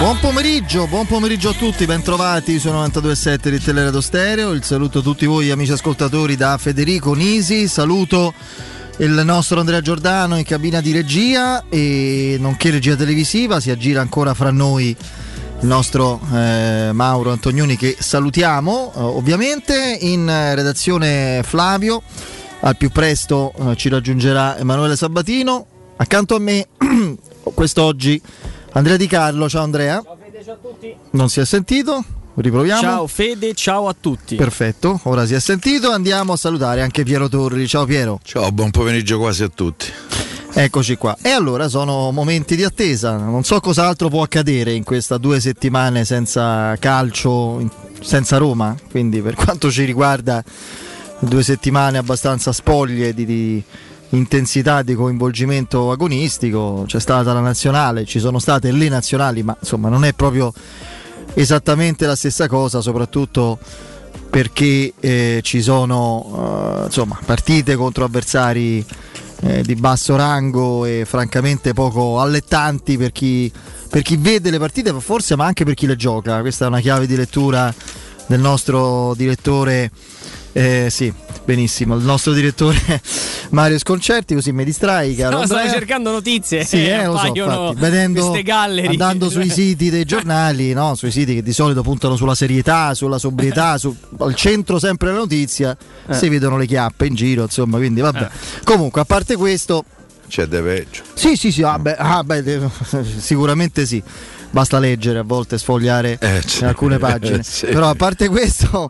Buon pomeriggio a tutti, bentrovati su 92.7 di Teleradio Stereo. Il saluto a tutti voi amici ascoltatori da Federico Nisi, saluto il nostro Andrea Giordano in cabina di regia e nonché regia televisiva. Si aggira ancora fra noi il nostro Mauro Antonioni, che salutiamo ovviamente. In redazione Flavio, al più presto ci raggiungerà Emanuele Sabatino. Accanto a me quest'oggi Andrea Di Carlo. Ciao Andrea. Ciao Fede, ciao a tutti. Non si è sentito? Riproviamo. Ciao Fede, ciao a tutti. Perfetto, ora si è sentito. Andiamo a salutare anche Piero Torri. Ciao Piero. Ciao, buon pomeriggio quasi a tutti. Eccoci qua. E allora sono momenti di attesa. Non so cos'altro può accadere in queste 2 settimane senza calcio, senza Roma. Quindi per quanto ci riguarda 2 settimane abbastanza spoglie di intensità, di coinvolgimento agonistico. C'è stata la nazionale, ci sono state le nazionali, ma insomma non è proprio esattamente la stessa cosa, soprattutto perché ci sono insomma partite contro avversari di basso rango e francamente poco allettanti per chi vede le partite, forse, ma anche per chi le gioca. Questa è una chiave di lettura del nostro direttore. Sì, benissimo, il nostro direttore Mario Sconcerti, così mi distrai, caro. Stavo cercando notizie, sì, lo so, infatti, vedendo, queste gallery, andando sui siti dei giornali, no? Sui siti che di solito puntano sulla serietà, sulla sobrietà, al centro sempre della notizia, si vedono le chiappe in giro, insomma, quindi vabbè. Comunque, a parte questo, c'è de peggio. Sì, sicuramente sì. Basta leggere, a volte sfogliare in alcune pagine. Sì. Però a parte questo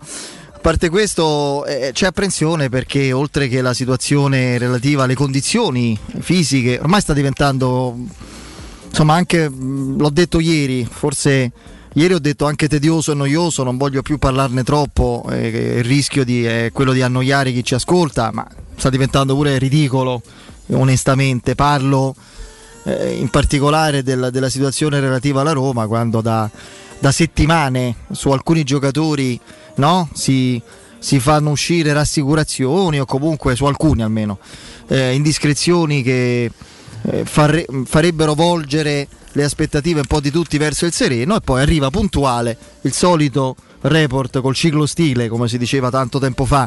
c'è apprensione, perché oltre che la situazione relativa alle condizioni fisiche, ormai sta diventando, insomma, anche, l'ho detto ieri, forse ieri ho detto anche tedioso e noioso, non voglio più parlarne troppo, il rischio è quello di annoiare chi ci ascolta, ma sta diventando pure ridicolo, onestamente. Parlo in particolare della situazione relativa alla Roma, quando da settimane su alcuni giocatori, no, si fanno uscire rassicurazioni, o comunque su alcuni almeno indiscrezioni che farebbero volgere le aspettative un po' di tutti verso il sereno, e poi arriva puntuale il solito report col ciclo stile, come si diceva tanto tempo fa,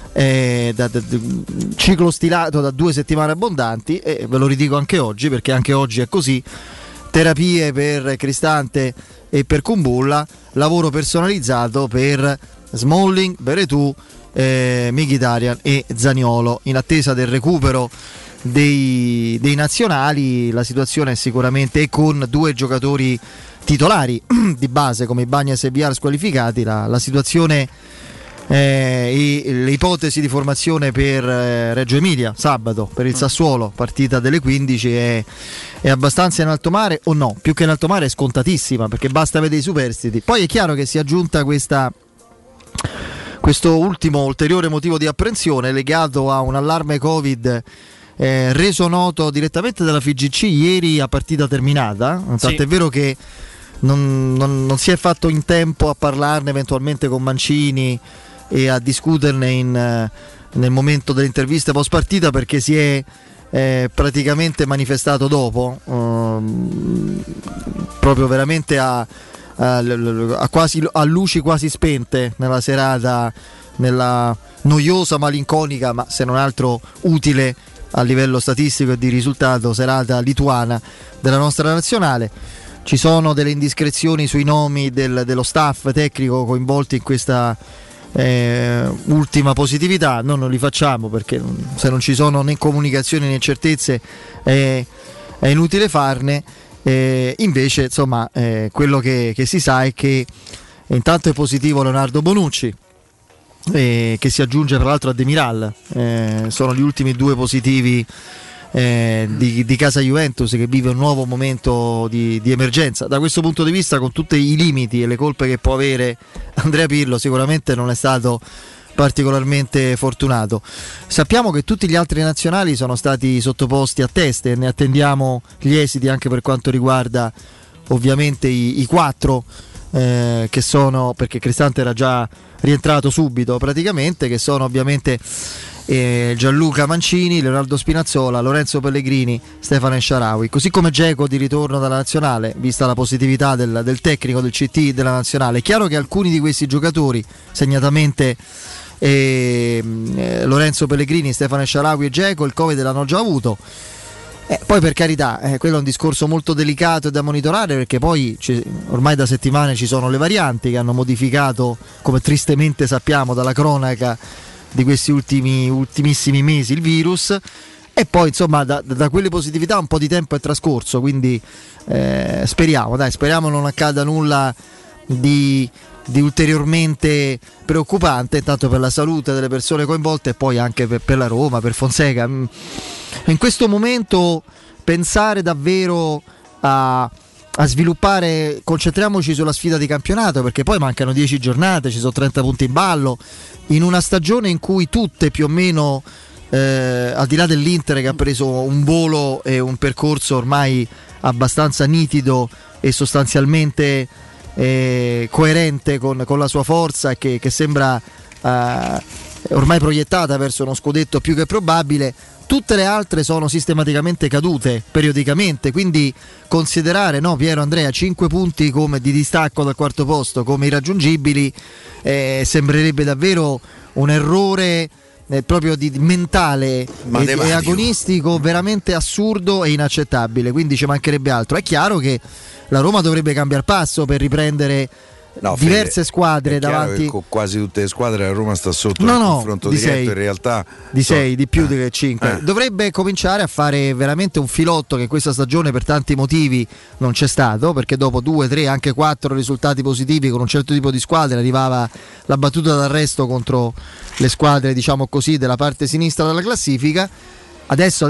ciclo stilato da 2 settimane abbondanti, e ve lo ridico anche oggi, perché anche oggi è così. Terapie per Cristante e per Kumbulla, lavoro personalizzato per Smalling, Veretù, Mkhitaryan e Zaniolo. In attesa del recupero dei nazionali, la situazione è sicuramente, con 2 giocatori titolari di base come Bagnas e Villar squalificati, la situazione e le ipotesi di formazione per Reggio Emilia sabato per il Sassuolo, partita delle 15, è abbastanza in alto mare, o no, più che in alto mare è scontatissima, perché basta vedere i superstiti. Poi è chiaro che si è aggiunta questo ultimo ulteriore motivo di apprensione legato a un allarme Covid reso noto direttamente dalla FIGC ieri a partita terminata. Tanto è vero che non si è fatto in tempo a parlarne eventualmente con Mancini e a discuterne nel momento delle interviste post partita, perché si è praticamente manifestato dopo, proprio veramente a luci quasi spente nella serata, nella noiosa, malinconica, ma se non altro utile a livello statistico e di risultato, serata lituana della nostra nazionale. Ci sono delle indiscrezioni sui nomi dello staff tecnico coinvolti in questa ultima positività. Noi non li facciamo, perché se non ci sono né comunicazioni né certezze è inutile farne. Invece, insomma, quello che si sa è che intanto è positivo Leonardo Bonucci, che si aggiunge tra l'altro a Demiral. Sono gli ultimi 2 positivi di casa Juventus, che vive un nuovo momento di emergenza. Da questo punto di vista, con tutti i limiti e le colpe che può avere Andrea Pirlo, sicuramente non è stato particolarmente fortunato. Sappiamo che tutti gli altri nazionali sono stati sottoposti a test e ne attendiamo gli esiti anche per quanto riguarda ovviamente i 4 che sono, perché Cristante era già rientrato subito praticamente, che sono ovviamente Gianluca Mancini, Leonardo Spinazzola, Lorenzo Pellegrini, Stefano El Shaarawy, così come Dzeko di ritorno dalla nazionale, vista la positività del tecnico del CT della nazionale. È chiaro che alcuni di questi giocatori, segnatamente Lorenzo Pellegrini, Stefano El Shaarawy e Dzeko, il Covid l'hanno già avuto. Poi per carità, quello è un discorso molto delicato e da monitorare, perché poi ormai da settimane ci sono le varianti che hanno modificato, come tristemente sappiamo dalla cronaca di questi ultimissimi mesi, il virus. E poi insomma da quelle positività un po' di tempo è trascorso, quindi speriamo non accada nulla di ulteriormente preoccupante, intanto per la salute delle persone coinvolte e poi anche per la Roma, per Fonseca. In questo momento pensare davvero a sviluppare, concentriamoci sulla sfida di campionato, perché poi mancano 10 giornate, ci sono 30 punti in ballo, in una stagione in cui tutte più o meno, al di là dell'Inter che ha preso un volo e un percorso ormai abbastanza nitido e sostanzialmente coerente con la sua forza, che sembra ormai proiettata verso uno scudetto più che probabile, tutte le altre sono sistematicamente cadute periodicamente, quindi considerare, no, Piero, Andrea, 5 punti come di distacco dal quarto posto come irraggiungibili sembrerebbe davvero un errore proprio di mentale e agonistico veramente assurdo e inaccettabile, quindi ci mancherebbe altro. È chiaro che la Roma dovrebbe cambiare passo per riprendere diverse squadre davanti. Con quasi tutte le squadre la Roma sta sotto nel confronto diretto, 6, in realtà di 6 di più di 5. Dovrebbe cominciare a fare veramente un filotto che questa stagione per tanti motivi non c'è stato, perché dopo 2, 3, anche 4 risultati positivi con un certo tipo di squadre arrivava la battuta d'arresto contro le squadre, diciamo così, della parte sinistra della classifica. Adesso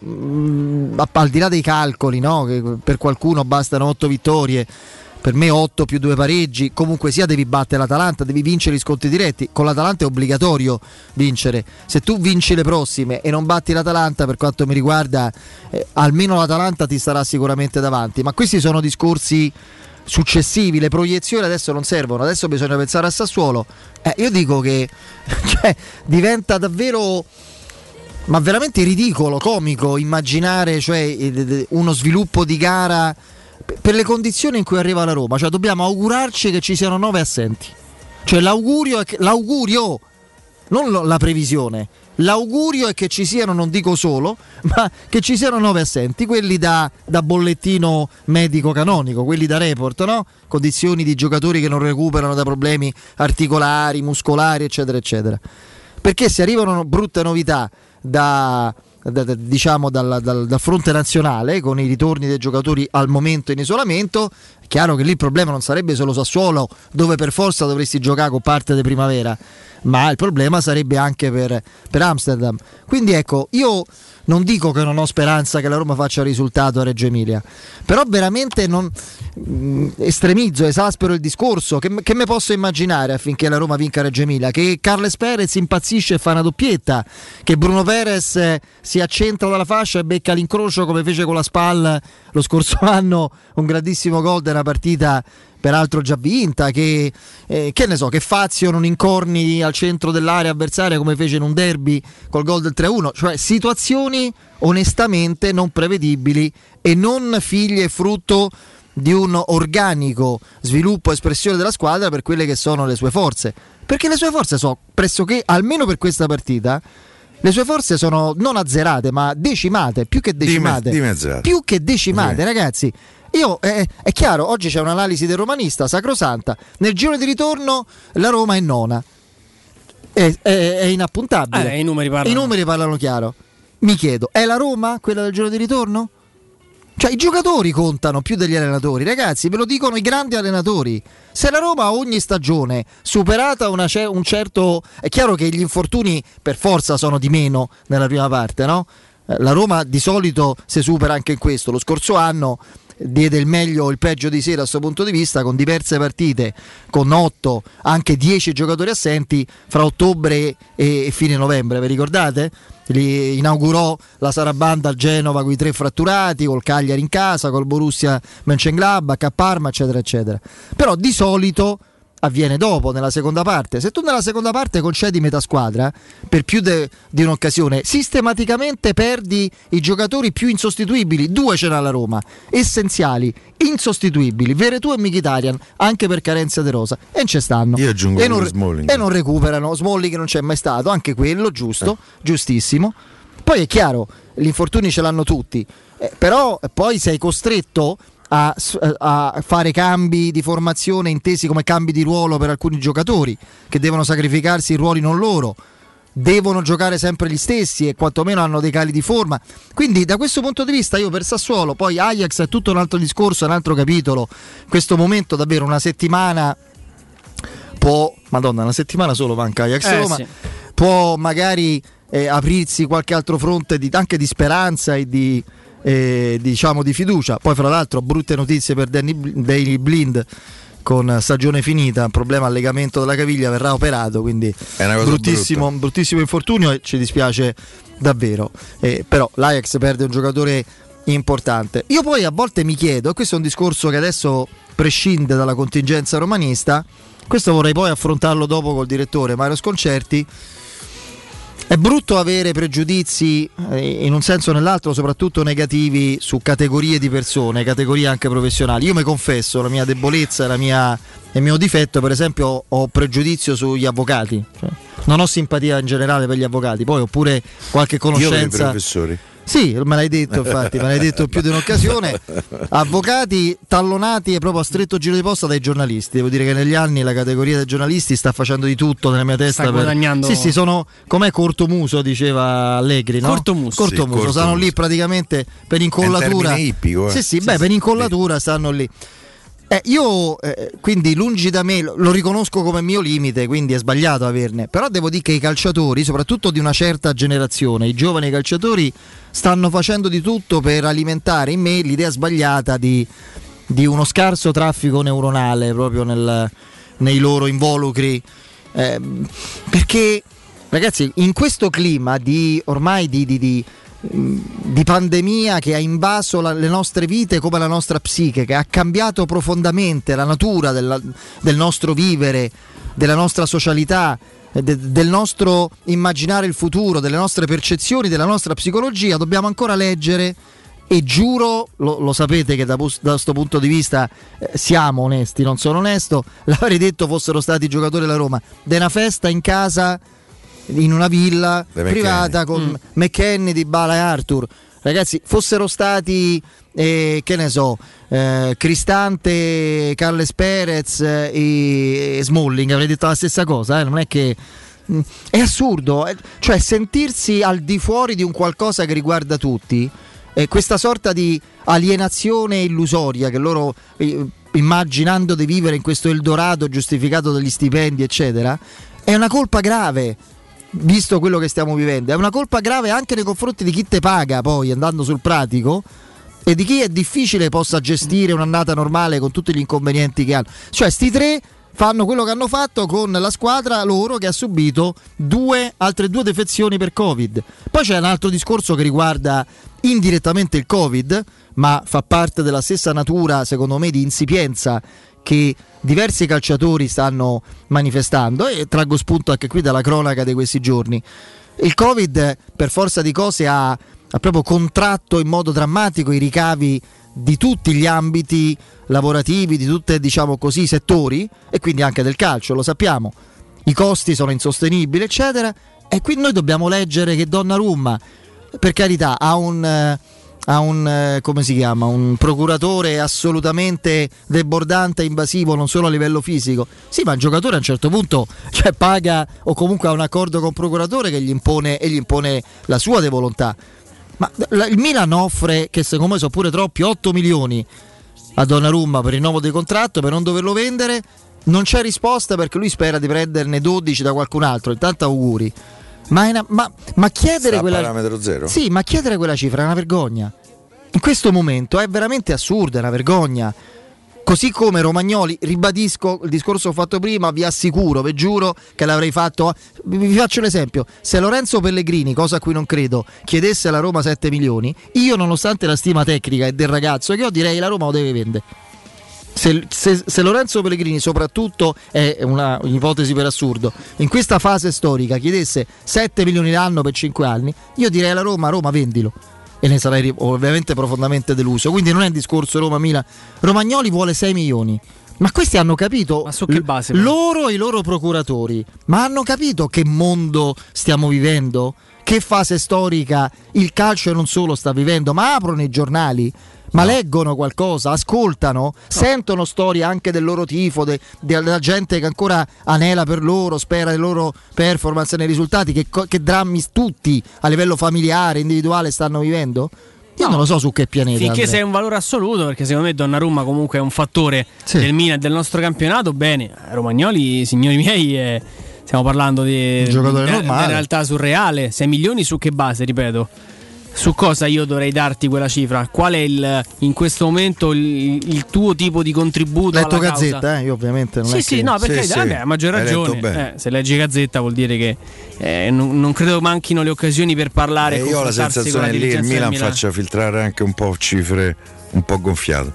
al di là dei calcoli, no, che per qualcuno bastano 8 vittorie, per me 8 più 2 pareggi, comunque sia devi battere l'Atalanta, devi vincere gli scontri diretti. Con l'Atalanta è obbligatorio vincere. Se tu vinci le prossime e non batti l'Atalanta, per quanto mi riguarda, almeno l'Atalanta ti starà sicuramente davanti. Ma questi sono discorsi successivi, le proiezioni adesso non servono, adesso bisogna pensare a Sassuolo. Io dico che diventa davvero, ma veramente ridicolo, comico immaginare uno sviluppo di gara per le condizioni in cui arriva la Roma. Dobbiamo augurarci che ci siano 9 assenti. L'augurio, non la previsione, l'augurio è che ci siano, non dico solo, ma che ci siano 9 assenti, quelli da bollettino medico canonico, quelli da report, no? Condizioni di giocatori che non recuperano da problemi articolari, muscolari, eccetera eccetera. Perché se arrivano brutte novità dal fronte nazionale, con i ritorni dei giocatori al momento in isolamento, è chiaro che lì il problema non sarebbe solo Sassuolo, dove per forza dovresti giocare con parte di primavera, ma il problema sarebbe anche per Amsterdam. Quindi ecco, io non dico che non ho speranza che la Roma faccia il risultato a Reggio Emilia, però veramente non estremizzo, esaspero il discorso. Che me posso immaginare affinché la Roma vinca a Reggio Emilia? Che Carles Perez impazzisce e fa una doppietta, che Bruno Perez si accentra dalla fascia e becca l'incrocio come fece con la SPAL lo scorso anno, un grandissimo gol della partita peraltro già vinta, che ne so, che Fazio non incorni al centro dell'area avversaria come fece in un derby col gol del 3-1, cioè situazioni onestamente non prevedibili e non figlie e frutto di un organico sviluppo e espressione della squadra per quelle che sono le sue forze, perché le sue forze sono pressoché, almeno per questa partita, le sue forze sono non azzerate ma decimate, più che decimate, più che decimate, ragazzi. È chiaro, oggi c'è un'analisi del romanista sacrosanta, nel giro di ritorno la Roma è nona, è inappuntabile, i numeri parlano chiaro. Mi chiedo, è la Roma quella del giro di ritorno? Cioè i giocatori contano più degli allenatori, ragazzi, ve lo dicono i grandi allenatori. Se la Roma ogni stagione superata un certo, è chiaro che gli infortuni per forza sono di meno nella prima parte, no? La Roma di solito si supera anche in questo. Lo scorso anno diede il meglio o il peggio di sé dal suo punto di vista, con diverse partite, con 8, anche 10 giocatori assenti fra ottobre e fine novembre, vi ricordate? Li inaugurò la Sarabanda al Genova con i 3 fratturati, col Cagliari in casa, col Borussia Mönchengladbach a Parma, eccetera eccetera. Però di solito avviene dopo, nella seconda parte. Se tu nella seconda parte concedi metà squadra per più di un'occasione, sistematicamente perdi i giocatori più insostituibili. 2 ce n'ha la Roma, essenziali, insostituibili, Veretù e Mkhitaryan, anche per carenza di rosa, e non ci stanno. Io aggiungo e non recuperano. Smalling non c'è mai stato, anche quello giusto, giustissimo. Poi è chiaro, gli infortuni ce l'hanno tutti, però poi sei costretto a fare cambi di formazione intesi come cambi di ruolo per alcuni giocatori che devono sacrificarsi i ruoli non loro, devono giocare sempre gli stessi e quantomeno hanno dei cali di forma. Quindi da questo punto di vista io per Sassuolo, poi Ajax è tutto un altro discorso, un altro capitolo. In questo momento davvero una settimana una settimana solo manca Ajax Roma, sì. Può magari aprirsi qualche altro fronte anche di speranza e di diciamo di fiducia. Poi fra l'altro brutte notizie per Daley Blind, con stagione finita, problema al legamento della caviglia, verrà operato, quindi bruttissimo infortunio e ci dispiace davvero, però l'Ajax perde un giocatore importante. Io poi a volte mi chiedo, e questo è un discorso che adesso prescinde dalla contingenza romanista, questo vorrei poi affrontarlo dopo col direttore Mario Sconcerti. È brutto avere pregiudizi in un senso o nell'altro, soprattutto negativi, su categorie di persone, categorie anche professionali. Io mi confesso, la mia debolezza, il mio difetto, per esempio, ho pregiudizio sugli avvocati. Cioè, non ho simpatia in generale per gli avvocati, poi ho pure qualche conoscenza. Io per i professori. Sì, me l'hai detto, infatti, me l'hai detto più di un'occasione. Avvocati tallonati e proprio a stretto giro di posta dai giornalisti. Devo dire che negli anni la categoria dei giornalisti sta facendo di tutto nella mia testa. Sta guadagnando. Sì, sono com'è cortomuso, diceva Allegri, no? Cortomuso, stanno lì praticamente per incollatura. È un ippico, Sì, per incollatura stanno lì. Io quindi lungi da me, lo riconosco come mio limite, quindi è sbagliato averne, però devo dire che i calciatori, soprattutto di una certa generazione, i giovani calciatori, stanno facendo di tutto per alimentare in me l'idea sbagliata di uno scarso traffico neuronale proprio nei loro involucri, perché ragazzi, in questo clima ormai di pandemia che ha invaso le nostre vite come la nostra psiche, che ha cambiato profondamente la natura del nostro vivere, della nostra socialità, del nostro immaginare il futuro, delle nostre percezioni, della nostra psicologia, dobbiamo ancora leggere, e giuro, lo sapete che da questo punto di vista siamo onesti, non sono onesto, l'avrei detto fossero stati i giocatori della Roma, di una festa in casa in una villa privata con McKennie, Dybala e Arthur, ragazzi, fossero stati che ne so, Cristante, Carles Perez e Smalling, avrei detto la stessa cosa, non è che è assurdo, cioè sentirsi al di fuori di un qualcosa che riguarda tutti, questa sorta di alienazione illusoria che loro immaginando di vivere in questo Eldorado giustificato dagli stipendi eccetera, è una colpa grave. Visto quello che stiamo vivendo, è una colpa grave anche nei confronti di chi te paga, poi andando sul pratico, e di chi è difficile possa gestire un'annata normale con tutti gli inconvenienti che hanno. Cioè sti tre fanno quello che hanno fatto con la squadra loro che ha subito altre due defezioni per Covid. Poi c'è un altro discorso che riguarda indirettamente il Covid, ma fa parte della stessa natura, secondo me, di insipienza che diversi calciatori stanno manifestando, e traggo spunto anche qui dalla cronaca di questi giorni. Il Covid, per forza di cose, ha proprio contratto in modo drammatico i ricavi di tutti gli ambiti lavorativi, di tutti, diciamo così, i settori, e quindi anche del calcio, lo sappiamo. I costi sono insostenibili, eccetera, e qui noi dobbiamo leggere che Donnarumma, per carità, ha un come si chiama, un procuratore assolutamente debordante e invasivo, non solo a livello fisico. Sì, ma il giocatore a un certo punto paga, o comunque ha un accordo con il procuratore che gli impone la sua di volontà. Ma il Milan offre, che secondo me sono pure troppi, 8 milioni a Donnarumma per il rinnovo di contratto, per non doverlo vendere. Non c'è risposta perché lui spera di prenderne 12 da qualcun altro. Intanto auguri. Ma chiedere quella parametro zero? Sì, ma chiedere quella cifra è una vergogna. In questo momento è veramente assurda, è una vergogna. Così come Romagnoli, ribadisco il discorso che ho fatto prima, vi assicuro, vi giuro che l'avrei fatto. Vi faccio l'esempio: se Lorenzo Pellegrini, cosa a cui non credo, chiedesse alla Roma 7 milioni, io, nonostante la stima tecnica e del ragazzo che ho, direi la Roma lo deve vendere. se Lorenzo Pellegrini soprattutto è una ipotesi per assurdo, in questa fase storica chiedesse 7 milioni l'anno per 5 anni, io direi alla Roma vendilo, e ne sarei ovviamente profondamente deluso. Quindi non è un discorso Roma-Milan. Romagnoli vuole 6 milioni. Ma questi hanno capito, ma su che base? Loro e i loro procuratori, ma hanno capito che mondo stiamo vivendo? Che fase storica il calcio e non solo sta vivendo? Ma aprono i giornali, ma leggono qualcosa, ascoltano, sentono storie anche del loro tifo, della gente che ancora anela per loro, spera le loro performance nei risultati, che drammi tutti a livello familiare, individuale stanno vivendo? Io non lo so su che pianeta. Finché sei un valore assoluto, perché secondo me Donnarumma comunque è un fattore del Milan e del nostro campionato, bene. Romagnoli, signori miei, stiamo parlando di giocatore normale, in realtà surreale. 6 milioni su che base, ripeto? Su cosa io dovrei darti quella cifra? Qual è in questo momento il tuo tipo di contributo? Letto alla Gazzetta, causa? Io ovviamente non sì, è no, perché vabbè, a maggior ragione. Se leggi Gazzetta vuol dire che non credo manchino le occasioni per parlare. Io ho la sensazione che lì il Milan faccia filtrare anche un po' cifre un po' gonfiate.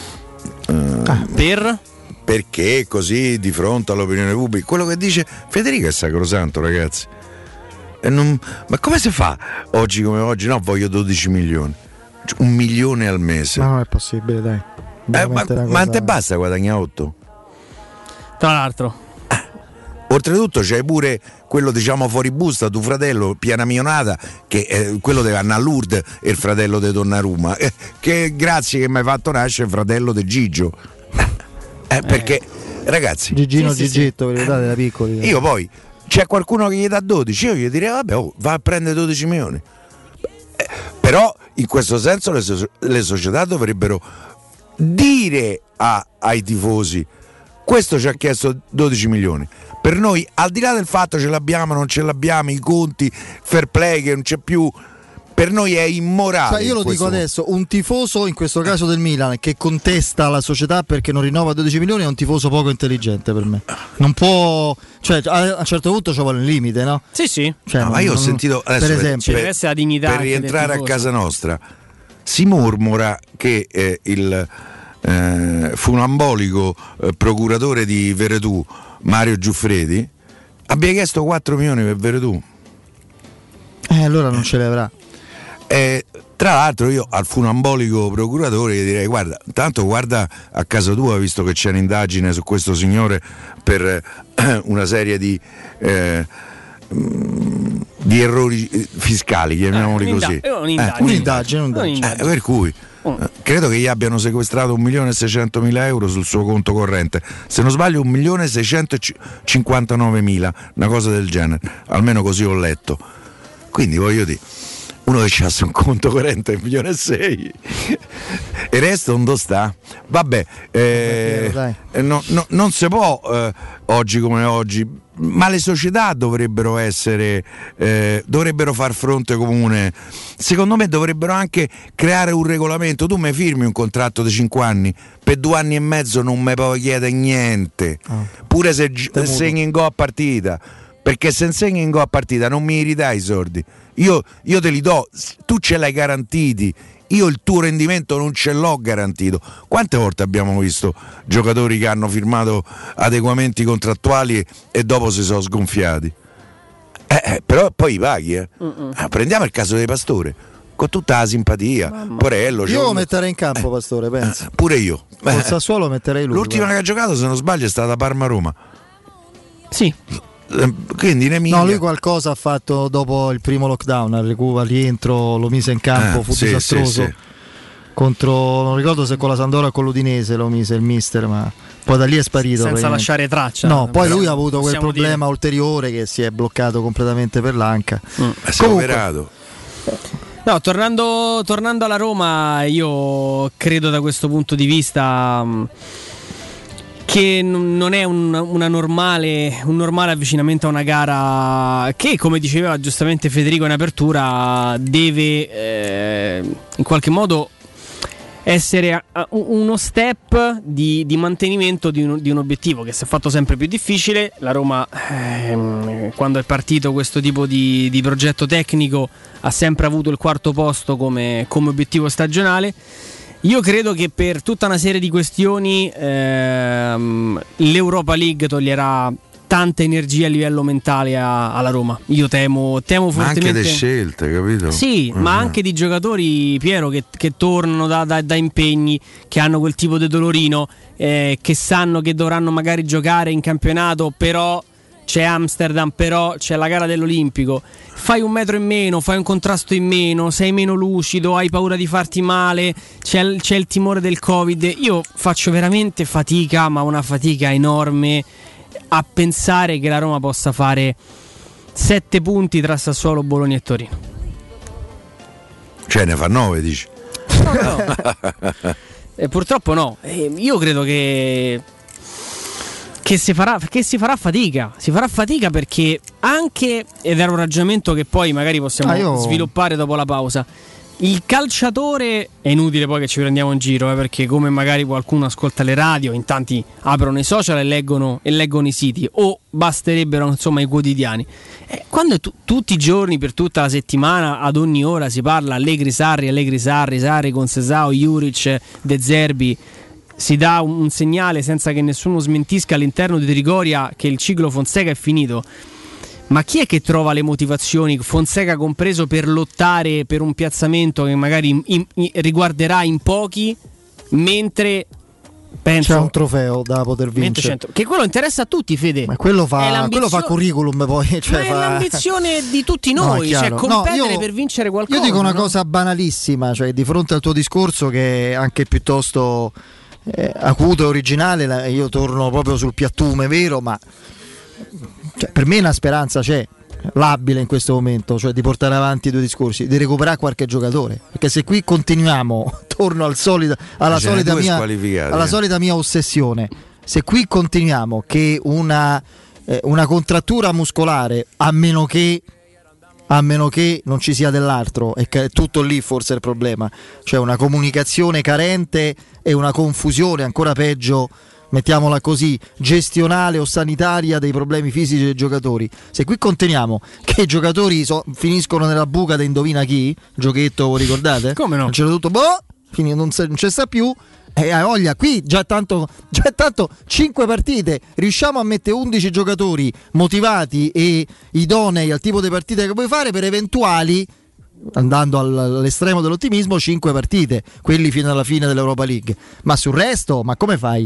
Perché così di fronte all'opinione pubblica quello che dice Federico è sacrosanto, ragazzi. Ma come si fa oggi come oggi? No, voglio 12 milioni, 1 milione al mese. Ma non è possibile, dai. Ma te basta guadagnare 8? Tra l'altro, oltretutto c'è pure quello, diciamo, fuori busta, tuo fratello Piana Mionata, che è quello di Anna Lourdes e il fratello di Donnarumma, che grazie che mi hai fatto nascere il fratello di Gigio. Perché ragazzi, Gigino Gigetto, ve le date da piccoli. Io poi c'è qualcuno che gli dà 12, io gli direi vabbè, va a prendere 12 milioni. Però in questo senso le società dovrebbero dire ai tifosi: questo ci ha chiesto 12 milioni. Per noi, al di là del fatto ce l'abbiamo, non ce l'abbiamo, i conti, fair play che non c'è più, per noi è immorale. Cioè io lo dico adesso, un tifoso in questo caso del Milan che contesta la società perché non rinnova 12 milioni è un tifoso poco intelligente per me. Non può, cioè a un certo punto ci vuole un limite, no? Sì. Cioè, ma io ho sentito adesso, per esempio, deve essere la dignità per rientrare a casa nostra, si mormora che il funambolico procuratore di Veretù, Mario Giuffredi, abbia chiesto 4 milioni per Veretù. Allora non ce le avrà. Tra l'altro io al funambolico procuratore gli direi: guarda, tanto guarda a casa tua, visto che c'è un'indagine su questo signore per una serie di errori fiscali, chiamiamoli così. Un'indagine. Per cui credo che gli abbiano sequestrato 1.600.000 euro sul suo conto corrente, se non sbaglio 1.659.000, una cosa del genere, almeno così ho letto. Quindi voglio dire, uno che ha un conto corrente 1,6 milioni e il resto non sta. Vabbè, non si può oggi come oggi, ma le società dovrebbero far fronte comune. Secondo me dovrebbero anche creare un regolamento. Tu mi firmi un contratto di 5 anni, per 2 anni e mezzo non mi puoi chiedere niente, pure se segni in go a partita, perché se insegni in go a partita non mi ridai i soldi. Io te li do, tu ce l'hai garantiti, io il tuo rendimento non ce l'ho garantito. Quante volte abbiamo visto giocatori che hanno firmato adeguamenti contrattuali e dopo si sono sgonfiati? Però poi i paghi. Prendiamo il caso dei Pastore, con tutta la simpatia. Porello, io lo metterei in campo, Pastore, pensa. Pure io. Col Sassuolo metterei lui. L'ultima che ha giocato, se non sbaglio, è stata Parma-Roma. Sì. Quindi no, lui qualcosa ha fatto dopo il primo lockdown, al rientro lo mise in campo, fu disastroso. Sì. Contro, non ricordo se con la Sampdoria o con l'Udinese lo mise il mister, ma poi da lì è sparito senza lasciare traccia. No, poi lui ha avuto quel problema ulteriore che si è bloccato completamente per l'anca. Si è operato. No, tornando alla Roma, io credo da questo punto di vista che non è un normale avvicinamento a una gara che, come diceva giustamente Federico in apertura, deve in qualche modo essere uno step di mantenimento di un obiettivo che si è fatto sempre più difficile. La Roma, quando è partito questo tipo di progetto tecnico, ha sempre avuto il 4° posto come obiettivo stagionale. Io credo che per tutta una serie di questioni l'Europa League toglierà tanta energia a livello mentale alla Roma. Io temo fortemente. Ma anche le scelte, capito? Sì, ma anche di giocatori, Piero, che tornano da impegni, che hanno quel tipo di dolorino, che sanno che dovranno magari giocare in campionato, però c'è Amsterdam, però c'è la gara dell'Olimpico. Fai un metro in meno, fai un contrasto in meno, sei meno lucido, hai paura di farti male, c'è il timore del Covid. Io faccio veramente fatica, ma una fatica enorme, a pensare che la Roma possa fare 7 punti tra Sassuolo, Bologna e Torino. Cioè ne fa 9, dici? No. Purtroppo no. Io credo che si farà fatica. Si farà fatica perché anche, ed era un ragionamento che poi magari possiamo sviluppare dopo la pausa, il calciatore, è inutile poi che ci prendiamo in giro, perché come magari qualcuno ascolta le radio, in tanti aprono i social e leggono i siti, o basterebbero insomma i quotidiani. Quando tutti i giorni, per tutta la settimana, ad ogni ora si parla Allegri Sarri con Sesao, Juric, De Zerbi, si dà un segnale senza che nessuno smentisca all'interno di Trigoria che il ciclo Fonseca è finito. Ma chi è che trova le motivazioni, Fonseca compreso, per lottare per un piazzamento che magari riguarderà in pochi, mentre penso c'è un trofeo da poter vincere, che quello interessa a tutti, Fede. Ma quello fa curriculum poi, cioè ma è l'ambizione di tutti noi, cioè competere per vincere qualcosa. Io dico una cosa banalissima, cioè di fronte al tuo discorso, che è anche piuttosto acuto e originale, io torno proprio sul piattume vero, ma cioè, per me una speranza c'è, labile in questo momento, cioè di portare avanti i due discorsi, di recuperare qualche giocatore, perché se qui continuiamo, torno alla solita mia ossessione, se qui continuiamo che una contrattura muscolare, a meno che non ci sia dell'altro, e che è tutto lì forse il problema, cioè una comunicazione carente e una confusione ancora peggio, mettiamola così, gestionale o sanitaria dei problemi fisici dei giocatori. Se qui conteniamo che i giocatori finiscono nella buca da indovina chi, giochetto, ricordate? Come no? Non c'era tutto, non c'è sta più. Voglia, qui già tanto 5 partite, riusciamo a mettere 11 giocatori motivati e idonei al tipo di partite che puoi fare per eventuali, andando all'estremo dell'ottimismo, 5 partite, quelli fino alla fine dell'Europa League. Ma sul resto, ma come fai?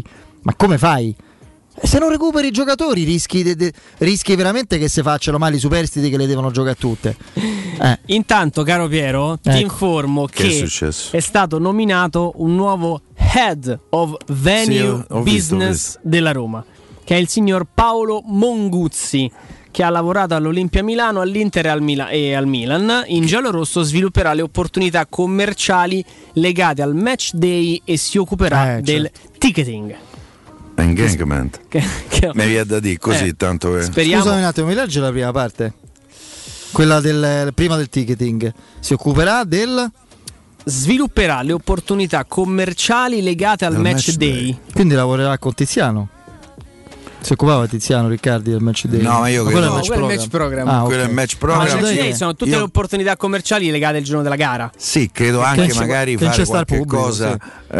Se non recuperi i giocatori rischi veramente che si facciano male i superstiti che le devono giocare tutte. Intanto, caro Piero, ti informo che è stato nominato un nuovo Head of Venue Business della Roma, che è il signor Paolo Monguzzi, che ha lavorato all'Olimpia Milano, all'Inter e al Milan. In giallorosso svilupperà le opportunità commerciali legate al match day e si occuperà del ticketing. Engagement. Mi viene da dire così, tanto speriamo. Scusami un attimo, mi legge la prima parte? Quella prima del ticketing. Si occuperà del svilupperà le opportunità commerciali legate al match day. Quindi lavorerà con Tiziano. Si occupava Tiziano Riccardi del match day? No, ma io quello è il match program. Quello è il match program. Match day sono tutte le opportunità commerciali legate al giorno della gara. Sì, credo anche magari fare qualche cosa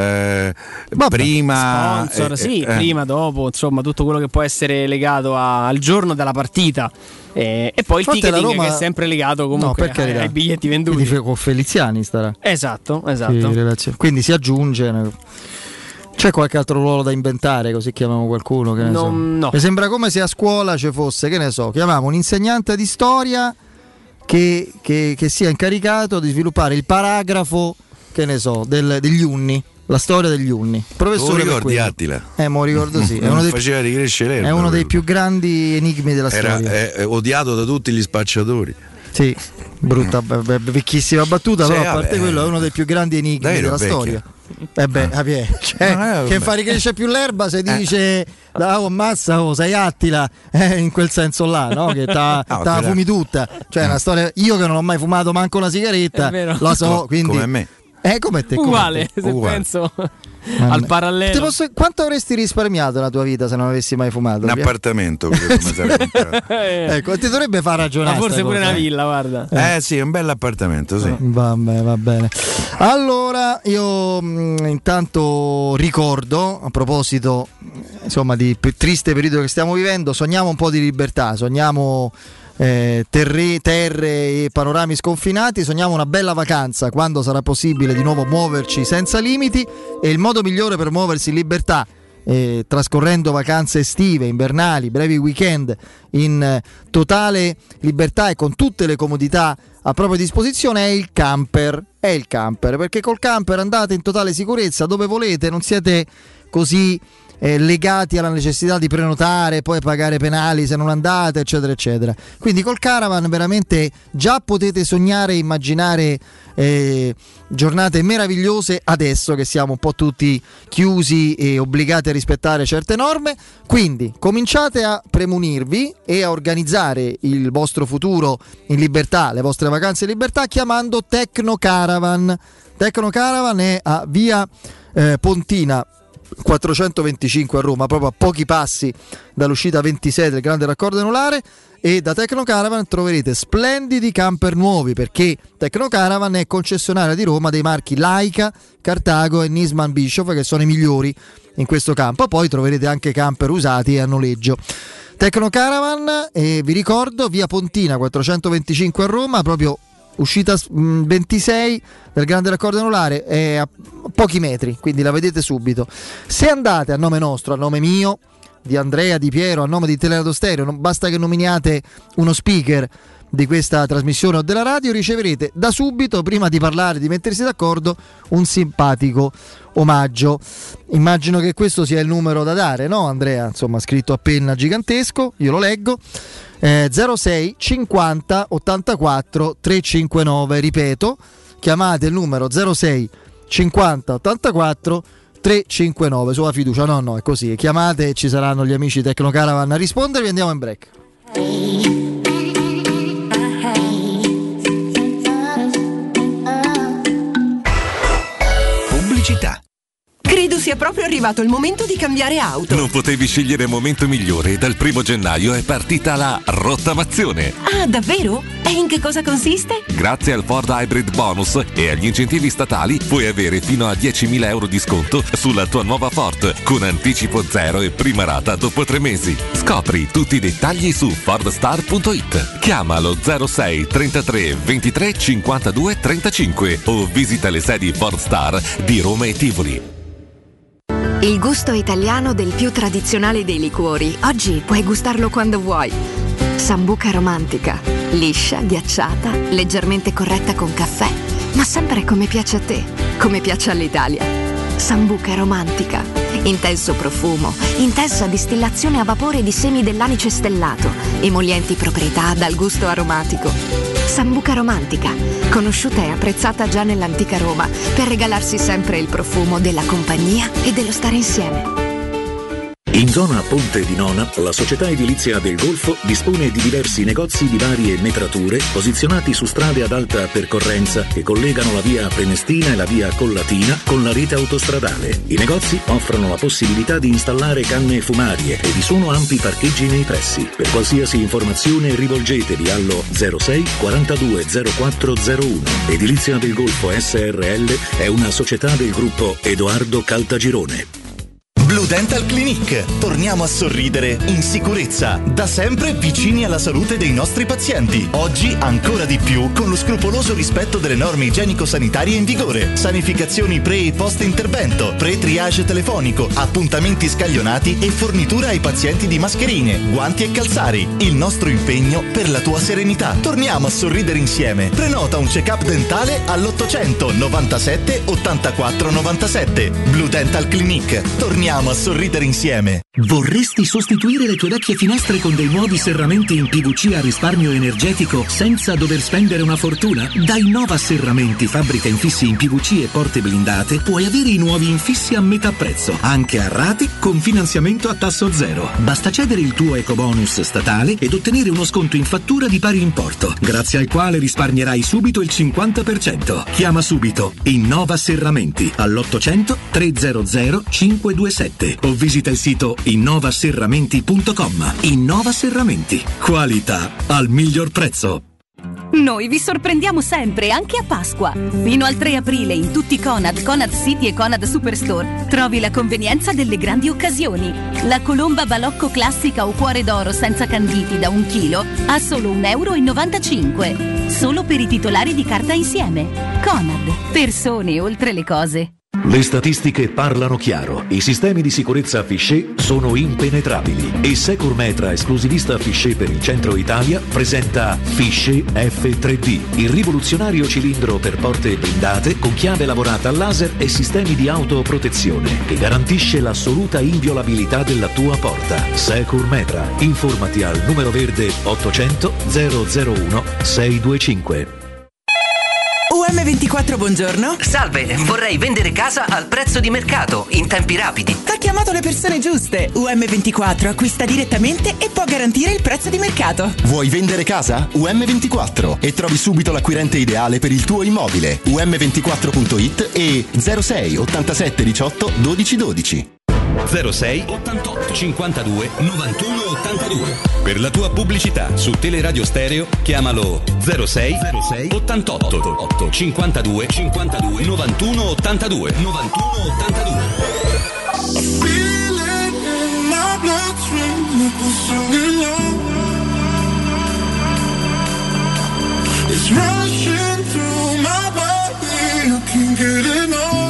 prima, sponsor, prima, dopo, insomma, tutto quello che può essere legato al giorno della partita. E poi il ticketing, Roma, che è sempre legato comunque ai biglietti venduti. Quindi con Feliziani starà. Esatto. Sì, quindi si aggiunge. C'è qualche altro ruolo da inventare, così chiamiamo qualcuno? Che no. Mi sembra come se a scuola ci fosse, che ne so, chiamiamo un insegnante di storia che sia incaricato di sviluppare il paragrafo, che ne so, degli Unni, la storia degli Unni. Professore, lo ricordi Attila? Me lo ricordo, sì. Faceva ricrescere l'erba. È uno dei più grandi enigmi della storia. È odiato da tutti gli spacciatori. Sì, brutta, vecchissima battuta, però a parte quello è uno dei più grandi enigmi della storia. Che fa ricrescere più l'erba, se dice ammazza, sei Attila, in quel senso là, no? Che la fumi tutta, cioè una storia. Io che non ho mai fumato manco una sigaretta, la so, quindi come me. Come te? Uguale, come te. se Uguale. penso al parallelo. Quanto avresti risparmiato nella tua vita se non avessi mai fumato? Un appartamento credo mi sarei comprato. Ecco, ti dovrebbe far ragionare. Ma forse sta pure cosa. una villa, guarda. Sì, è un bel appartamento, sì. Va bene. Allora, io intanto ricordo, a proposito insomma di triste periodo che stiamo vivendo, sogniamo un po' di libertà, sogniamo terre e panorami sconfinati, sogniamo una bella vacanza quando sarà possibile di nuovo muoverci senza limiti, e il modo migliore per muoversi in libertà, trascorrendo vacanze estive, invernali, brevi weekend in totale libertà e con tutte le comodità a propria disposizione, è il camper, perché col camper andate in totale sicurezza dove volete, non siete così legati alla necessità di prenotare, poi pagare penali se non andate, eccetera eccetera. Quindi col caravan veramente già potete sognare e immaginare giornate meravigliose adesso che siamo un po' tutti chiusi e obbligati a rispettare certe norme. Quindi cominciate a premunirvi e a organizzare il vostro futuro in libertà, le vostre vacanze in libertà, chiamando Tecnocaravan. Tecnocaravan è a via Pontina 425 a Roma, proprio a pochi passi dall'uscita 26 del grande raccordo anulare, e da Tecnocaravan troverete splendidi camper nuovi, perché Tecnocaravan è concessionaria di Roma dei marchi Laika, Cartago e Nisman Bischoff, che sono i migliori in questo campo. Poi troverete anche camper usati e a noleggio. Tecnocaravan, vi ricordo, via Pontina 425 a Roma, proprio uscita 26 del grande raccordo anulare, è a pochi metri, quindi la vedete subito. Se andate a nome nostro, a nome mio, di Andrea, di Piero, a nome di Teleradio Stereo, non basta che nominiate uno speaker di questa trasmissione o della radio, riceverete da subito, prima di parlare, di mettersi d'accordo, un simpatico omaggio. Immagino che questo sia il numero da dare, no Andrea? Insomma, scritto a penna gigantesco, io lo leggo. 06 50 84 359, ripeto, chiamate il numero 06 50 84 359 sulla fiducia, no, è così, chiamate e ci saranno gli amici Tecnocaravan a rispondervi. Andiamo in break. Pubblicità. Credo sia proprio arrivato il momento di cambiare auto. Non potevi scegliere momento migliore. Dal 1 gennaio è partita la rottamazione. Ah, davvero? E in che cosa consiste? Grazie al Ford Hybrid Bonus e agli incentivi statali puoi avere fino a 10.000 euro di sconto sulla tua nuova Ford, con anticipo zero e prima rata dopo 3 mesi. Scopri tutti i dettagli su fordstar.it. Chiamalo 06 33 23 52 35 o visita le sedi Fordstar di Roma e Tivoli. Il gusto italiano del più tradizionale dei liquori. Oggi puoi gustarlo quando vuoi. Sambuca romantica. Liscia, ghiacciata, leggermente corretta con caffè, ma sempre come piace a te, come piace all'Italia. Sambuca romantica. Intenso profumo, intensa distillazione a vapore di semi dell'anice stellato, emolienti proprietà dal gusto aromatico. Sambuca romantica, conosciuta e apprezzata già nell'antica Roma per regalarsi sempre il profumo della compagnia e dello stare insieme. In zona Ponte di Nona, la società edilizia del Golfo dispone di diversi negozi di varie metrature posizionati su strade ad alta percorrenza che collegano la via Prenestina e la via Collatina con la rete autostradale. I negozi offrono la possibilità di installare canne fumarie e vi sono ampi parcheggi nei pressi. Per qualsiasi informazione rivolgetevi allo 06 42 0401. Edilizia del Golfo SRL è una società del gruppo Edoardo Caltagirone. Blue Dental Clinic. Torniamo a sorridere in sicurezza, da sempre vicini alla salute dei nostri pazienti. Oggi ancora di più con lo scrupoloso rispetto delle norme igienico-sanitarie in vigore. Sanificazioni pre e post intervento, pre-triage telefonico, appuntamenti scaglionati e fornitura ai pazienti di mascherine, guanti e calzari. Il nostro impegno per la tua serenità. Torniamo a sorridere insieme. Prenota un check-up dentale all'800 97 84 97. Blue Dental Clinic. Torniamo Torniamo a sorridere insieme. Vorresti sostituire le tue vecchie finestre con dei nuovi serramenti in PVC a risparmio energetico senza dover spendere una fortuna? Da Innova Serramenti, fabbrica infissi in PVC e porte blindate, puoi avere i nuovi infissi a metà prezzo, anche a rate con finanziamento a tasso zero. Basta cedere il tuo ecobonus statale ed ottenere uno sconto in fattura di pari importo, grazie al quale risparmierai subito il 50%. Chiama subito Innova Serramenti all'800 300 527 o visita il sito innovaserramenti.com. Innova Serramenti, qualità al miglior prezzo. Noi vi sorprendiamo sempre, anche a Pasqua. Fino al 3 aprile in tutti Conad, Conad City e Conad Superstore trovi la convenienza delle grandi occasioni. La colomba balocco classica o cuore d'oro senza canditi da 1 chilo a solo €1,95. Solo per i titolari di carta insieme. Conad, persone oltre le cose. Le statistiche parlano chiaro. I sistemi di sicurezza Fichet sono impenetrabili e Securmetra, esclusivista Fichet per il centro Italia, presenta Fichet F3D, il rivoluzionario cilindro per porte blindate con chiave lavorata a laser e sistemi di autoprotezione che garantisce l'assoluta inviolabilità della tua porta. Securmetra. Informati al numero verde 800 001 625. UM24, buongiorno. Salve, vorrei vendere casa al prezzo di mercato, in tempi rapidi. Ha chiamato le persone giuste. UM24 acquista direttamente e può garantire il prezzo di mercato. Vuoi vendere casa? UM24 e trovi subito l'acquirente ideale per il tuo immobile. UM24.it e 06 87 18 12 12. 06 88 52 91 82. Per la tua pubblicità su Teleradio Stereo chiamalo 06 88 52 52 91 82 91 82. It's rushing through my body, I can't get enough.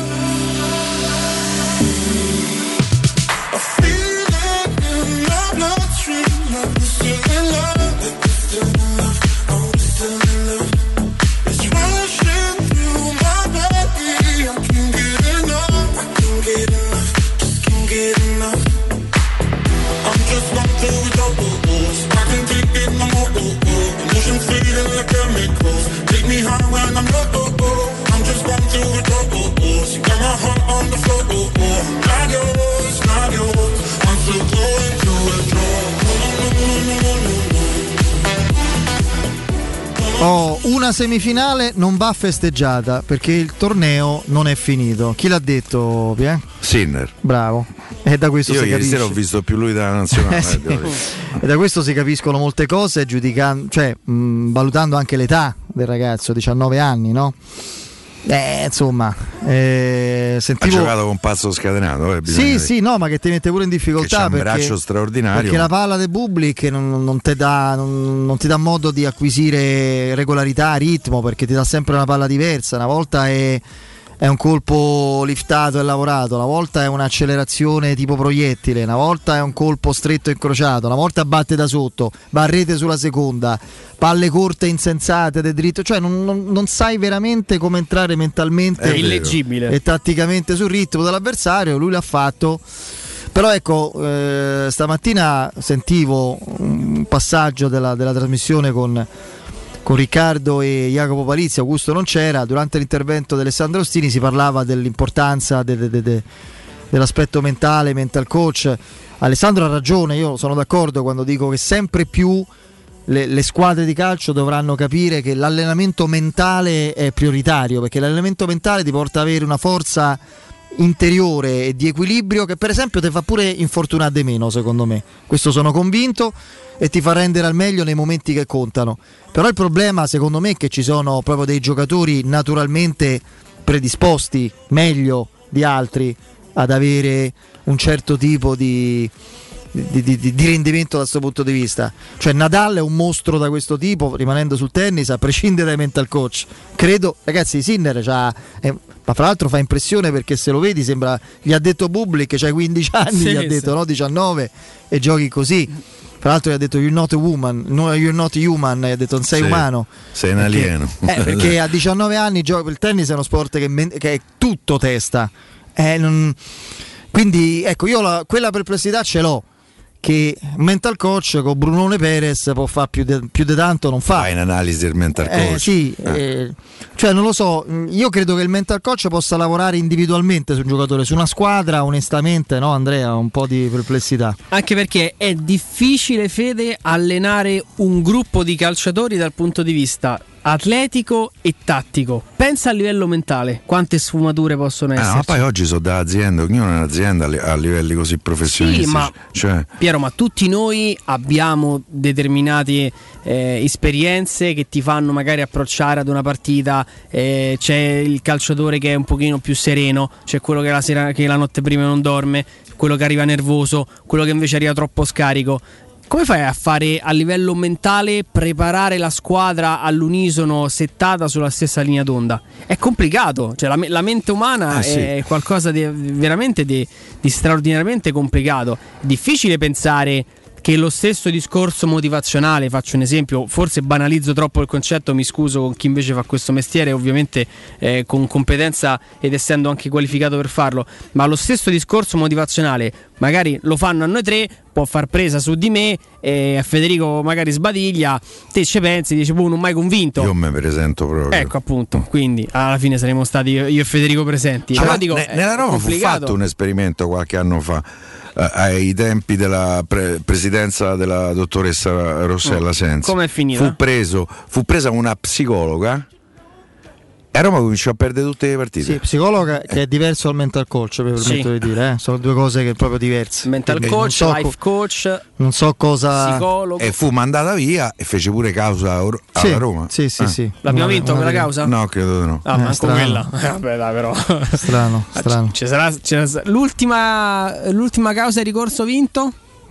I feel it in my bloodstream, like we're still in love. Oh, still in love. It's rushing through my body, I can't get enough. I can't get enough, just can't get enough. I'm just going through it all, I can take it no more. Emotions fading like chemicals. Take me high when I'm low. I'm just going through it all. She got my heart on the floor. Not yours, not yours. I'm still going through it all. Oh, una semifinale non va festeggiata perché il torneo non è finito. Chi l'ha detto, Pie? Sinner. Bravo. E da questo io si ieri capisce. sera ho visto più lui della nazionale. Sì. E da questo si capiscono molte cose, giudicando, cioè valutando anche l'età del ragazzo, 19 anni, no? Insomma, sentivo... Ha giocato con un pazzo scatenato. Sì, no, ma che ti mette pure in difficoltà. Che c'ha un braccio straordinario. Perché la palla del Bublik non ti dà modo di acquisire regolarità, ritmo, perché ti dà sempre una palla diversa. Una volta è un colpo liftato e lavorato, una volta è un'accelerazione tipo proiettile, una volta è un colpo stretto e incrociato, una volta batte da sotto, va a rete sulla seconda, palle corte insensate del dritto, cioè non sai veramente come entrare mentalmente e tatticamente sul ritmo dell'avversario. Lui l'ha fatto. Però ecco, stamattina sentivo un passaggio della trasmissione con Riccardo e Jacopo Palizzi. Augusto non c'era. Durante l'intervento di Alessandro Ostini si parlava dell'importanza dell'aspetto mentale, mental coach. Alessandro ha ragione, io sono d'accordo quando dico che sempre più le squadre di calcio dovranno capire che l'allenamento mentale è prioritario, perché l'allenamento mentale ti porta ad avere una forza interiore e di equilibrio che per esempio ti fa pure infortunare di meno, secondo me. Questo sono convinto, e ti fa rendere al meglio nei momenti che contano. Però il problema secondo me è che ci sono proprio dei giocatori naturalmente predisposti meglio di altri ad avere un certo tipo di rendimento da questo punto di vista. Cioè Nadal è un mostro da questo tipo, rimanendo sul tennis, a prescindere dai mental coach. Credo, ragazzi, Sinner ma fra l'altro fa impressione, perché se lo vedi sembra, gli ha detto Bublik, c'hai 15 anni, gli ha detto no, 19 e giochi così. Tra l'altro gli ha detto you're not a woman, no, you're not human, gli ha detto non sei umano, sei un alieno. Perché a 19 anni il tennis è uno sport che è tutto testa. Quindi ecco, io quella perplessità ce l'ho, che mental coach con Brunone Perez può fare più di tanto, non fa. Fai in analisi del mental coach. Sì, cioè non lo so, io credo che il mental coach possa lavorare individualmente su un giocatore, su una squadra, onestamente, no Andrea, un po' di perplessità. Anche perché è difficile, Fede, allenare un gruppo di calciatori dal punto di vista atletico e tattico. Pensa a livello mentale, quante sfumature possono essere. Ma poi oggi sono da azienda, ognuno è un'azienda a livelli così professionistici. Sì, ma Piero, ma tutti noi abbiamo determinate esperienze che ti fanno magari approcciare ad una partita. C'è il calciatore che è un pochino più sereno, c'è quello che la notte prima non dorme, quello che arriva nervoso, quello che invece arriva troppo scarico. Come fai a fare a livello mentale, preparare la squadra all'unisono settata sulla stessa linea d'onda? È complicato, cioè la mente umana è qualcosa di veramente di straordinariamente complicato. È difficile pensare che lo stesso discorso motivazionale, faccio un esempio, forse banalizzo troppo il concetto, mi scuso con chi invece fa questo mestiere, ovviamente con competenza ed essendo anche qualificato per farlo, ma lo stesso discorso motivazionale magari lo fanno a noi tre, può far presa su di me, a Federico magari sbadiglia, te ci pensi, dici non mai convinto. Io me presento proprio. Ecco appunto, quindi alla fine saremo stati io e Federico presenti. Nella Roma fu fatto un esperimento qualche anno fa, ai tempi della presidenza della dottoressa Rossella Sensi. Come è finita? Fu presa una psicologa e a Roma cominciò a perdere tutte le partite. Sì, psicologa che è diverso dal mental coach, mi permetto di dire, sono due cose che proprio diverse. Mental coach, life coach, non so cosa. Psicologo. E fu mandata via e fece pure causa alla Roma. Sì. L'abbiamo vinto quella causa? No, credo di no. Ma strano. Quella. Vabbè, dai, però. Strano. Ci sarà l'ultima causa di ricorso vinto?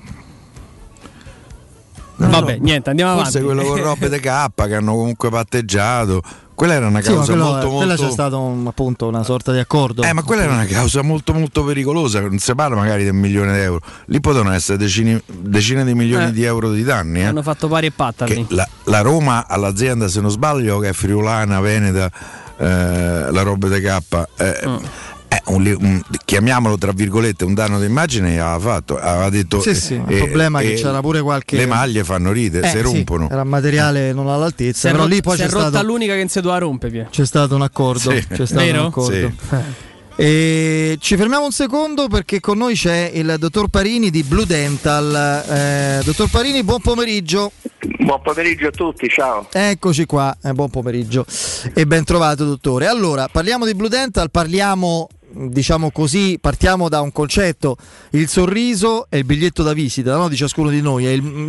Vabbè, niente, andiamo avanti. Forse quello con Robbe de K che hanno comunque patteggiato. Quella era una causa molto. Quella c'è stato appunto una sorta di accordo. Ma quella era una causa molto molto pericolosa. Non si parla magari di €1 milione. Lì potevano essere decine di milioni di euro di danni. Hanno fatto pari e patta lì. La Roma all'azienda, se non sbaglio, che è friulana, veneta, la Robbe de K. Chiamiamolo tra virgolette un danno d'immagine, aveva detto il problema è che c'era pure qualche, le maglie fanno ridere, si rompono, era materiale non all'altezza, però lì poi c'è rotta l'unica che non si doveva rompere. C'è stato un accordo, c'è stato un accordo. E ci fermiamo un secondo perché con noi c'è il dottor Parini di Blue Dental. Dottor Parini, buon pomeriggio. Buon pomeriggio a tutti, ciao. Eccoci qua, buon pomeriggio e ben trovato dottore. Allora, parliamo di Blue Dental, diciamo così, partiamo da un concetto: il sorriso è il biglietto da visita, no, di ciascuno di noi,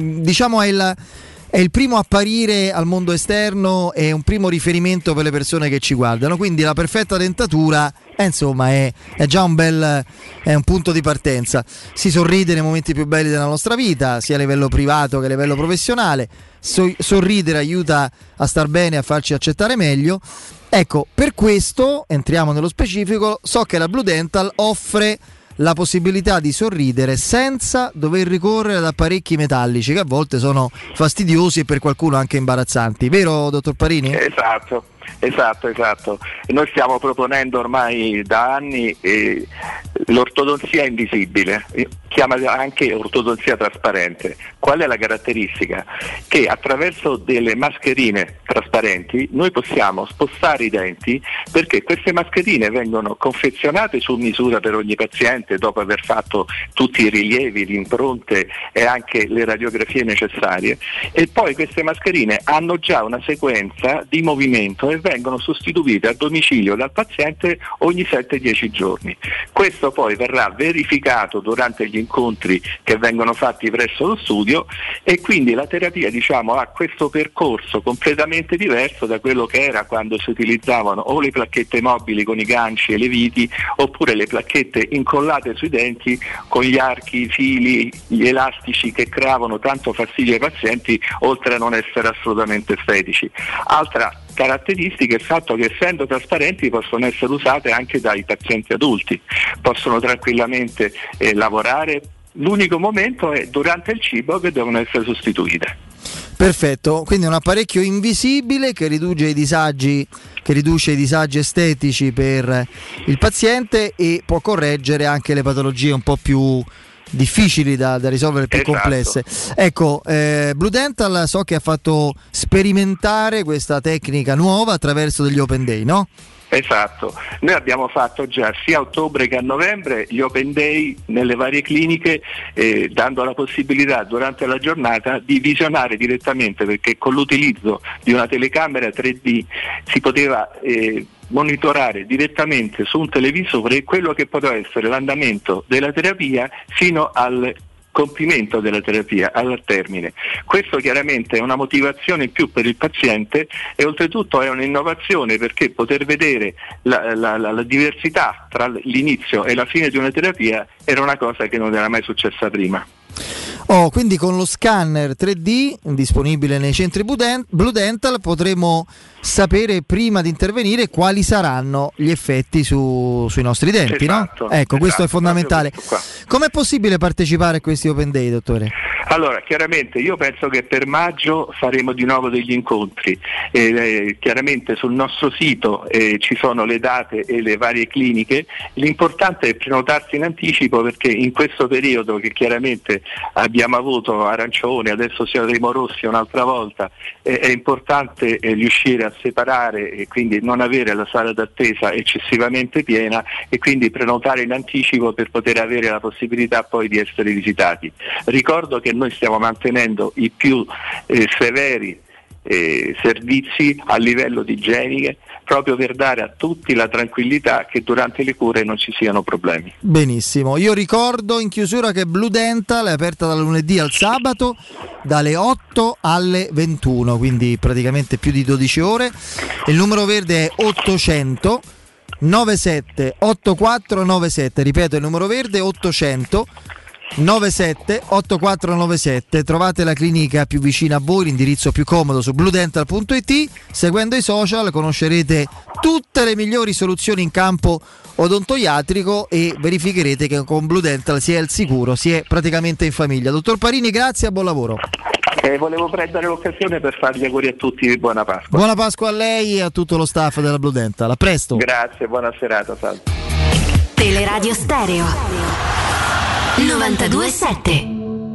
è il primo apparire al mondo esterno, è un primo riferimento per le persone che ci guardano, quindi la perfetta dentatura insomma è già è un punto di partenza. Si sorride nei momenti più belli della nostra vita, sia a livello privato che a livello professionale. Sorridere aiuta a star bene, a farci accettare meglio. Ecco, per questo entriamo nello specifico. So che la Blue Dental offre la possibilità di sorridere senza dover ricorrere ad apparecchi metallici che a volte sono fastidiosi e per qualcuno anche imbarazzanti, vero dottor Parini? Esatto. Noi stiamo proponendo ormai da anni l'ortodonzia invisibile, chiamata anche ortodonzia trasparente. Qual è la caratteristica? Che attraverso delle mascherine trasparenti noi possiamo spostare i denti, perché queste mascherine vengono confezionate su misura per ogni paziente dopo aver fatto tutti i rilievi, le impronte e anche le radiografie necessarie, e poi queste mascherine hanno già una sequenza di movimento e vengono sostituite a domicilio dal paziente ogni 7-10 giorni. Questo poi verrà verificato durante gli incontri che vengono fatti presso lo studio, e quindi la terapia ha questo percorso completamente diverso da quello che era quando si utilizzavano o le placchette mobili con i ganci e le viti, oppure le placchette incollate sui denti con gli archi, i fili, gli elastici che creavano tanto fastidio ai pazienti, oltre a non essere assolutamente estetici. Altra caratteristica è il fatto che, essendo trasparenti, possono essere usate anche dai pazienti adulti, possono tranquillamente lavorare. L'unico momento è durante il cibo che devono essere sostituite. Perfetto, quindi un apparecchio invisibile che riduce i disagi estetici per il paziente e può correggere anche le patologie un po' più difficili da risolvere, più complesse. Ecco, Blue Dental so che ha fatto sperimentare questa tecnica nuova attraverso degli Open Day, no? Esatto, noi abbiamo fatto già sia a ottobre che a novembre gli Open Day nelle varie cliniche, dando la possibilità durante la giornata di visionare direttamente, perché con l'utilizzo di una telecamera 3D si poteva monitorare direttamente su un televisore quello che poteva essere l'andamento della terapia fino al compimento della terapia, al termine. Questo chiaramente è una motivazione in più per il paziente e oltretutto è un'innovazione, perché poter vedere la diversità tra l'inizio e la fine di una terapia era una cosa che non era mai successa prima. Quindi con lo scanner 3D disponibile nei centri Blue Dental potremo sapere prima di intervenire quali saranno gli effetti sui nostri denti, esatto, no? Ecco, questo è fondamentale. Questo com'è possibile partecipare a questi Open Day, dottore? Allora, chiaramente io penso che per maggio faremo di nuovo degli incontri, chiaramente sul nostro sito ci sono le date e le varie cliniche. L'importante è prenotarsi in anticipo, perché in questo periodo che chiaramente abbiamo avuto arancione, adesso saremo rossi un'altra volta, è importante riuscire a separare e quindi non avere la sala d'attesa eccessivamente piena, e quindi prenotare in anticipo per poter avere la possibilità poi di essere visitati. Ricordo che noi stiamo mantenendo i più severi servizi a livello di igieniche, proprio per dare a tutti la tranquillità che durante le cure non ci siano problemi. Benissimo, io ricordo in chiusura che Blue Dental è aperta dal lunedì al sabato dalle 8 alle 21, quindi praticamente più di 12 ore. Il numero verde è 800 97 8497, ripeto il numero verde 800 97 8497. Trovate la clinica più vicina a voi, l'indirizzo più comodo su bluedental.it. Seguendo i social conoscerete tutte le migliori soluzioni in campo odontoiatrico e verificherete che con Blue Dental si è al sicuro, si è praticamente in famiglia. Dottor Parini, grazie e buon lavoro. Volevo prendere l'occasione per fargli auguri a tutti di buona Pasqua. Buona Pasqua a lei e a tutto lo staff della Blue Dental. A presto. Grazie, buona serata, salve. Teleradio Stereo 92.7.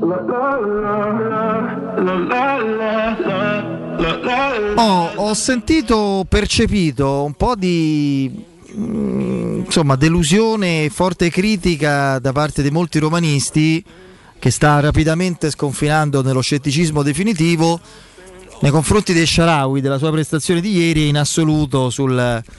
Ho sentito, percepito un po' di delusione e forte critica da parte di molti romanisti, che sta rapidamente sconfinando nello scetticismo definitivo nei confronti del Shaarawy, della sua prestazione di ieri, in assoluto su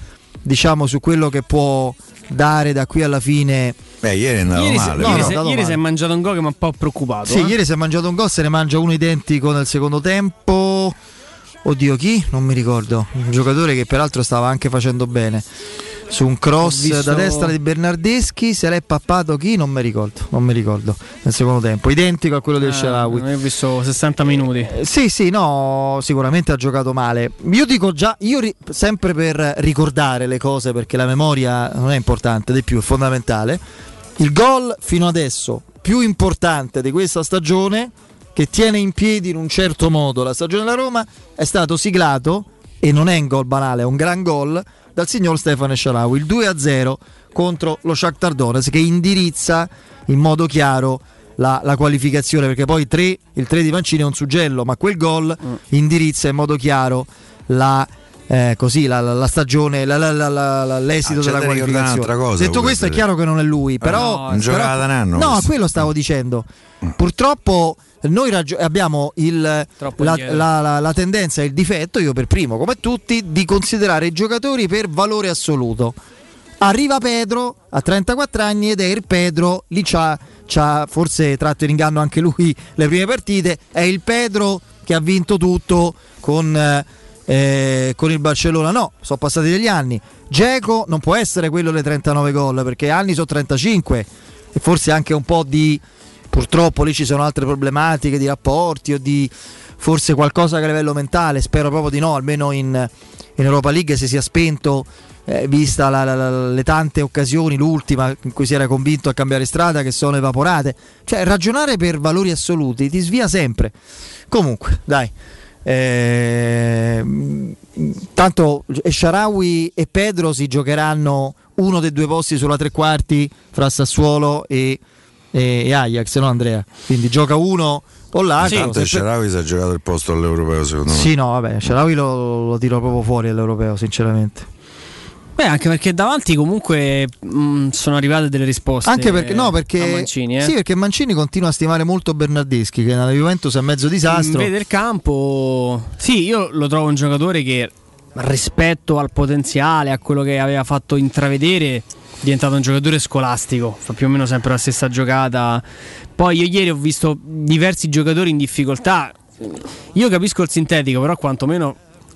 quello che può dare da qui alla fine. Ieri è andato male. Ieri si è mangiato un gol che mi ha un po' preoccupato. Sì, ieri si è mangiato un gol, se ne mangia uno identico nel secondo tempo. Oddio, chi? Non mi ricordo. Un giocatore che peraltro stava anche facendo bene. Su un cross da destra di Bernardeschi, se l'è pappato chi? Non mi ricordo. Nel secondo tempo, identico a quello del Shaarawy. Ho visto 60 minuti. Sì, sicuramente ha giocato male. Io dico già, sempre per ricordare le cose, perché la memoria non è importante, di più è fondamentale. Il gol fino adesso più importante di questa stagione, che tiene in piedi in un certo modo la stagione della Roma, è stato siglato, e non è un gol banale, è un gran gol, dal signor Stefano Shaarawy, il 2-0 contro lo Shakhtar Donetsk, che indirizza in modo chiaro la qualificazione, perché poi il 3 di Mancini è un suggello, ma quel gol indirizza in modo chiaro la stagione, l'esito della qualificazione. Detto questo, è chiaro che non è lui, però non giocava da un anno. No, quello stavo dicendo. Purtroppo noi abbiamo la tendenza e il difetto, io per primo come tutti, di considerare i giocatori per valore assoluto. Arriva Pedro a 34 anni ed è il Pedro, lì c'ha forse tratto in inganno anche lui le prime partite, è il Pedro che ha vinto tutto con il Barcellona. No, sono passati degli anni. Dzeko non può essere quello dei 39 gol, perché anni sono 35 e forse anche un po' di, purtroppo lì ci sono altre problematiche di rapporti o di forse qualcosa che a livello mentale, spero proprio di no, almeno in Europa League si sia spento, vista le tante occasioni, l'ultima in cui si era convinto a cambiare strada, che sono evaporate. Cioè, ragionare per valori assoluti ti svia sempre. Comunque, dai, Tanto Shaarawy e Pedro si giocheranno uno dei due posti sulla tre quarti fra Sassuolo e Ajax, no Andrea? Quindi gioca uno o l'altro. Tanto Shaarawy si è giocato il posto all'Europeo, secondo me. Sì, no, vabbè, Shaarawy lo tiro proprio fuori all'Europeo, sinceramente. Beh, anche perché davanti comunque sono arrivate delle risposte. Anche perché a Mancini, sì, perché Mancini continua a stimare molto Bernardeschi, che nella Juventus è mezzo disastro. Vede il campo. Sì, io lo trovo un giocatore che rispetto al potenziale, a quello che aveva fatto intravedere, è diventato un giocatore scolastico, fa più o meno sempre la stessa giocata. Poi io ieri ho visto diversi giocatori in difficoltà. Io capisco il sintetico, però quantomeno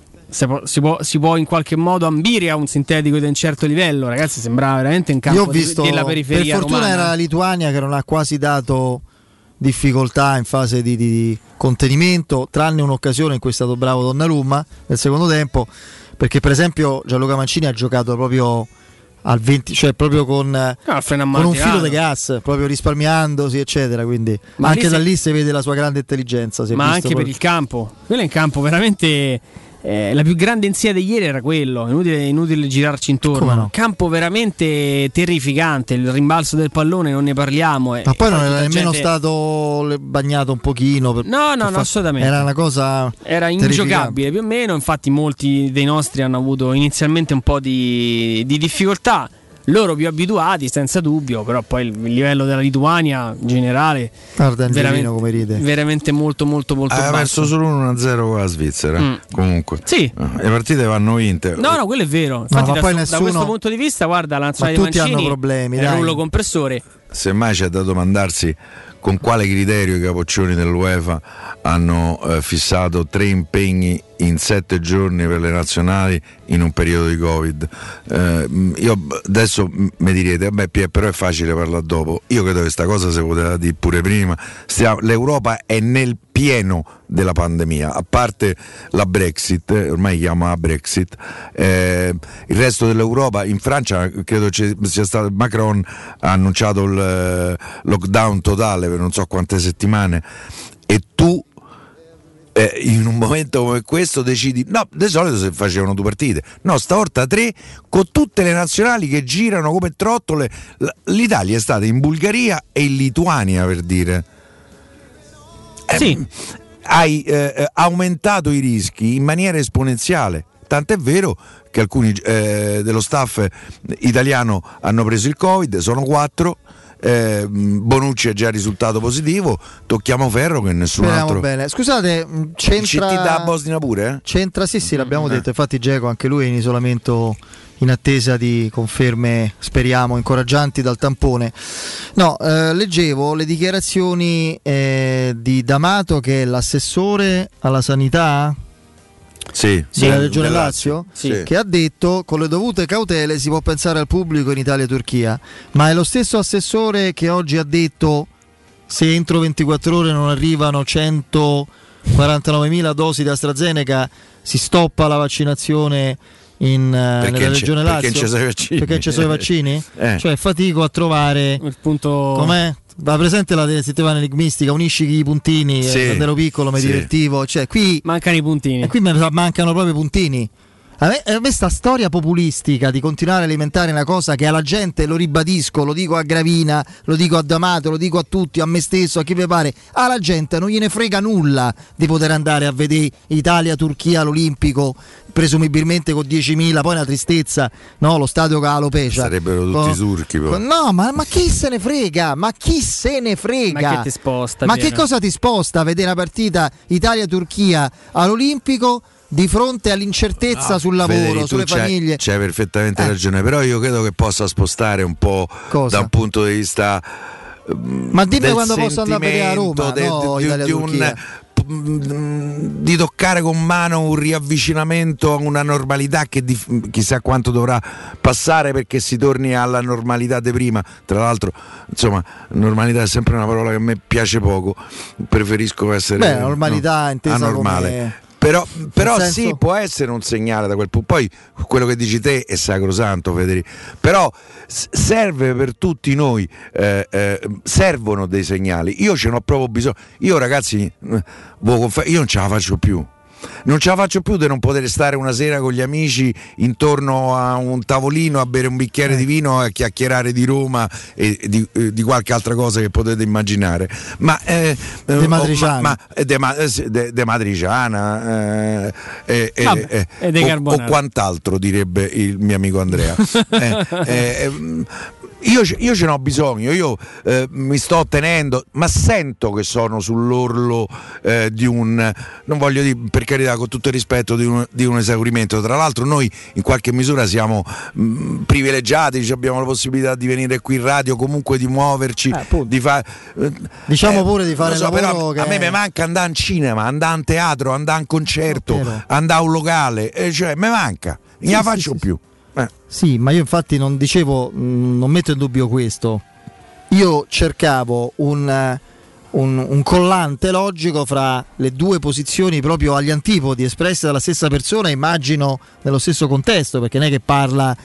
si può in qualche modo ambire a un sintetico di un certo livello. Ragazzi, sembrava veramente un campo Io ho visto, della periferia per fortuna romana. era la Lituania che non ha quasi dato difficoltà in fase di contenimento, tranne un'occasione in cui è stato bravo Donnarumma nel secondo tempo, perché per esempio Gianluca Mancini ha giocato proprio al 20, cioè proprio con un filo di gas, proprio risparmiandosi eccetera, quindi ma anche da lì si vede la sua grande intelligenza, ma anche proprio per il campo, quello è un campo veramente la più grande insidia di ieri era quello, inutile girarci intorno. No? Campo veramente terrificante, il rimbalzo del pallone non ne parliamo. Ma poi non era nemmeno stato bagnato un pochino. No, assolutamente. Era una cosa. Era ingiocabile più o meno. Infatti, molti dei nostri hanno avuto inizialmente un po' di difficoltà. Loro più abituati, senza dubbio, però poi il livello della Lituania in generale veramente molto molto molto basso. Ha perso solo 1-0 con la Svizzera. Comunque sì, le partite vanno vinte. No, quello è vero. Infatti da questo punto di vista, guarda, la nazionale di Mancini hanno problemi, è un rullo compressore. Semmai c'è da domandarsi con quale criterio i capoccioni dell'UEFA hanno fissato 3 impegni in 7 giorni per le nazionali in un periodo di Covid. Io adesso mi direte, però è facile parlare dopo. Io credo che questa cosa si poteva dire pure prima. L'Europa è nel pieno della pandemia, a parte la Brexit, ormai chiama Brexit, il resto dell'Europa. In Francia credo sia stato Macron ha annunciato il lockdown totale per non so quante settimane, e tu in un momento come questo decidi, no, di solito se facevano 2 partite, no, stavolta 3 con tutte le nazionali che girano come trottole. L'Italia è stata in Bulgaria e in Lituania, per dire. Sì. Hai aumentato i rischi in maniera esponenziale, tant'è vero che alcuni dello staff italiano hanno preso il Covid, sono 4. Bonucci è già risultato positivo, tocchiamo ferro che nessun altro. Bene. Scusate, c'entra CT da Bosnia pure? C'entra, sì, l'abbiamo detto. Infatti Dzeko anche lui è in isolamento in attesa di conferme, speriamo, incoraggianti dal tampone. No, leggevo le dichiarazioni di D'Amato, che è l'assessore alla sanità della Regione Lazio, che ha detto: con le dovute cautele si può pensare al pubblico in Italia e Turchia, ma è lo stesso assessore che oggi ha detto: se entro 24 ore non arrivano 149.000 dosi di AstraZeneca si stoppa la vaccinazione nella Regione Lazio, perché ci sono i vaccini? Cioè fatico a trovare il punto. Com'è? Va presente la settimana enigmistica, unisci i puntini, quando ero piccolo mi divertivo, cioè qui mancano i puntini, e qui mancano proprio i puntini. A me sta storia populistica di continuare a alimentare una cosa che alla gente, lo ribadisco, lo dico a Gravina, lo dico a D'Amato, lo dico a tutti, a me stesso, a chi mi pare, alla gente non gliene frega nulla di poter andare a vedere Italia-Turchia all'Olimpico, presumibilmente con 10.000, poi una tristezza, no? Lo stadio con Alopecia. Sarebbero tutti turchi. No, ma chi se ne frega? Ma chi se ne frega? Ma che ti sposta? Ma che cosa ti sposta a vedere una partita Italia-Turchia all'Olimpico? Di fronte all'incertezza sul lavoro, sulle famiglie. C'hai perfettamente ragione, però io credo che possa spostare un po' da un punto di vista. Ma dimmi quando posso andare a vedere a Roma, di toccare con mano un riavvicinamento a una normalità che chissà quanto dovrà passare perché si torni alla normalità di prima. Tra l'altro, insomma, normalità è sempre una parola che a me piace poco, preferisco essere normalità intesa anormale. Come... Però senso... sì, può essere un segnale da quel punto. Poi quello che dici te è sacrosanto, Federico. Però serve per tutti noi, servono dei segnali. Io ce n'ho proprio bisogno. Io, ragazzi, io non ce la faccio più. non ce la faccio più di non poter stare una sera con gli amici intorno a un tavolino a bere un bicchiere di vino e a chiacchierare di Roma e di qualche altra cosa che potete immaginare. Ma De Matriciana, De Matriciana e De o quant'altro direbbe il mio amico Andrea. Io ce n'ho bisogno, io mi sto tenendo, ma sento che sono sull'orlo di un, non voglio dire, per carità, con tutto il rispetto, di un esaurimento. Tra l'altro noi in qualche misura siamo privilegiati, abbiamo la possibilità di venire qui in radio, comunque di muoverci, di fare, diciamo pure di fare so, lavoro però che a me manca andare in cinema, andare a un teatro, andare a un concerto, andare a un locale, cioè mi manca, non la faccio più. Sì, ma io infatti non dicevo, non metto in dubbio questo. Io cercavo un collante logico fra le due posizioni proprio agli antipodi, espresse dalla stessa persona, immagino nello stesso contesto, perché non è che parla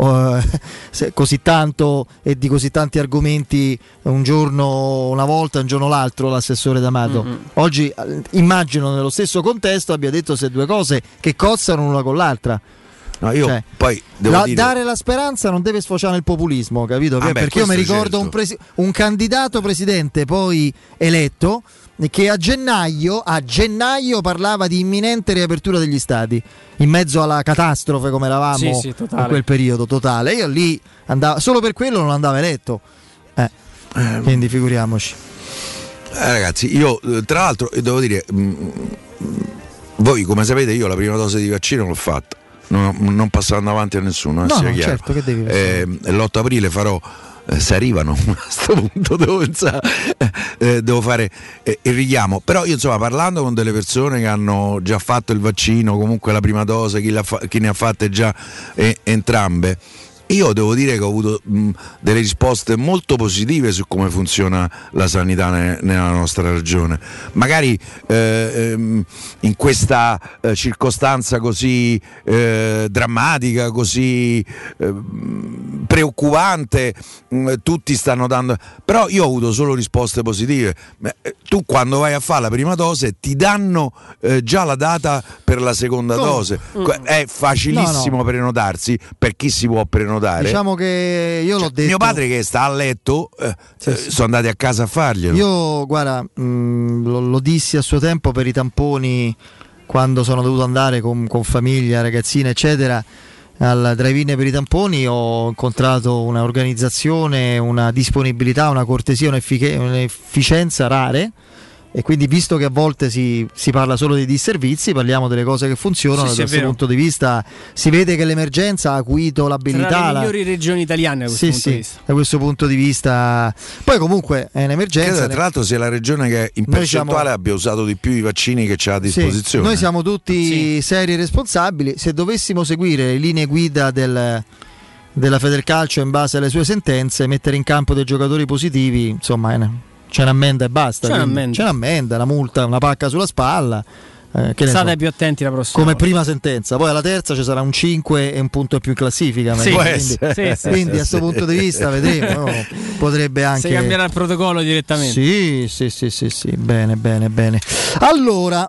così tanto e di così tanti argomenti un giorno una volta, un giorno l'altro l'assessore D'Amato. Oggi immagino nello stesso contesto abbia detto queste due cose che cozzano l'una con l'altra. No, io poi devo dire, dare la speranza non deve sfociare nel populismo, capito? Perché io mi ricordo un candidato presidente poi eletto che a gennaio parlava di imminente riapertura degli stadi in mezzo alla catastrofe come eravamo in quel periodo totale. Io lì andavo, solo per quello non andava eletto, quindi figuriamoci. Ragazzi, io tra l'altro devo dire, voi come sapete io la prima dose di vaccino l'ho fatta. Non passando avanti a nessuno, certo, che devi l'8 aprile farò, se arrivano a questo punto devo pensare, devo fare il richiamo. Però io insomma, parlando con delle persone che hanno già fatto il vaccino, comunque la prima dose, chi ne ha fatte già entrambe, io devo dire che ho avuto delle risposte molto positive su come funziona la sanità nella nostra regione. Magari in questa circostanza così drammatica, così preoccupante, tutti stanno dando, però io ho avuto solo risposte positive. Tu quando vai a fare la prima dose ti danno già la data per la seconda dose. È facilissimo prenotarsi per chi si può prenotare. Diciamo che io l'ho detto. Mio padre che sta a letto, sono andati a casa a farglielo. Io, guarda, lo dissi a suo tempo per i tamponi quando sono dovuto andare con famiglia, ragazzina, eccetera, al drive-in per i tamponi. Ho incontrato un'organizzazione, una disponibilità, una cortesia, un'efficienza rare. E quindi, visto che a volte si parla solo dei disservizi, parliamo delle cose che funzionano. Da questo punto di vista si vede che l'emergenza ha acuito l'abilità. Tra le migliori regioni italiane da questo punto di vista. Da questo punto di vista. Poi comunque è un'emergenza. Credo, tra l'altro sia la regione che in percentuale abbia usato di più i vaccini che c'ha a disposizione. Noi siamo tutti seri e responsabili. Se dovessimo seguire le linee guida della Federcalcio in base alle sue sentenze, mettere in campo dei giocatori positivi, insomma, c'è un'ammenda e basta. C'è un'ammenda, una multa, una pacca sulla spalla. State più attenti la prossima come volta. Prima sentenza, poi alla terza ci sarà un 5 e un punto più in classifica. Quindi a questo punto di vista vedremo. No? Potrebbe anche. Si cambierà il protocollo direttamente. Sì. Bene. Allora,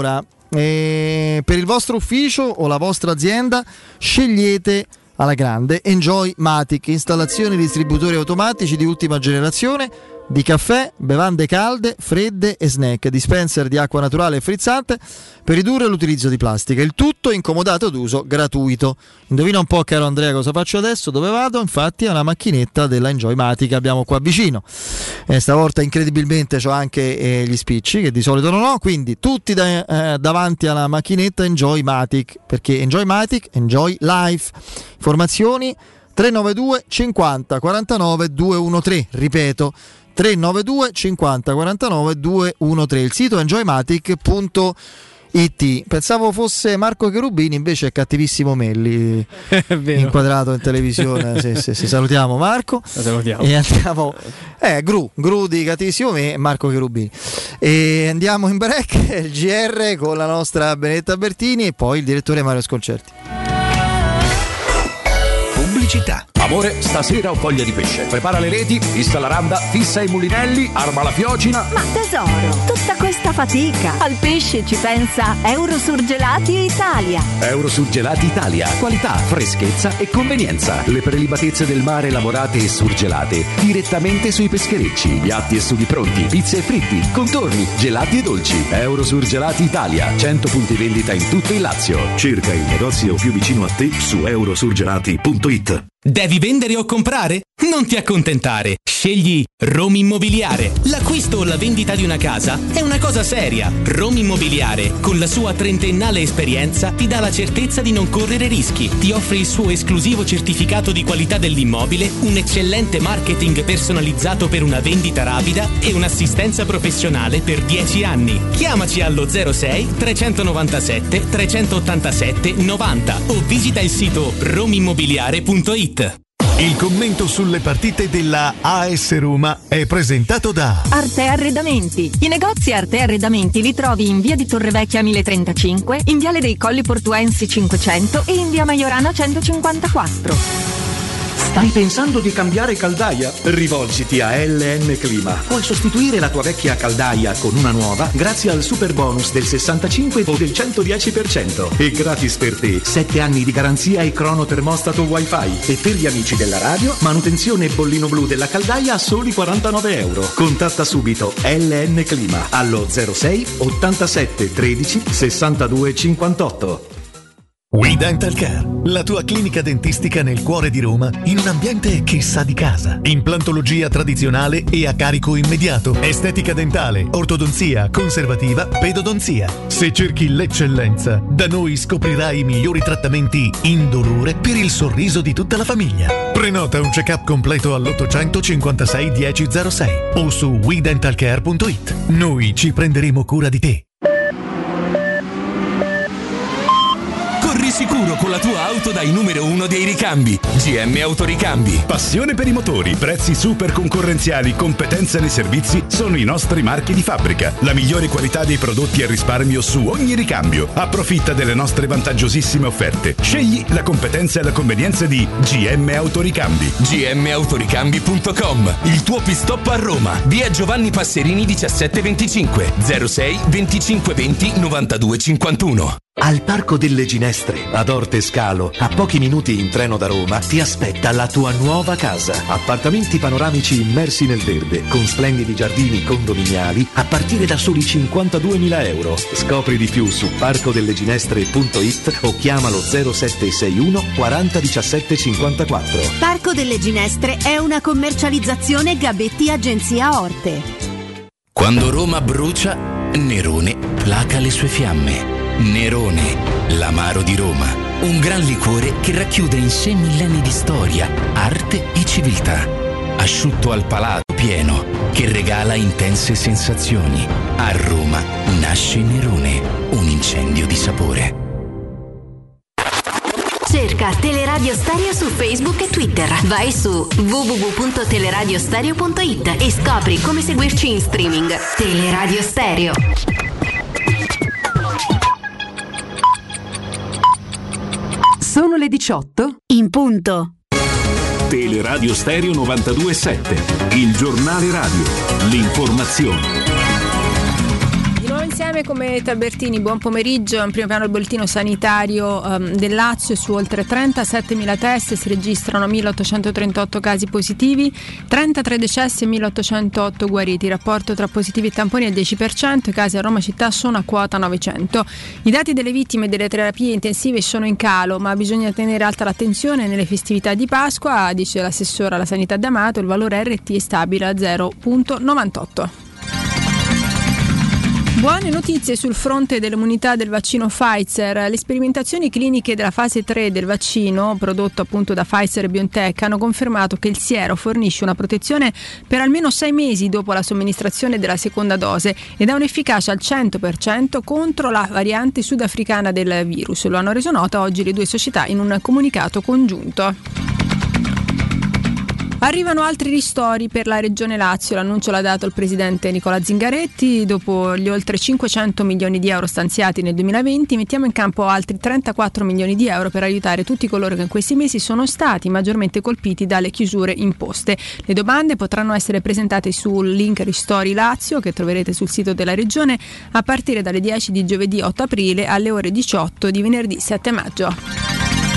per il vostro ufficio o la vostra azienda scegliete alla grande Enjoy Matic, installazioni e distributori automatici di ultima generazione di caffè, bevande calde, fredde e snack, dispenser di acqua naturale e frizzante per ridurre l'utilizzo di plastica. Il tutto incomodato d'uso gratuito. Indovina un po', caro Andrea, cosa faccio adesso? Dove vado? Infatti è una macchinetta della Enjoy Matic che abbiamo qua vicino. Stavolta incredibilmente c'ho anche gli spicci che di solito non ho, quindi tutti davanti alla macchinetta Enjoy Matic, perché Enjoy Matic, Enjoy Life. Informazioni 392 50 49 213, ripeto 392 50 49 213. Il sito enjoymatic.it. Pensavo fosse Marco Cherubini, invece è Cattivissimo Melli inquadrato in televisione. sì. Salutiamo Marco. Salutiamo. E andiamo Gru di Cattivissimo Me, Marco Cherubini. E andiamo in break, il GR con la nostra Benedetta Bertini e poi il direttore Mario Sconcerti. Pubblicità. Amore, stasera ho voglia di pesce. Prepara le reti, fissa la randa, fissa i mulinelli, arma la fiocina. Ma tesoro, tutta questa tanta fatica. Al pesce ci pensa Eurosurgelati Italia. Eurosurgelati Italia. Qualità, freschezza e convenienza. Le prelibatezze del mare lavorate e surgelate direttamente sui pescherecci. Piatti e sughi pronti, pizze e fritti, contorni, gelati e dolci. Eurosurgelati Italia. 100 punti vendita in tutto il Lazio. Cerca il negozio più vicino a te su eurosurgelati.it. Devi vendere o comprare? Non ti accontentare. Scegli Roma Immobiliare. L'acquisto o la vendita di una casa è una cosa seria. Roma Immobiliare, con la sua trentennale esperienza, ti dà la certezza di non correre rischi. Ti offre il suo esclusivo certificato di qualità dell'immobile, un eccellente marketing personalizzato per una vendita rapida e un'assistenza professionale per 10 anni. Chiamaci allo 06 397 387 90 o visita il sito romimmobiliare.it. Il commento sulle partite della AS Roma è presentato da Arte Arredamenti. I negozi Arte Arredamenti li trovi in via di Torrevecchia 1035, in viale dei Colli Portuensi 500 e in via Maiorana 154. Stai pensando di cambiare caldaia? Rivolgiti a LN Clima. Puoi sostituire la tua vecchia caldaia con una nuova grazie al super bonus del 65 o del 110%. E gratis per te 7 anni di garanzia e cronotermostato wifi. E per gli amici della radio, manutenzione e bollino blu della caldaia a soli €49. Contatta subito LN Clima allo 06 87 13 62 58. We Dental Care, la tua clinica dentistica nel cuore di Roma, in un ambiente che sa di casa. Implantologia tradizionale e a carico immediato. Estetica dentale, ortodonzia, conservativa, pedodonzia. Se cerchi l'eccellenza, da noi scoprirai i migliori trattamenti indolore per il sorriso di tutta la famiglia. Prenota un check-up completo all'856 1006 o su WeDentalCare.it. Noi ci prenderemo cura di te. Corri sicuro con la tua auto dai numero 1 dei ricambi. GM Autoricambi. Passione per i motori, prezzi super concorrenziali, competenza nei servizi sono i nostri marchi di fabbrica. La migliore qualità dei prodotti e risparmio su ogni ricambio. Approfitta delle nostre vantaggiosissime offerte. Scegli la competenza e la convenienza di GM Autoricambi. gmautoricambi.com. Il tuo pit-stop a Roma. Via Giovanni Passerini 1725 06 25 20 92 51. Al Parco delle Ginestre, ad Orte Scalo, a pochi minuti in treno da Roma, ti aspetta la tua nuova casa. Appartamenti panoramici immersi nel verde, con splendidi giardini condominiali, a partire da soli €52.000. Scopri di più su parcodelleginestre.it o chiamalo 0761 40 17 54. Parco delle Ginestre è una commercializzazione Gabetti Agenzia Orte. Quando Roma brucia, Nerone placa le sue fiamme. Nerone, l'amaro di Roma, un gran liquore che racchiude in sé millenni di storia, arte e civiltà. Asciutto al palato, pieno, che regala intense sensazioni. A Roma nasce Nerone, un incendio di sapore. Cerca Teleradio Stereo su Facebook e Twitter. Vai su www.teleradiostereo.it e scopri come seguirci in streaming. Teleradio Stereo. Sono le 18 in punto. Teleradio Stereo 92.7, il giornale radio, l'informazione. Di nuovo insieme come Albertini, buon pomeriggio. In primo piano il bollettino sanitario del Lazio. Su oltre 37.000 test si registrano 1.838 casi positivi, 33 decessi e 1.808 guariti. Il rapporto tra positivi e tamponi è il 10%, i casi a Roma città sono a quota 900. I dati delle vittime delle terapie intensive sono in calo, ma bisogna tenere alta l'attenzione nelle festività di Pasqua, dice l'assessore alla sanità D'Amato. Il valore RT è stabile a 0,98. Buone notizie sul fronte dell'immunità del vaccino Pfizer. Le sperimentazioni cliniche della fase 3 del vaccino, prodotto appunto da Pfizer e BioNTech, hanno confermato che il siero fornisce una protezione per almeno 6 mesi dopo la somministrazione della seconda dose ed ha un'efficacia al 100% contro la variante sudafricana del virus. Lo hanno reso nota oggi le due società in un comunicato congiunto. Arrivano altri ristori per la Regione Lazio, l'annuncio l'ha dato il presidente Nicola Zingaretti. Dopo gli oltre 500 milioni di euro stanziati nel 2020 mettiamo in campo altri 34 milioni di euro per aiutare tutti coloro che in questi mesi sono stati maggiormente colpiti dalle chiusure imposte. Le domande potranno essere presentate sul link Ristori Lazio che troverete sul sito della Regione a partire dalle 10 di giovedì 8 aprile alle ore 18 di venerdì 7 maggio.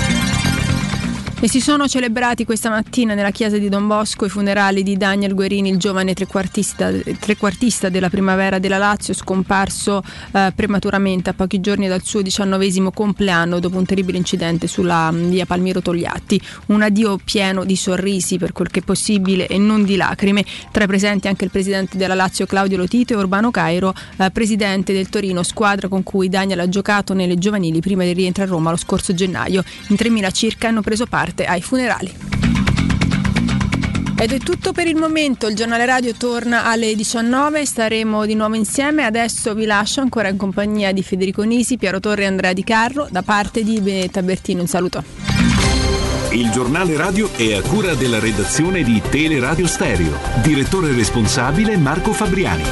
E si sono celebrati questa mattina nella chiesa di Don Bosco i funerali di Daniel Guerini, il giovane trequartista della Primavera della Lazio, scomparso prematuramente a pochi giorni dal suo 19° compleanno dopo un terribile incidente sulla via Palmiro Togliatti. Un addio pieno di sorrisi per quel che è possibile e non di lacrime. Tra i presenti anche il presidente della Lazio Claudio Lotito e Urbano Cairo, presidente del Torino, squadra con cui Daniel ha giocato nelle giovanili prima di rientrare a Roma lo scorso gennaio. In 3.000 circa hanno preso parte ai funerali. Ed è tutto per il momento, il giornale radio torna alle 19, staremo di nuovo insieme. Adesso vi lascio ancora in compagnia di Federico Nisi, Piero Torre e Andrea Di Carlo. Da parte di Benedetta Bertini un saluto. Il giornale radio è a cura della redazione di Teleradio Stereo. Direttore responsabile Marco Fabriani.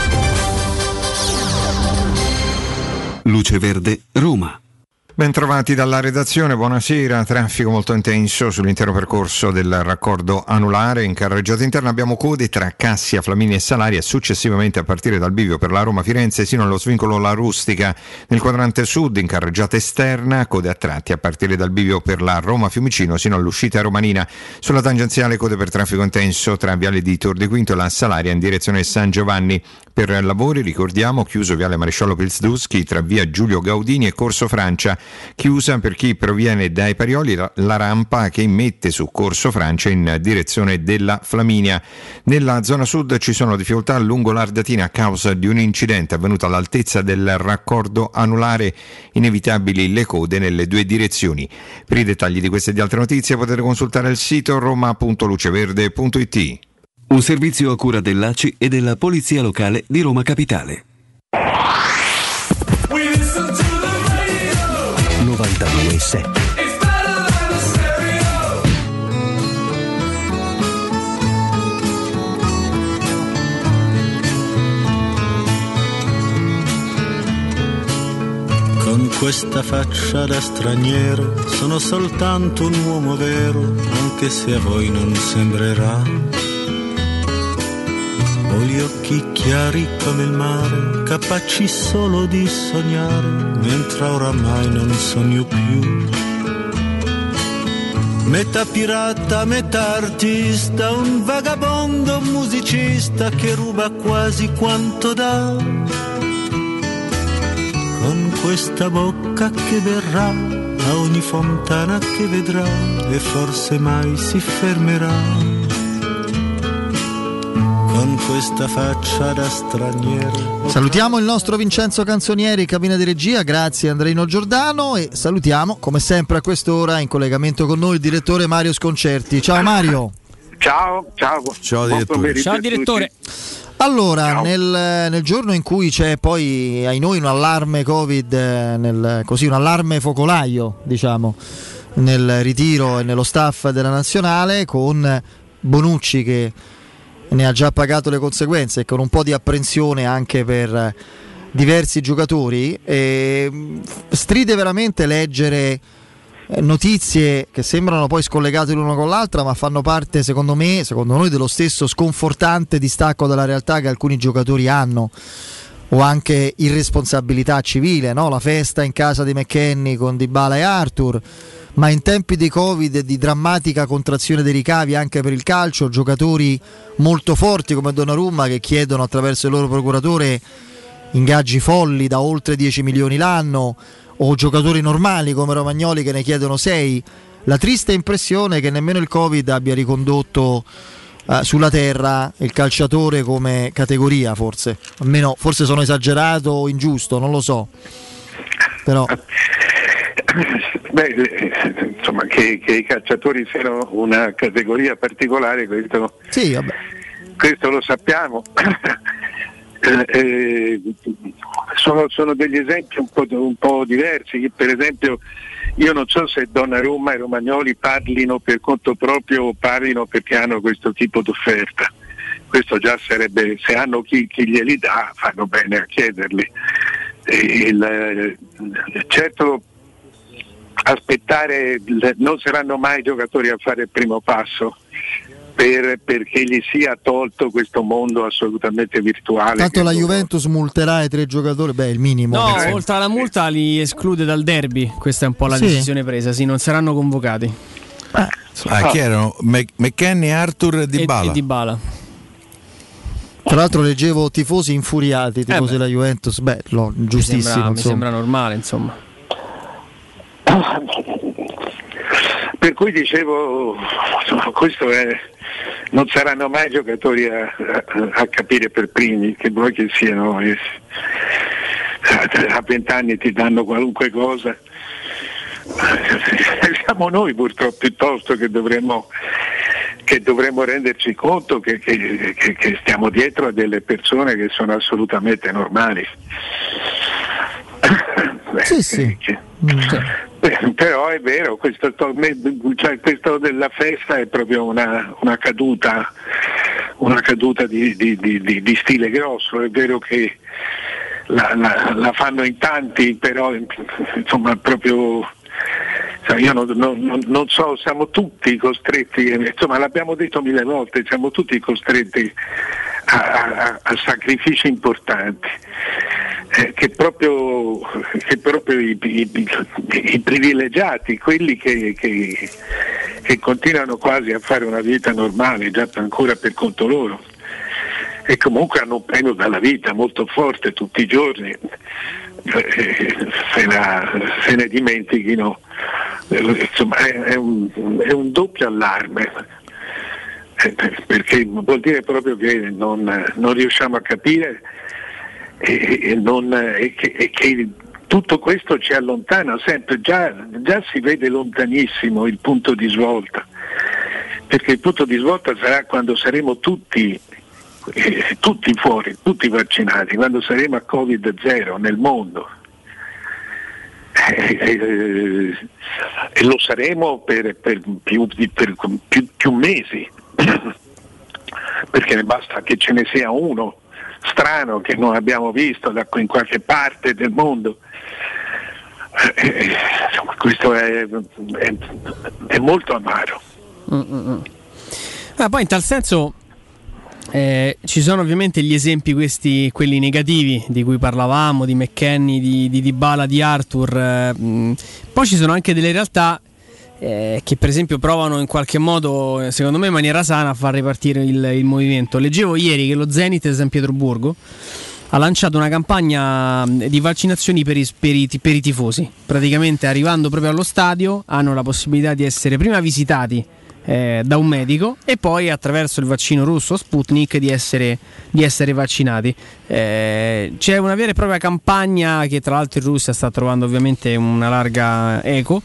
Luce Verde, Roma. Bentrovati dalla redazione, buonasera. Traffico molto intenso sull'intero percorso del raccordo anulare. In carreggiata interna abbiamo code tra Cassia, Flaminia e Salaria e successivamente a partire dal bivio per la Roma-Firenze sino allo svincolo La Rustica. Nel quadrante sud in carreggiata esterna code a tratti a partire dal bivio per la Roma-Fiumicino sino all'uscita romanina. Sulla tangenziale code per traffico intenso tra Viale di Tor di Quinto e la Salaria in direzione San Giovanni. Per lavori ricordiamo chiuso Viale Maresciallo Pilsudski tra via Giulio Gaudini e Corso Francia. Chiusa per chi proviene dai Parioli la rampa che immette su Corso Francia in direzione della Flaminia. Nella zona sud ci sono difficoltà lungo l'Ardatina a causa di un incidente avvenuto all'altezza del raccordo anulare, inevitabili le code nelle due direzioni. Per i dettagli di queste e di altre notizie potete consultare il sito roma.luceverde.it. Un servizio a cura dell'ACI e della Polizia Locale di Roma Capitale. 92.7. Con questa faccia da straniero sono soltanto un uomo vero, anche se a voi non sembrerà. Ho gli occhi chiari come il mare, capaci solo di sognare, mentre oramai non sogno più. Metà pirata, metà artista, un vagabondo musicista che ruba quasi quanto dà. Con questa bocca che berrà a ogni fontana che vedrà e forse mai si fermerà. Con questa faccia da straniero. Salutiamo il nostro Vincenzo Canzonieri, cabina di regia, grazie Andreino Giordano, e salutiamo come sempre a quest'ora in collegamento con noi il direttore Mario Sconcerti. Ciao Mario. Ciao direttore. Ciao direttore. Allora, nel giorno in cui c'è poi ai noi un allarme Covid, un allarme focolaio, diciamo, nel ritiro e nello staff della nazionale, con Bonucci che ne ha già pagato le conseguenze e con un po' di apprensione anche per diversi giocatori, stride veramente leggere notizie che sembrano poi scollegate l'una con l'altra, ma fanno parte secondo noi dello stesso sconfortante distacco dalla realtà che alcuni giocatori hanno, o anche irresponsabilità civile, no? La festa in casa di McKennie con Dybala e Arthur, ma in tempi di Covid e di drammatica contrazione dei ricavi anche per il calcio, giocatori molto forti come Donnarumma che chiedono attraverso il loro procuratore ingaggi folli da oltre 10 milioni l'anno, o giocatori normali come Romagnoli che ne chiedono 6. La triste impressione che nemmeno il Covid abbia ricondotto sulla terra il calciatore come categoria, forse sono esagerato o ingiusto, non lo so, però insomma che i calciatori siano una categoria particolare, questo lo sappiamo. sono degli esempi un po' diversi. Per esempio, io non so se Donnarumma e Romagnoli parlino per conto proprio o parlino perché hanno questo tipo di offerta. Questo già sarebbe, se hanno chi glieli dà, fanno bene a chiederli. Certo, aspettare, non saranno mai giocatori a fare il primo passo perché gli sia tolto questo mondo assolutamente virtuale. Tanto la Juventus multerà i 3 giocatori, il minimo. No, oltre alla multa li esclude dal derby, questa è un po' la decisione presa, non saranno convocati. Chi erano? McKennie, Arthur e Dybala. E Dybala. Tra l'altro leggevo tifosi infuriati, tifosi della Juventus, giustissimo. Mi sembra normale, insomma. Per cui dicevo, questo non saranno mai giocatori a capire per primi, che vuoi che siano, a 20 anni ti danno qualunque cosa. Siamo noi purtroppo piuttosto che dovremmo renderci conto che stiamo dietro a delle persone che sono assolutamente normali. Però è vero, questo della festa è proprio una caduta di stile grosso. È vero che la fanno in tanti, però insomma proprio, io non so, siamo tutti costretti, insomma l'abbiamo detto 1000 volte, siamo tutti costretti a sacrifici importanti. Che proprio i privilegiati, quelli che continuano quasi a fare una vita normale, già ancora per conto loro, e comunque hanno un premio dalla vita molto forte tutti i giorni, se ne dimentichino, insomma è un doppio allarme, perché vuol dire proprio che non riusciamo a capire e che tutto questo ci allontana sempre, già si vede lontanissimo il punto di svolta, perché il punto di svolta sarà quando saremo tutti fuori, tutti vaccinati, quando saremo a Covid-0 nel mondo, e lo saremo per più mesi, perché ne basta che ce ne sia uno strano che non abbiamo visto in qualche parte del mondo. Questo è molto amaro. Poi in tal senso ci sono ovviamente gli esempi quelli negativi di cui parlavamo, di McKennie, di Dybala, di Arthur, poi ci sono anche delle realtà che per esempio provano in qualche modo, secondo me in maniera sana, a far ripartire il movimento. Leggevo ieri che lo Zenit di San Pietroburgo ha lanciato una campagna di vaccinazioni per i tifosi. Praticamente arrivando proprio allo stadio hanno la possibilità di essere prima visitati da un medico e poi attraverso il vaccino russo Sputnik di essere vaccinati. C'è una vera e propria campagna che tra l'altro in Russia sta trovando ovviamente una larga eco,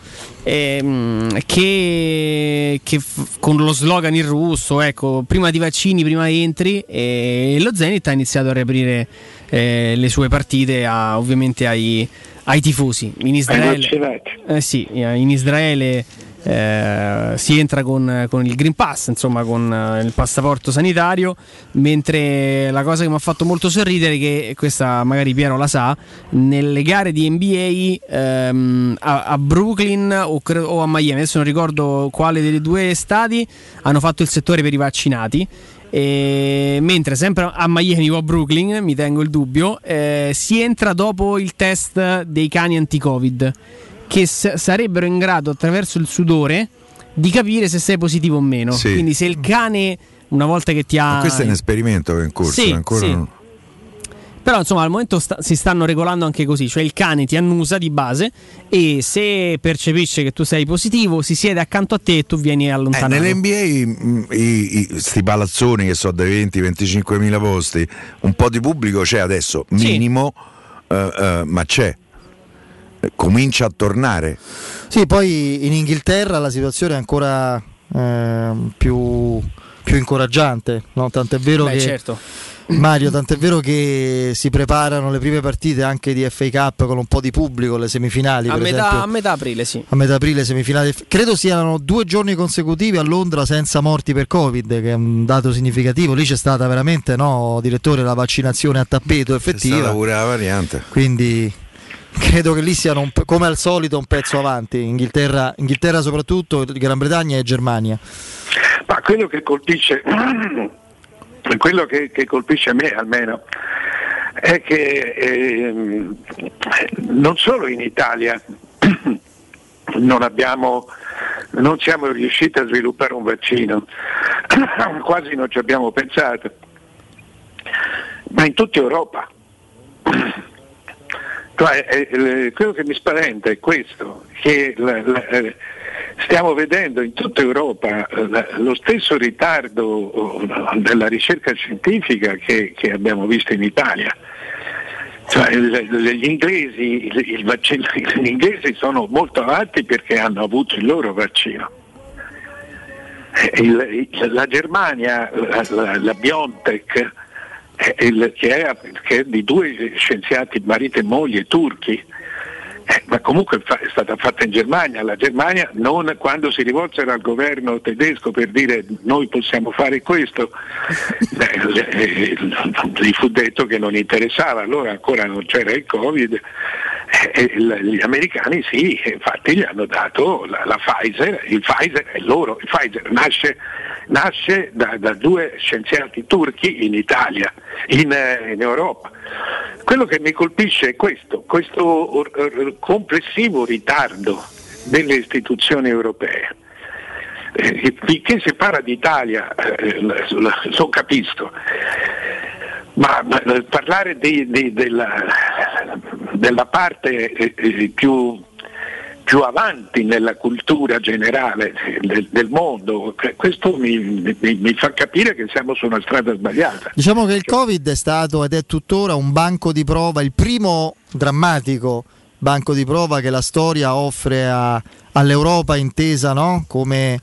che con lo slogan in russo, ecco, prima ti vaccini prima entri, e lo Zenit ha iniziato a riaprire le sue partite ovviamente ai tifosi in Israele. In Israele si entra con il Green Pass, insomma con il passaporto sanitario, mentre la cosa che mi ha fatto molto sorridere, che questa magari Piero la sa, nelle gare di NBA a Brooklyn o a Miami, adesso non ricordo quale delle due stadi, hanno fatto il settore per i vaccinati, mentre sempre a Miami o a Brooklyn, mi tengo il dubbio, si entra dopo il test dei cani anti-Covid, che sarebbero in grado attraverso il sudore di capire se sei positivo o meno. Sì. Quindi se il cane, una volta che ti ha... Ma questo è un esperimento che è in corso, sì, ancora sì. Non... Però insomma al momento si stanno regolando anche così, cioè il cane ti annusa di base e se percepisce che tu sei positivo si siede accanto a te e tu vieni allontanato. Nell'NBA sti palazzoni che so dai 20-25 mila posti, un po' di pubblico c'è adesso, minimo, ma c'è. Comincia a tornare. Sì, poi in Inghilterra la situazione è ancora più incoraggiante, no? Tant'è vero che certo. Mario, tant'è vero che si preparano le prime partite anche di FA Cup con un po' di pubblico, le semifinali a esempio, metà aprile, sì. A metà aprile semifinali, credo siano 2 giorni consecutivi a Londra senza morti per Covid, che è un dato significativo. Lì c'è stata veramente, no, direttore, la vaccinazione a tappeto effettiva. C'è stata pure la variante. Quindi credo che lì siano come al solito un pezzo avanti, Inghilterra soprattutto, Gran Bretagna e Germania. Ma quello che colpisce a me almeno è che non solo in Italia non siamo riusciti a sviluppare un vaccino, quasi non ci abbiamo pensato, ma in tutta Europa. Quello che mi spaventa è questo, che stiamo vedendo in tutta Europa lo stesso ritardo della ricerca scientifica che abbiamo visto in Italia. Cioè, gli inglesi sono molto avanti perché hanno avuto il loro vaccino. La Germania, la BioNTech, che è di 2 scienziati, marito e moglie, turchi, ma comunque è stata fatta in Germania. La Germania, non quando si rivolsero al governo tedesco per dire noi possiamo fare questo, gli fu detto che non interessava, allora ancora non c'era il Covid, gli americani sì, infatti gli hanno dato la Pfizer. Il Pfizer è loro, il Pfizer nasce da 2 scienziati turchi in Italia, in Europa. Quello che mi colpisce è questo complessivo ritardo delle istituzioni europee. Finché si parla d'Italia lo capisco, ma parlare della parte più avanti nella cultura generale del mondo, questo mi fa capire che siamo su una strada sbagliata. Diciamo che il Covid è stato ed è tuttora un banco di prova, il primo drammatico banco di prova che la storia offre all'Europa intesa, no? Come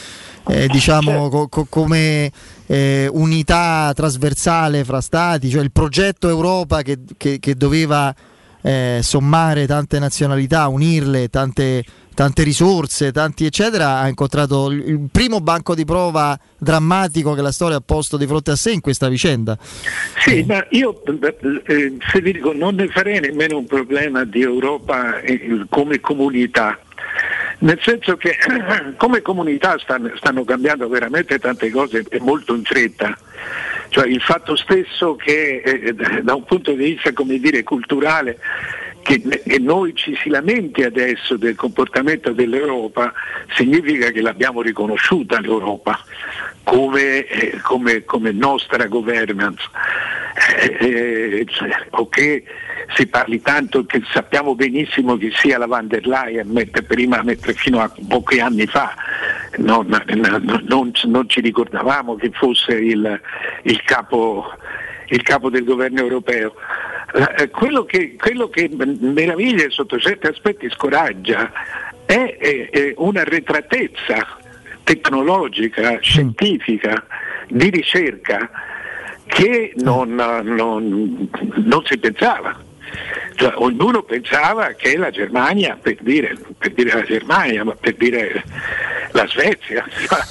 come unità trasversale fra stati, cioè il progetto Europa che doveva sommare tante nazionalità, unirle, tante risorse, tanti eccetera, ha incontrato il primo banco di prova drammatico che la storia ha posto di fronte a sé in questa vicenda. Sì, ma io se vi dico, non ne farei nemmeno un problema di Europa come comunità, nel senso che come comunità stanno cambiando veramente tante cose e molto in fretta. Cioè il fatto stesso che da un punto di vista, come dire, culturale, che noi ci si lamenti adesso del comportamento dell'Europa, significa che l'abbiamo riconosciuta l'Europa come nostra governance, o che si parli tanto, che sappiamo benissimo chi sia la van der Leyen, mentre fino a pochi anni fa non ci ricordavamo che fosse il capo del governo europeo. Quello che meraviglia e sotto certi aspetti scoraggia è una arretratezza tecnologica, scientifica, di ricerca che non si pensava. Cioè, ognuno pensava che la Germania, per dire la Germania, ma per dire la Svezia,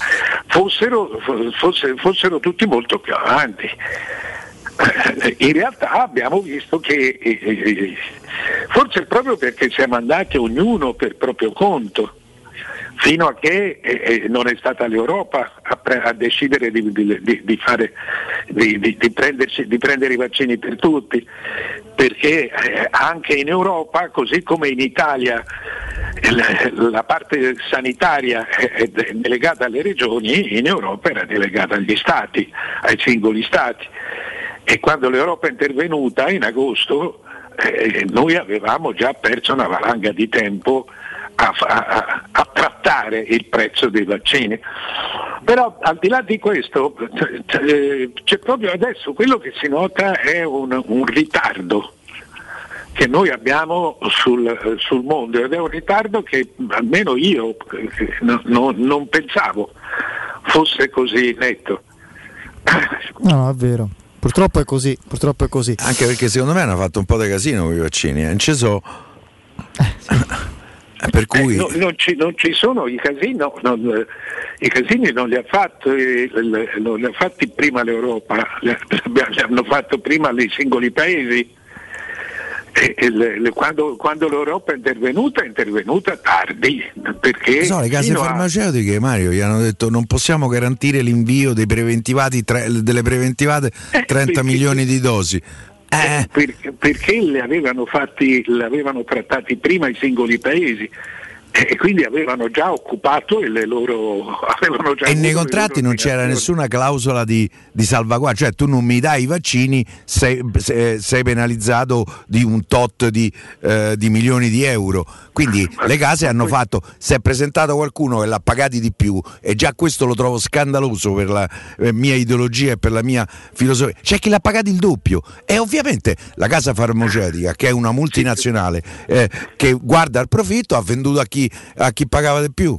fossero tutti molto più avanti. In realtà abbiamo visto che forse proprio perché siamo andati ognuno per proprio conto, fino a che non è stata l'Europa a decidere di prendere i vaccini per tutti, perché anche in Europa, così come in Italia, la parte sanitaria è delegata alle regioni, in Europa era delegata agli stati, ai singoli stati, e quando l'Europa è intervenuta in agosto noi avevamo già perso una valanga di tempo a trattare il prezzo dei vaccini. Però al di là di questo c'è proprio adesso quello che si nota è un ritardo che noi abbiamo sul mondo, ed è un ritardo che almeno io non pensavo fosse così netto. No, è vero. Purtroppo è così. Anche perché secondo me hanno fatto un po' di casino con i vaccini, non ci so. Per cui non ci sono i casini, i casini non li ha fatti prima l'Europa, li hanno fatto prima i singoli paesi. Quando l'Europa è intervenuta tardi, perché le case farmaceutiche, Mario, gli hanno detto non possiamo garantire l'invio dei delle preventivate 30 milioni di dosi. Perché l'avevano trattati prima i singoli paesi e quindi avevano già occupato e nei contratti non c'era nessuna clausola di salvaguardia, cioè tu non mi dai i vaccini, sei penalizzato di un tot di milioni di euro. Quindi le case hanno fatto, si è presentato qualcuno che l'ha pagati di più, e già questo lo trovo scandaloso per la mia ideologia e per la mia filosofia. C'è chi l'ha pagato il doppio, e ovviamente la casa farmaceutica, che è una multinazionale che guarda al profitto, ha venduto a chi pagava di più.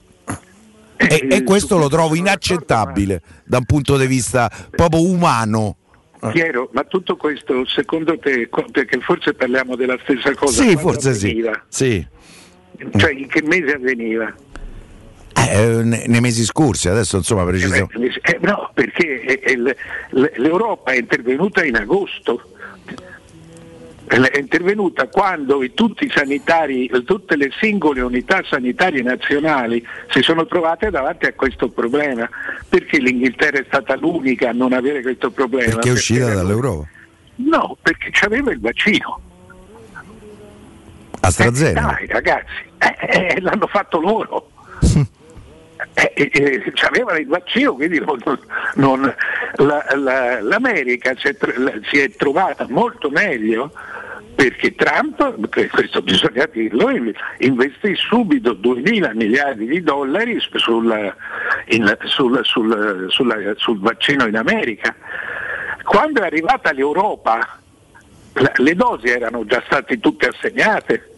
E questo lo trovo inaccettabile da un punto di vista proprio umano. Piero, ma tutto questo secondo te, perché forse parliamo della stessa cosa? Sì, forse avveniva? Sì. Cioè in che mese avveniva? Nei mesi scorsi, adesso insomma precisiamo. No, perché l'Europa è intervenuta in agosto. È intervenuta quando tutte le singole unità sanitarie nazionali si sono trovate davanti a questo problema. Perché l'Inghilterra è stata l'unica a non avere questo problema? Perché è uscita dall'Europa? No, perché c'aveva il vaccino. AstraZeneca? Dai ragazzi, l'hanno fatto loro. C'avevano il vaccino, quindi l'America si è trovata molto meglio, perché Trump, questo bisogna dirlo, investì subito 2.000 miliardi di dollari sul vaccino in America. Quando è arrivata l'Europa, le dosi erano già state tutte assegnate.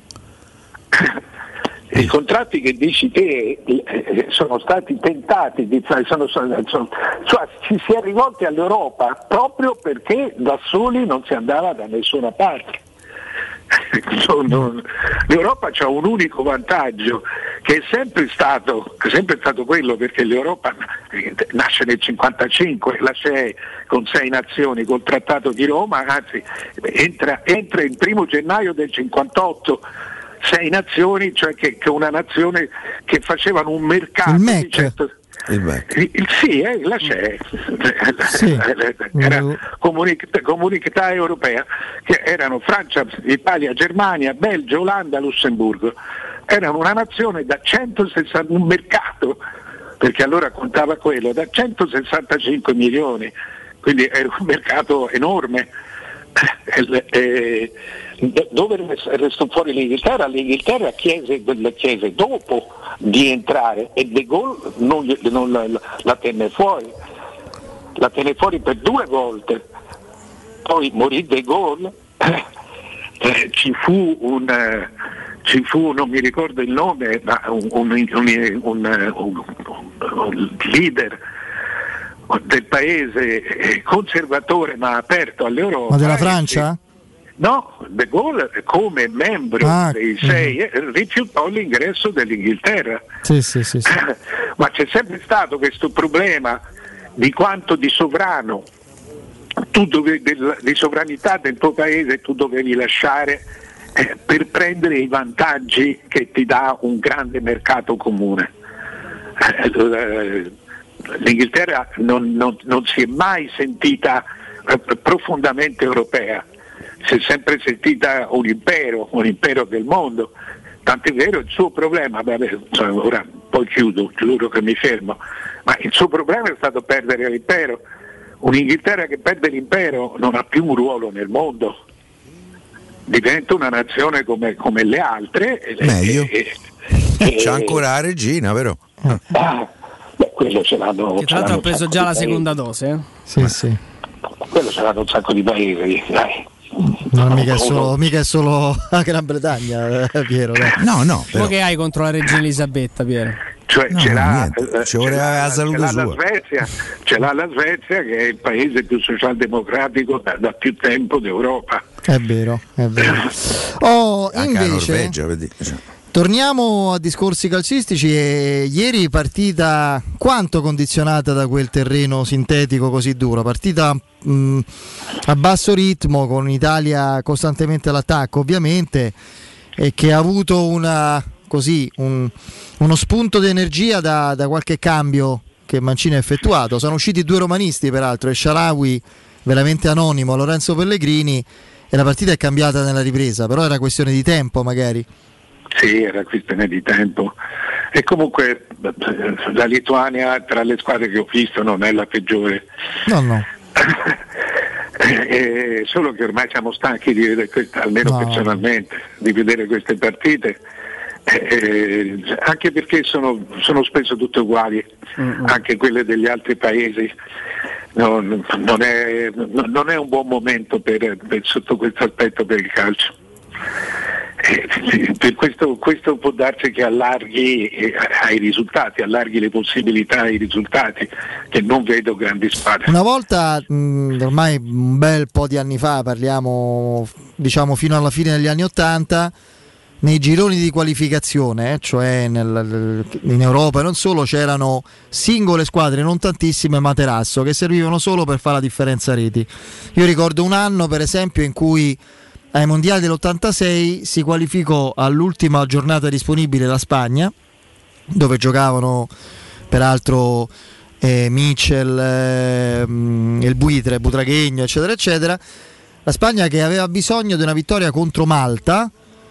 I contratti che dici te sono stati tentati, cioè ci si è rivolti all'Europa proprio perché da soli non si andava da nessuna parte. L'Europa ha un unico vantaggio, che è sempre stato quello, perché l'Europa nasce nel 1955, la CE con 6 nazioni, col Trattato di Roma, anzi entra il 1 gennaio del 1958. 6 nazioni, cioè che una nazione che facevano un mercato. Il MEC. La CE, era comunità europea, che erano Francia, Italia, Germania, Belgio, Olanda, Lussemburgo. Erano una nazione da 160, un mercato, perché allora contava quello, da 165 milioni, quindi era un mercato enorme. Dove restò fuori l'Inghilterra? L'Inghilterra chiese dopo di entrare, e De Gaulle non la tenne fuori per 2 volte. Poi morì De Gaulle, ci fu, non mi ricordo il nome, ma un leader del paese conservatore ma aperto all'Europa. Ma della Francia? No, De Gaulle come membro dei 6 rifiutò l'ingresso dell'Inghilterra. Sì. Ma c'è sempre stato questo problema di quanto di sovrano di sovranità del tuo paese tu dovevi lasciare per prendere i vantaggi che ti dà un grande mercato comune. L'Inghilterra non si è mai sentita profondamente europea, si è sempre sentita un impero del mondo, tant'è vero il suo problema, ora poi chiudo, giuro che mi fermo, ma il suo problema è stato perdere l'impero. Un'Inghilterra che perde l'impero non ha più un ruolo nel mondo, diventa una nazione come le altre. Meglio. C'è ancora la regina, vero? Quello ce l'hanno. Che tra l'altro ha preso già la seconda dose. Sì. Quello ce l'hanno un sacco di paesi, dai. Non mica è solo la Gran Bretagna, Piero. Dai. No. Però. Che hai contro la regina Elisabetta, Piero? Cioè No, ce l'ha, niente, ci voleva la salute la sua. Svezia, ce l'ha la Svezia, che è il paese più socialdemocratico da più tempo d'Europa. È vero. Anche la Invece, Norvegia, vedi. torniamo a discorsi calcistici. E ieri partita quanto condizionata da quel terreno sintetico così duro, partita a basso ritmo, con l'Italia costantemente all'attacco ovviamente, e che ha avuto uno spunto di energia da qualche cambio che Mancini ha effettuato. Sono usciti due romanisti peraltro, El Shaarawy veramente anonimo, Lorenzo Pellegrini, e la partita è cambiata nella ripresa, però era questione di tempo magari. Sì, era questione di tempo. E comunque la Lituania, tra le squadre che ho visto, non è la peggiore. No. Solo che ormai siamo stanchi di vedere almeno personalmente, di vedere queste partite, anche perché sono spesso tutte uguali, anche quelle degli altri paesi. Non è un buon momento sotto questo aspetto per il calcio. Per questo può darsi che allarghi ai risultati, allarghi le possibilità ai risultati, che non vedo grandi squadre. Una volta, ormai un bel po' di anni fa, parliamo diciamo fino alla fine degli anni '80, nei gironi di qualificazione, cioè in Europa e non solo, c'erano singole squadre, non tantissime, materasso, che servivano solo per fare la differenza reti. Io ricordo un anno per esempio in cui ai mondiali dell'86 si qualificò all'ultima giornata disponibile la Spagna, dove giocavano peraltro Mitchell, il Buitre, Butragueño, eccetera eccetera. La Spagna che aveva bisogno di una vittoria contro Malta,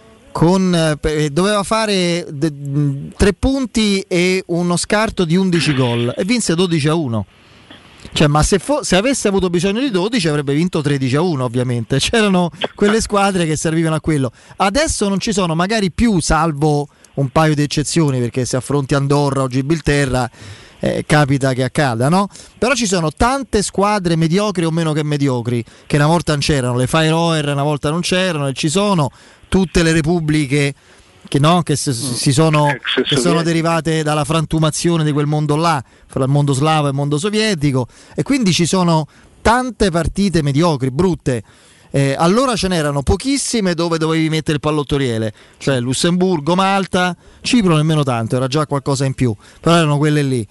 doveva fare 3 punti e uno scarto di 11 gol e vinse 12-1. Cioè, ma se avesse avuto bisogno di 12 avrebbe vinto 13-1 ovviamente. C'erano quelle squadre che servivano a quello. Adesso non ci sono magari più, salvo un paio di eccezioni, perché se affronti Andorra o Gibilterra capita che accada, no? Però ci sono tante squadre mediocri o meno che mediocri, che una volta non c'erano, le Färöer una volta non c'erano, e ci sono tutte le repubbliche che sono derivate dalla frantumazione di quel mondo là, fra il mondo slavo e il mondo sovietico, e quindi ci sono tante partite mediocri, brutte. Allora ce n'erano pochissime dove dovevi mettere il pallottoliere, cioè Lussemburgo, Malta, Cipro nemmeno tanto, era già qualcosa in più, però erano quelle lì.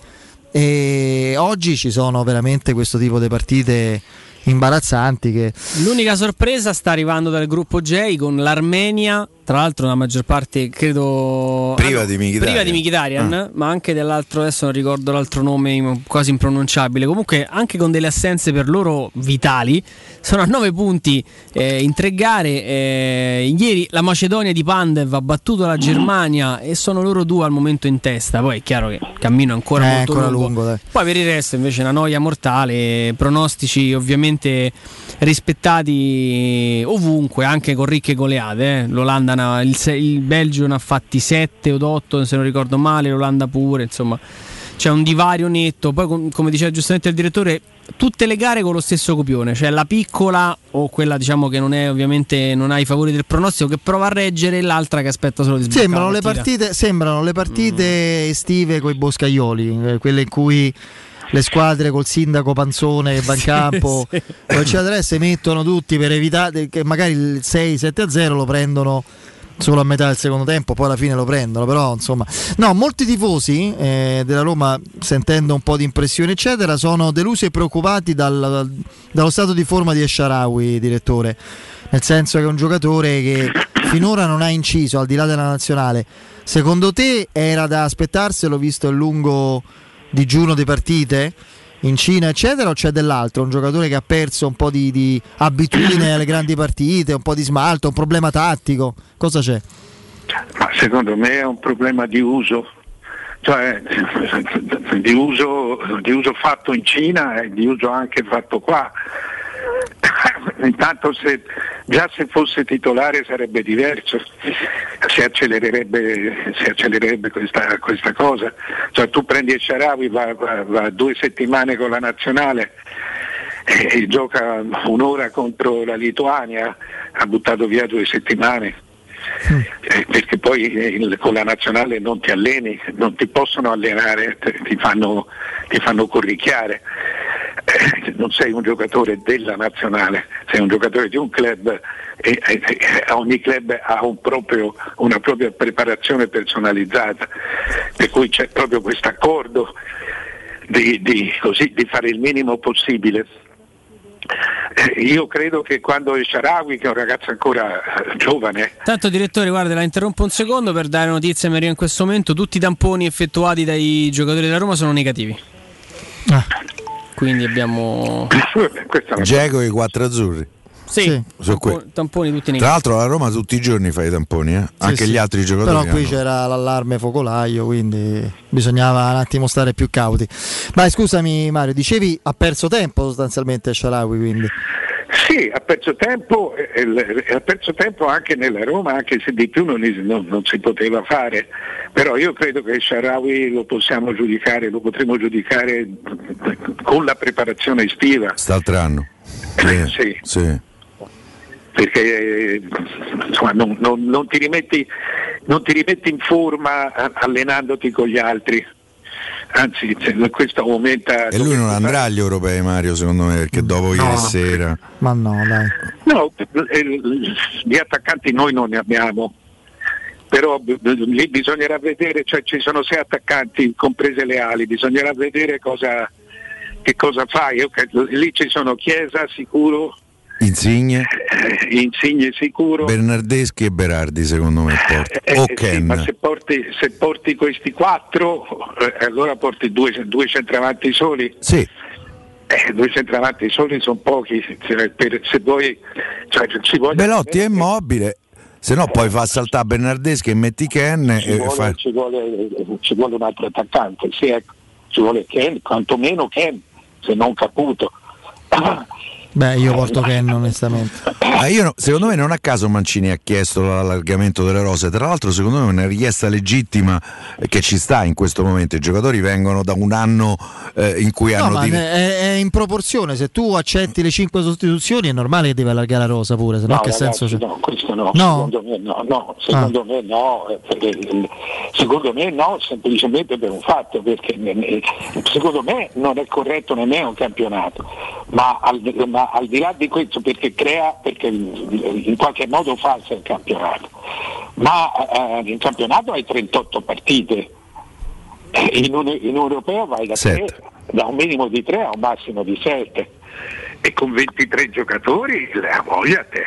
E oggi ci sono veramente questo tipo di partite imbarazzanti che... L'unica sorpresa sta arrivando dal gruppo J con l'Armenia, tra l'altro la maggior parte credo priva di Mkhitaryan, ma anche dell'altro, adesso non ricordo l'altro nome, quasi impronunciabile, comunque anche con delle assenze per loro vitali. Sono a 9 punti in 3 gare. Ieri la Macedonia di Pandev ha battuto la Germania e sono loro 2 al momento in testa. Poi è chiaro che il cammino è ancora molto lungo. Poi per il resto invece una noia mortale, pronostici ovviamente rispettati ovunque, anche con ricche goleate. L'Olanda, il Belgio ne ha fatti 7 o 8 se non ricordo male, l'Olanda pure, insomma c'è un divario netto. Poi come diceva giustamente il direttore, tutte le gare con lo stesso copione, cioè la piccola o quella diciamo che non è, ovviamente non ha i favori del pronostico, che prova a reggere, e l'altra che aspetta solo di sbloccare. Sembrano le partite estive coi boscaioli, quelle in cui le squadre col sindaco Panzone che va in campo, eccetera, si mettono tutti per evitare che magari il 6-7-0 lo prendono solo a metà del secondo tempo, poi alla fine lo prendono. Però insomma, no, molti tifosi della Roma, sentendo un po' di impressioni eccetera, sono delusi e preoccupati dallo stato di forma di El Shaarawy, direttore, nel senso che è un giocatore che finora non ha inciso al di là della nazionale. Secondo te era da aspettarselo, visto il lungo digiuno di partite in Cina eccetera, o c'è dell'altro? Un giocatore che ha perso un po' di abitudine alle grandi partite, un po' di smalto, un problema tattico, cosa c'è? Ma secondo me è un problema di uso, cioè di uso fatto in Cina e di uso anche fatto qua. Intanto se fosse titolare sarebbe diverso, si accelererebbe questa cosa. Cioè tu prendi El Shaarawy, va 2 settimane con la nazionale e gioca un'ora contro la Lituania, ha buttato via 2 settimane. perché poi con la nazionale non ti alleni, non ti possono allenare, ti fanno corricchiare. Non sei un giocatore della nazionale, sei un giocatore di un club e ogni club ha una propria preparazione personalizzata, per cui c'è proprio questo accordo di fare il minimo possibile. Io credo che quando El Shaarawy, che è un ragazzo ancora giovane. Tanto direttore, guarda, la interrompo un secondo per dare notizie a Maria in questo momento. Tutti i tamponi effettuati dai giocatori della Roma sono negativi. Quindi abbiamo Dzeko e i 4 azzurri. Sì. Tamponi tutti negativi. Tra l'altro la Roma tutti i giorni fa i tamponi, anche gli altri giocatori. Però qui c'era l'allarme focolaio, quindi bisognava un attimo stare più cauti. Vai, scusami Mario, dicevi ha perso tempo sostanzialmente El Shaarawy, quindi. Sì, ha perso tempo anche nella Roma, anche se di più non si poteva fare, però io credo che El Shaarawy lo potremo giudicare con la preparazione estiva. St'altro anno. Sì. Perché insomma, non ti rimetti in forma allenandoti con gli altri. Anzi, questo aumenta. E lui non andrà agli europei, Mario, secondo me, perché dopo ieri sera. Ma no, dai. No, gli attaccanti noi non ne abbiamo. Però lì bisognerà vedere, cioè ci sono 6 attaccanti, comprese le ali, bisognerà vedere che cosa fai. Lì ci sono Chiesa sicuro. Insigne sicuro, Bernardeschi e Berardi secondo me Ken. Ma se porti questi 4 allora porti due centravanti soli. Sì. 2 centravanti soli sono pochi, se vuoi, cioè, Belotti è immobile, se no poi fa saltare Bernardeschi e metti Ken ci vuole un altro attaccante, sì, ecco. Ci vuole Ken, quantomeno Ken, se non Caputo. Beh, io porto Ken onestamente. Secondo me non a caso Mancini ha chiesto l'allargamento delle rose, tra l'altro secondo me è una richiesta legittima che ci sta in questo momento. I giocatori vengono da un anno in cui hanno è in proporzione, se tu accetti le 5 sostituzioni è normale che devi allargare la rosa pure, se no che ragazzi, senso c'è? No, questo no. Secondo me no, semplicemente per un fatto, perché secondo me non è corretto nemmeno un campionato, ma al di là di questo perché in qualche modo falsa il campionato, ma in campionato hai 38 partite, in un europeo vai da un minimo di 3 a un massimo di 7 e con 23 giocatori la voglia te.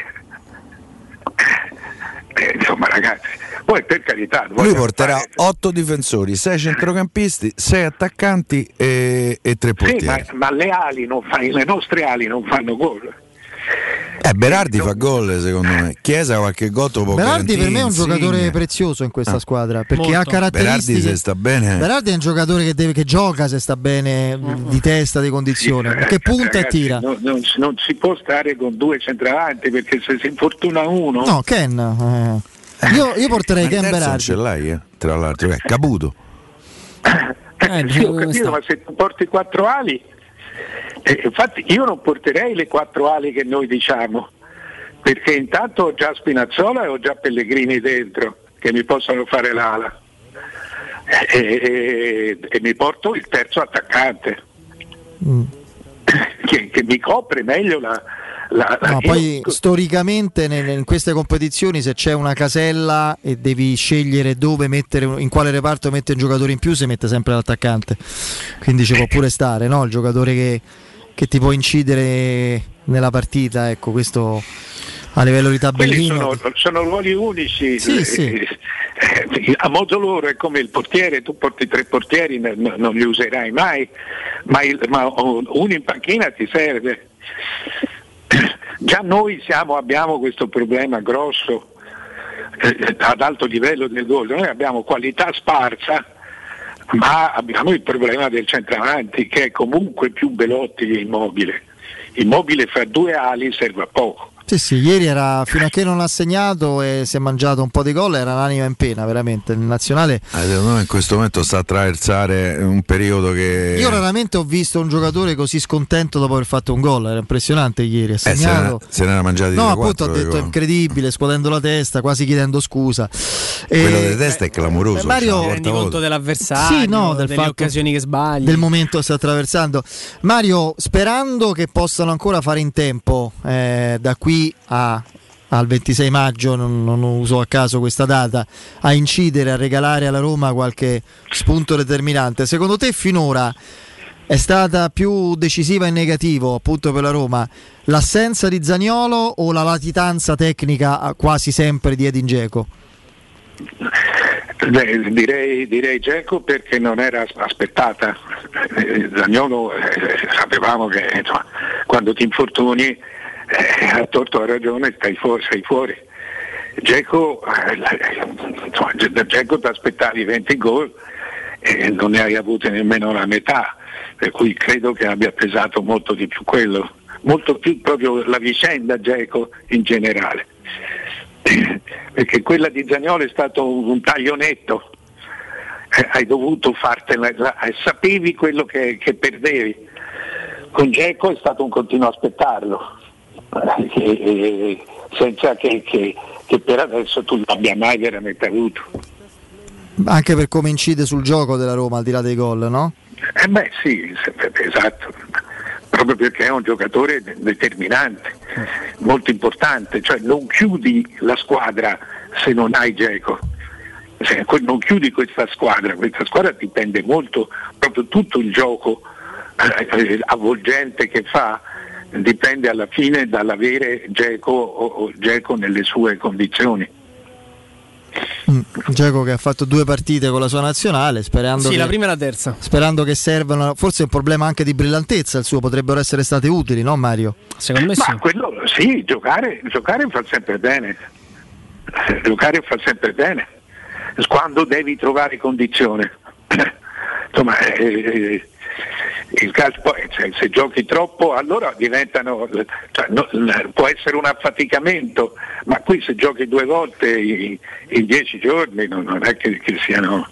Insomma ragazzi, poi per carità lui porterà 8 difensori, 6 centrocampisti, 6 attaccanti e 3 portieri. Ma le nostre ali non fanno gol. Berardi fa gol secondo me. Chiesa qualche gol può. Berardi per me è un giocatore prezioso in questa squadra, perché molto. Ha caratteristiche. Berardi se sta bene. Berardi è un giocatore che gioca se sta bene, di testa, di condizione, che punta ragazzi, e tira. Non si può stare con 2 centravanti, perché se si infortuna uno. No, Ken. Io porterei Ken Berardi. Non ce l'hai, tra l'altro, è Caputo. Sì, ho capito, ma se tu porti 4 ali. Infatti io non porterei le 4 ali che noi diciamo, perché intanto ho già Spinazzola e ho già Pellegrini dentro che mi possono fare l'ala e mi porto il terzo attaccante che mi copre meglio poi storicamente in queste competizioni, se c'è una casella e devi scegliere dove mettere, in quale reparto mettere un giocatore in più, si mette sempre l'attaccante, quindi ci può pure stare, no? Il giocatore che ti può incidere nella partita, ecco, questo a livello di tabellino. Sono ruoli unici, sì. A modo loro è come il portiere, tu porti 3 portieri, non li userai mai, ma uno in panchina ti serve. Già noi abbiamo questo problema grosso ad alto livello del gol, noi abbiamo qualità sparsa, ma abbiamo il problema del centravanti che è comunque più Belotti che Immobile. Immobile fra 2 ali serve a poco. Sì, ieri era, fino a che non ha segnato e si è mangiato un po' di gol, era un'anima in pena veramente. Il nazionale secondo me in questo momento sta a attraversare un periodo che io raramente ho visto un giocatore così scontento dopo aver fatto un gol. Era impressionante ieri, ha segnato. Se ne era mangiati no, 3-4, appunto ha detto è incredibile, scuotendo la testa, quasi chiedendo scusa. Quello delle teste è clamoroso. Mario, ti rendi conto dell'avversario, sì, no, delle fatto, occasioni che sbagli, del momento che sta attraversando. Mario, sperando che possano ancora fare in tempo da qui al 26 maggio, non uso a caso questa data, a incidere, a regalare alla Roma qualche spunto determinante. Secondo te finora è stata più decisiva in negativo, appunto per la Roma, l'assenza di Zaniolo o la latitanza tecnica quasi sempre di Edin Dzeko? Direi Dzeko, perché non era aspettata. Zaniolo sapevamo che insomma, quando ti infortuni a torto a ragione sei fuori. Dzeko da Dzeko ti aspettavi 20 gol e non ne hai avute nemmeno la metà, per cui credo che abbia pesato molto di più quello, molto più proprio la vicenda Dzeko in generale, perché quella di Zaniolo è stato un taglio netto, hai dovuto fartela, sapevi quello che perdevi. Con Dzeko è stato un continuo aspettarlo, senza che per adesso tu l'abbia mai veramente avuto. Anche per come incide sul gioco della Roma, al di là dei gol, no? Sì, esatto, proprio perché è un giocatore determinante, molto importante, cioè non chiudi la squadra se non hai Dzeko, non chiudi questa squadra dipende molto, proprio tutto il gioco avvolgente che fa dipende alla fine dall'avere Dzeko o Dzeko nelle sue condizioni. Dzeko che ha fatto 2 partite con la sua nazionale, sperando la prima e la terza, sperando che servano. Forse è un problema anche di brillantezza il suo, potrebbero essere state utili, no Mario? Secondo me sì. Quello sì, giocare fa sempre bene. Giocare fa sempre bene quando devi trovare condizione. Insomma, il calcio poi, se giochi troppo allora diventano, può essere un affaticamento, ma qui se giochi 2 volte in 10 giorni non è che siano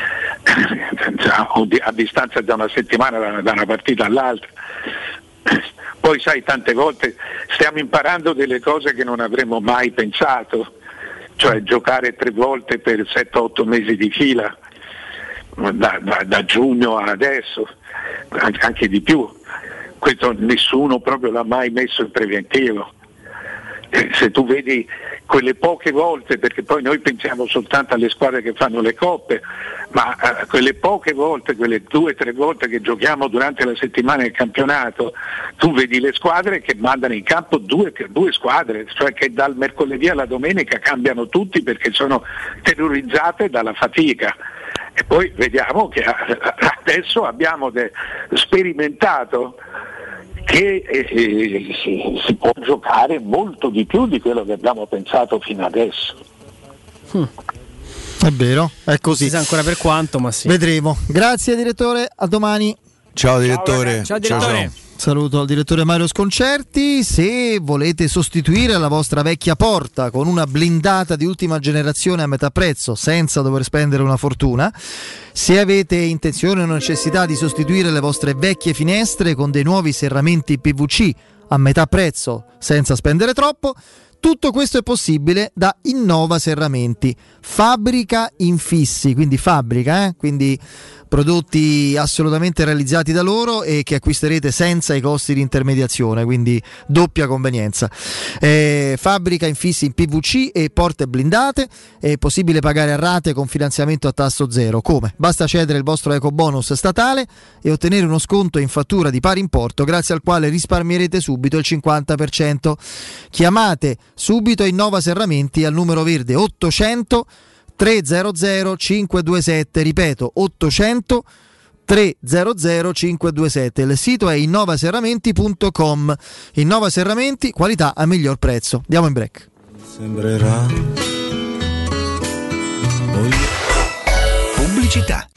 a distanza da una settimana da una partita all'altra. Poi sai, tante volte stiamo imparando delle cose che non avremmo mai pensato, cioè giocare 3 volte per 7-8 mesi di fila, da giugno a adesso, anche di più. Questo nessuno proprio l'ha mai messo in preventivo. Se tu vedi quelle poche volte, perché poi noi pensiamo soltanto alle squadre che fanno le coppe, ma quelle poche volte, quelle 2-3 volte che giochiamo durante la settimana del campionato, tu vedi le squadre che mandano in campo due squadre, cioè che dal mercoledì alla domenica cambiano tutti perché sono terrorizzate dalla fatica. E poi vediamo che adesso abbiamo sperimentato che si può giocare molto di più di quello che abbiamo pensato fino adesso. È vero, è così. Non si sa ancora per quanto, ma sì. Vedremo. Grazie direttore, a domani. Ciao direttore. Ciao direttore. Ciao. Saluto al direttore Mario Sconcerti. Se volete sostituire la vostra vecchia porta con una blindata di ultima generazione a metà prezzo senza dover spendere una fortuna, se avete intenzione o necessità di sostituire le vostre vecchie finestre con dei nuovi serramenti PVC a metà prezzo senza spendere troppo, tutto questo è possibile da Innova Serramenti, fabbrica infissi, quindi fabbrica, quindi prodotti assolutamente realizzati da loro e che acquisterete senza i costi di intermediazione, quindi doppia convenienza. Fabbrica infissi in PVC e porte blindate, è possibile pagare a rate con finanziamento a tasso zero. Come? Basta cedere il vostro ecobonus statale e ottenere uno sconto in fattura di pari importo, grazie al quale risparmierete subito il 50%. Chiamate subito Innova Serramenti al numero verde 800 300 527, ripeto 800 300 527. Il sito è innovaserramenti.com. Innova Serramenti, qualità a miglior prezzo. Andiamo in break. Sembrerà pubblicità.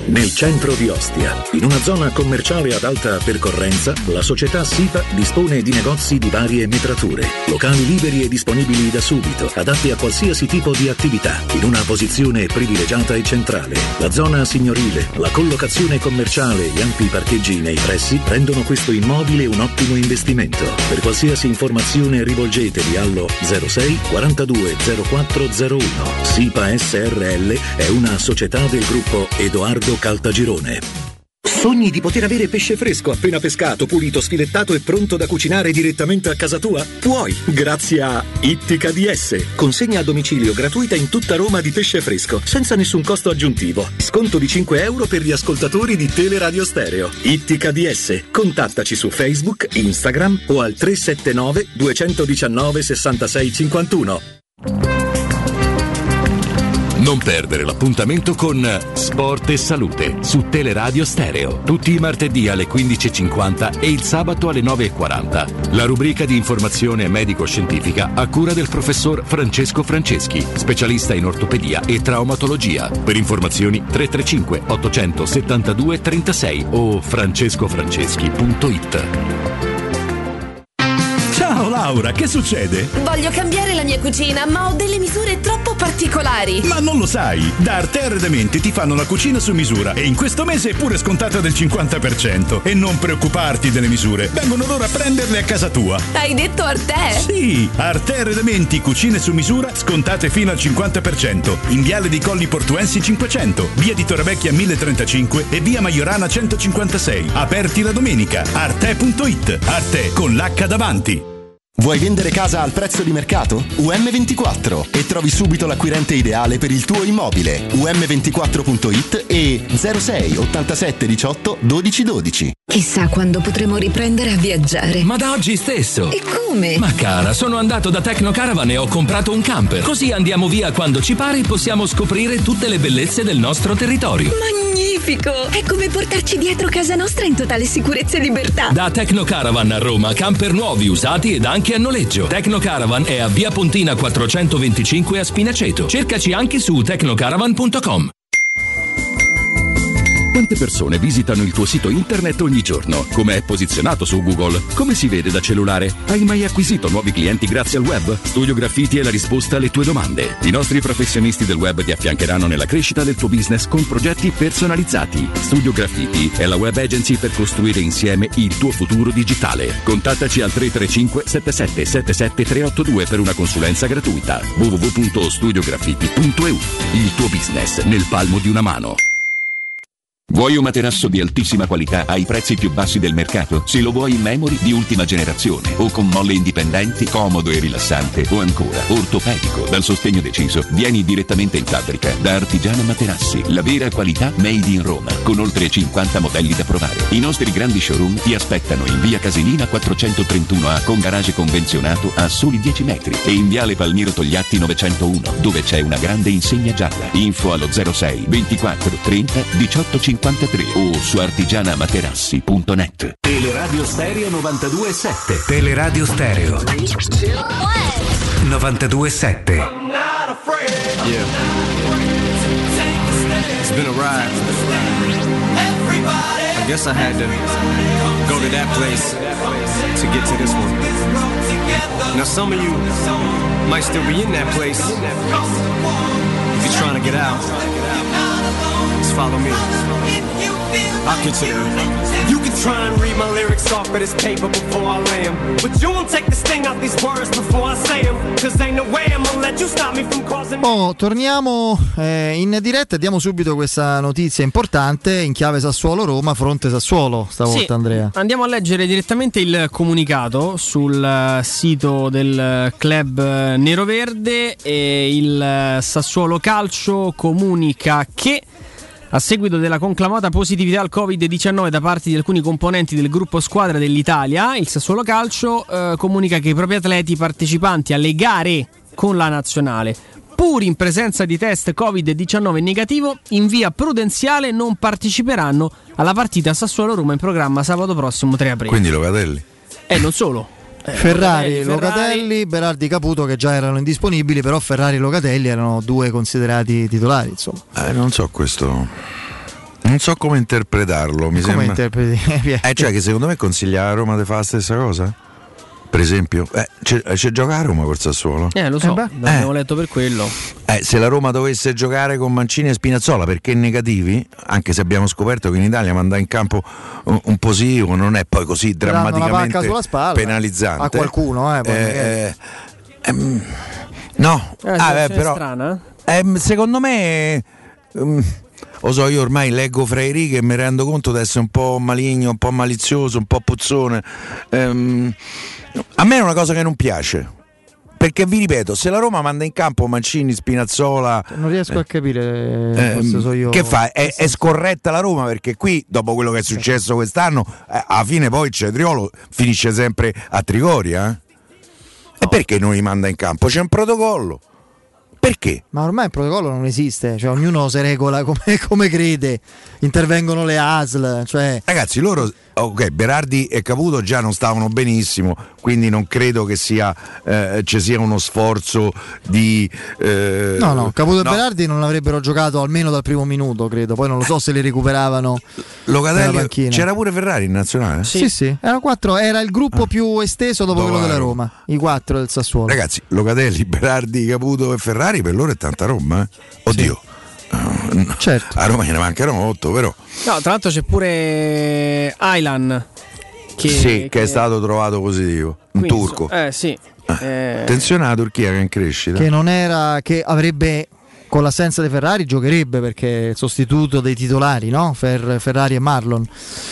nel centro di Ostia. In una zona commerciale ad alta percorrenza, la società SIPA dispone di negozi di varie metrature, locali liberi e disponibili da subito, adatti a qualsiasi tipo di attività, in una posizione privilegiata e centrale. La zona signorile, la collocazione commerciale e ampi parcheggi nei pressi rendono questo immobile un ottimo investimento. Per qualsiasi informazione rivolgetevi allo 06 42 0401. SIPA SRL è una società del gruppo Edoardo Caltagirone. Sogni di poter avere pesce fresco appena pescato, pulito, sfilettato e pronto da cucinare direttamente a casa tua? Puoi, grazie a Ittica DS. Consegna a domicilio gratuita in tutta Roma di pesce fresco, senza nessun costo aggiuntivo. Sconto di €5 per gli ascoltatori di Teleradio Stereo. Ittica DS. Contattaci su Facebook, Instagram o al 379 219 66 51. Non perdere l'appuntamento con Sport e Salute su Teleradio Stereo. Tutti i martedì alle 15.50 e il sabato alle 9.40. La rubrica di informazione medico-scientifica a cura del professor Francesco Franceschi, specialista in ortopedia e traumatologia. Per informazioni 335 872 36 o francescofranceschi.it. Ciao Laura, che succede? Voglio cambiare la mia cucina, ma ho delle misure troppo particolari. Ma non lo sai, da Arte Arredamenti ti fanno la cucina su misura e in questo mese è pure scontata del 50%. E non preoccuparti delle misure, vengono loro a prenderle a casa tua. Hai detto Arte? Sì, Arte Arredamenti, cucine su misura scontate fino al 50%. In Viale dei Colli Portuensi 500, via di Torrevecchia 1035 e via Maiorana 156. Aperti la domenica. Arte.it. Arte con l'H davanti. Vuoi vendere casa al prezzo di mercato? UM24 e trovi subito l'acquirente ideale per il tuo immobile. UM24.it e 06 87 18 12 12. Chissà quando potremo riprendere a viaggiare. Ma da oggi stesso. E come? Ma cara, sono andato da Tecnocaravan e ho comprato un camper. Così andiamo via quando ci pare e possiamo scoprire tutte le bellezze del nostro territorio. Magnifico! È come portarci dietro casa nostra in totale sicurezza e libertà. Da Tecnocaravan a Roma, camper nuovi, usati ed anche a noleggio. Tecnocaravan è a via Pontina 425 a Spinaceto. Cercaci anche su tecnocaravan.com. Quante persone visitano il tuo sito internet ogni giorno? Come è posizionato su Google? Come si vede da cellulare? Hai mai acquisito nuovi clienti grazie al web? Studio Graffiti è la risposta alle tue domande. I nostri professionisti del web ti affiancheranno nella crescita del tuo business con progetti personalizzati. Studio Graffiti è la web agency per costruire insieme il tuo futuro digitale. Contattaci al 335 77 77 382 per una consulenza gratuita. www.studiograffiti.eu. Il tuo business nel palmo di una mano. Vuoi un materasso di altissima qualità ai prezzi più bassi del mercato? Se lo vuoi in memory di ultima generazione o con molle indipendenti, comodo e rilassante o ancora ortopedico dal sostegno deciso, vieni direttamente in fabbrica da Artigiana Materassi, la vera qualità made in Roma, con oltre 50 modelli da provare. I nostri grandi showroom ti aspettano in via Casilina 431A con garage convenzionato a soli 10 metri e in viale Palmiro Togliatti 901 dove c'è una grande insegna gialla. Info allo 06 24 30 18 53 o su artigianamaterassi.net. Teleradio Stereo 92.7. Teleradio Stereo 92.7. Yeah. It's been a ride. I guess I had to go to that place to get to this one. Now some of you might still be in that place. If you're trying to get out, just follow me. I'll get you there. You can try and read my lyrics off of this paper before I lay them, but you won't take the sting out these words before I say them, cause ain't no way I'm gonna let you stop me from causing. Torniamo in diretta e diamo subito questa notizia importante in chiave Sassuolo-Roma, fronte Sassuolo stavolta, sì, Andrea. Andiamo a leggere direttamente il comunicato sul sito del club neroverde e il Sassuolo Calcio comunica che a seguito della conclamata positività al Covid-19 da parte di alcuni componenti del gruppo squadra dell'Italia, il Sassuolo Calcio comunica che i propri atleti partecipanti alle gare con la nazionale, pur in presenza di test Covid-19 negativo, in via prudenziale non parteciperanno alla partita Sassuolo-Roma in programma sabato prossimo 3 aprile. Quindi Locatelli? Non solo. Ferrari, Locatelli, Berardi, Caputo che già erano indisponibili, però Ferrari e Locatelli erano due considerati titolari, insomma. Non so questo. Non so come interpretarlo, mi come sembra. Cioè che secondo me consiglia a Roma di fare la stessa cosa? Per esempio, c'è gioca a Roma col Sassuolo. Lo so, l'abbiamo letto per quello. Se la Roma dovesse giocare con Mancini e Spinazzola, perché negativi, anche se abbiamo scoperto che in Italia mandare in campo un positivo non è poi così drammaticamente sulla spalla, penalizzante. A qualcuno, no, però strana. Secondo me lo so, io ormai leggo fra i righe e mi rendo conto di essere un po' maligno, un po' malizioso, un po' puzzone. A me è una cosa che non piace, perché vi ripeto, se la Roma manda in campo Mancini, Spinazzola, non riesco a capire, forse so io. Che fa? È scorretta la Roma, perché qui dopo quello che è successo quest'anno, alla fine poi il Cetriolo finisce sempre a Trigoria. E perché non li manda in campo? C'è un protocollo. Perché? Ma ormai il protocollo non esiste, cioè ognuno si regola come crede, intervengono le ASL, cioè... Ragazzi, loro, Berardi e Caputo già non stavano benissimo, quindi non credo che ci sia uno sforzo di... No, Caputo e Berardi non avrebbero giocato almeno dal primo minuto, credo, poi non lo so se li recuperavano nella panchina. C'era pure Ferrari in nazionale? Sì, erano 4, era il gruppo più esteso dopo quello della Roma, i 4 del Sassuolo. Ragazzi, Locatelli, Berardi, Caputo e Ferrari per loro è tanta Roma, Oddio. Sì. Certo. A Roma gliene mancano 8, però. No, tra l'altro c'è pure Aylan che è stato trovato positivo, un turco. Sì. Attenzione alla Turchia che è in crescita. Che non era, che avrebbe, con l'assenza di Ferrari giocherebbe, perché è il sostituto dei titolari, no? Ferrari e Marlon.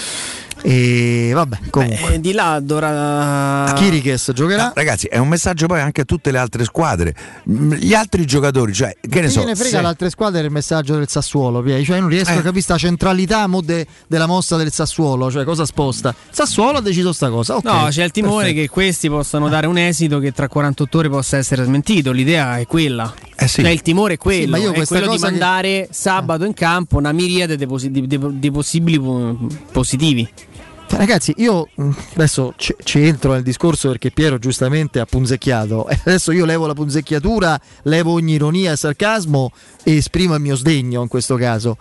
E vabbè, comunque di là dovrà Chiriches giocherà. Ragazzi, è un messaggio poi anche a tutte le altre squadre, gli altri giocatori, cioè che ne so, ne frega le altre squadre il messaggio del Sassuolo, cioè io non riesco a capire sta centralità della mossa del Sassuolo, cioè cosa sposta. Il Sassuolo ha deciso sta cosa, okay, no, c'è il timore che questi possano dare un esito che tra 48 ore possa essere smentito, l'idea è quella. Sì. Cioè, il timore è quello, ma io è quello di mandare sabato in campo una miriade di possibili positivi. Ragazzi, io adesso ci entro nel discorso perché Piero giustamente ha punzecchiato. Adesso io levo la punzecchiatura, levo ogni ironia e sarcasmo e esprimo il mio sdegno in questo caso.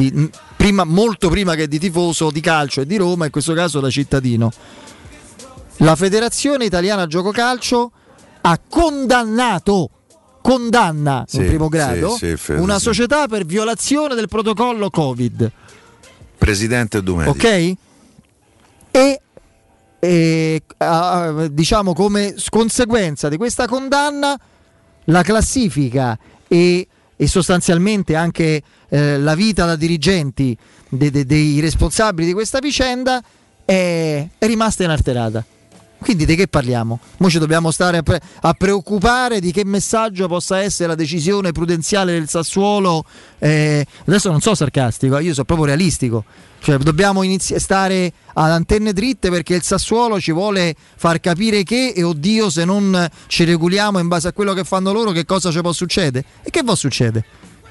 Molto prima che di tifoso di calcio e di Roma, in questo caso da cittadino. La Federazione Italiana Gioco Calcio ha condanna in primo grado una società per violazione del protocollo Covid. Presidente Dumedi. Ok? E diciamo come conseguenza di questa condanna la classifica e sostanzialmente anche la vita da dirigenti dei responsabili di questa vicenda è rimasta inalterata. Quindi di che parliamo? Noi ci dobbiamo stare a preoccupare di che messaggio possa essere la decisione prudenziale del Sassuolo. Adesso non so sarcastico, io sono proprio realistico. Cioè dobbiamo stare ad antenne dritte perché il Sassuolo ci vuole far capire che, e oddio se non ci regoliamo in base a quello che fanno loro, che cosa ci può succedere? E che può succedere?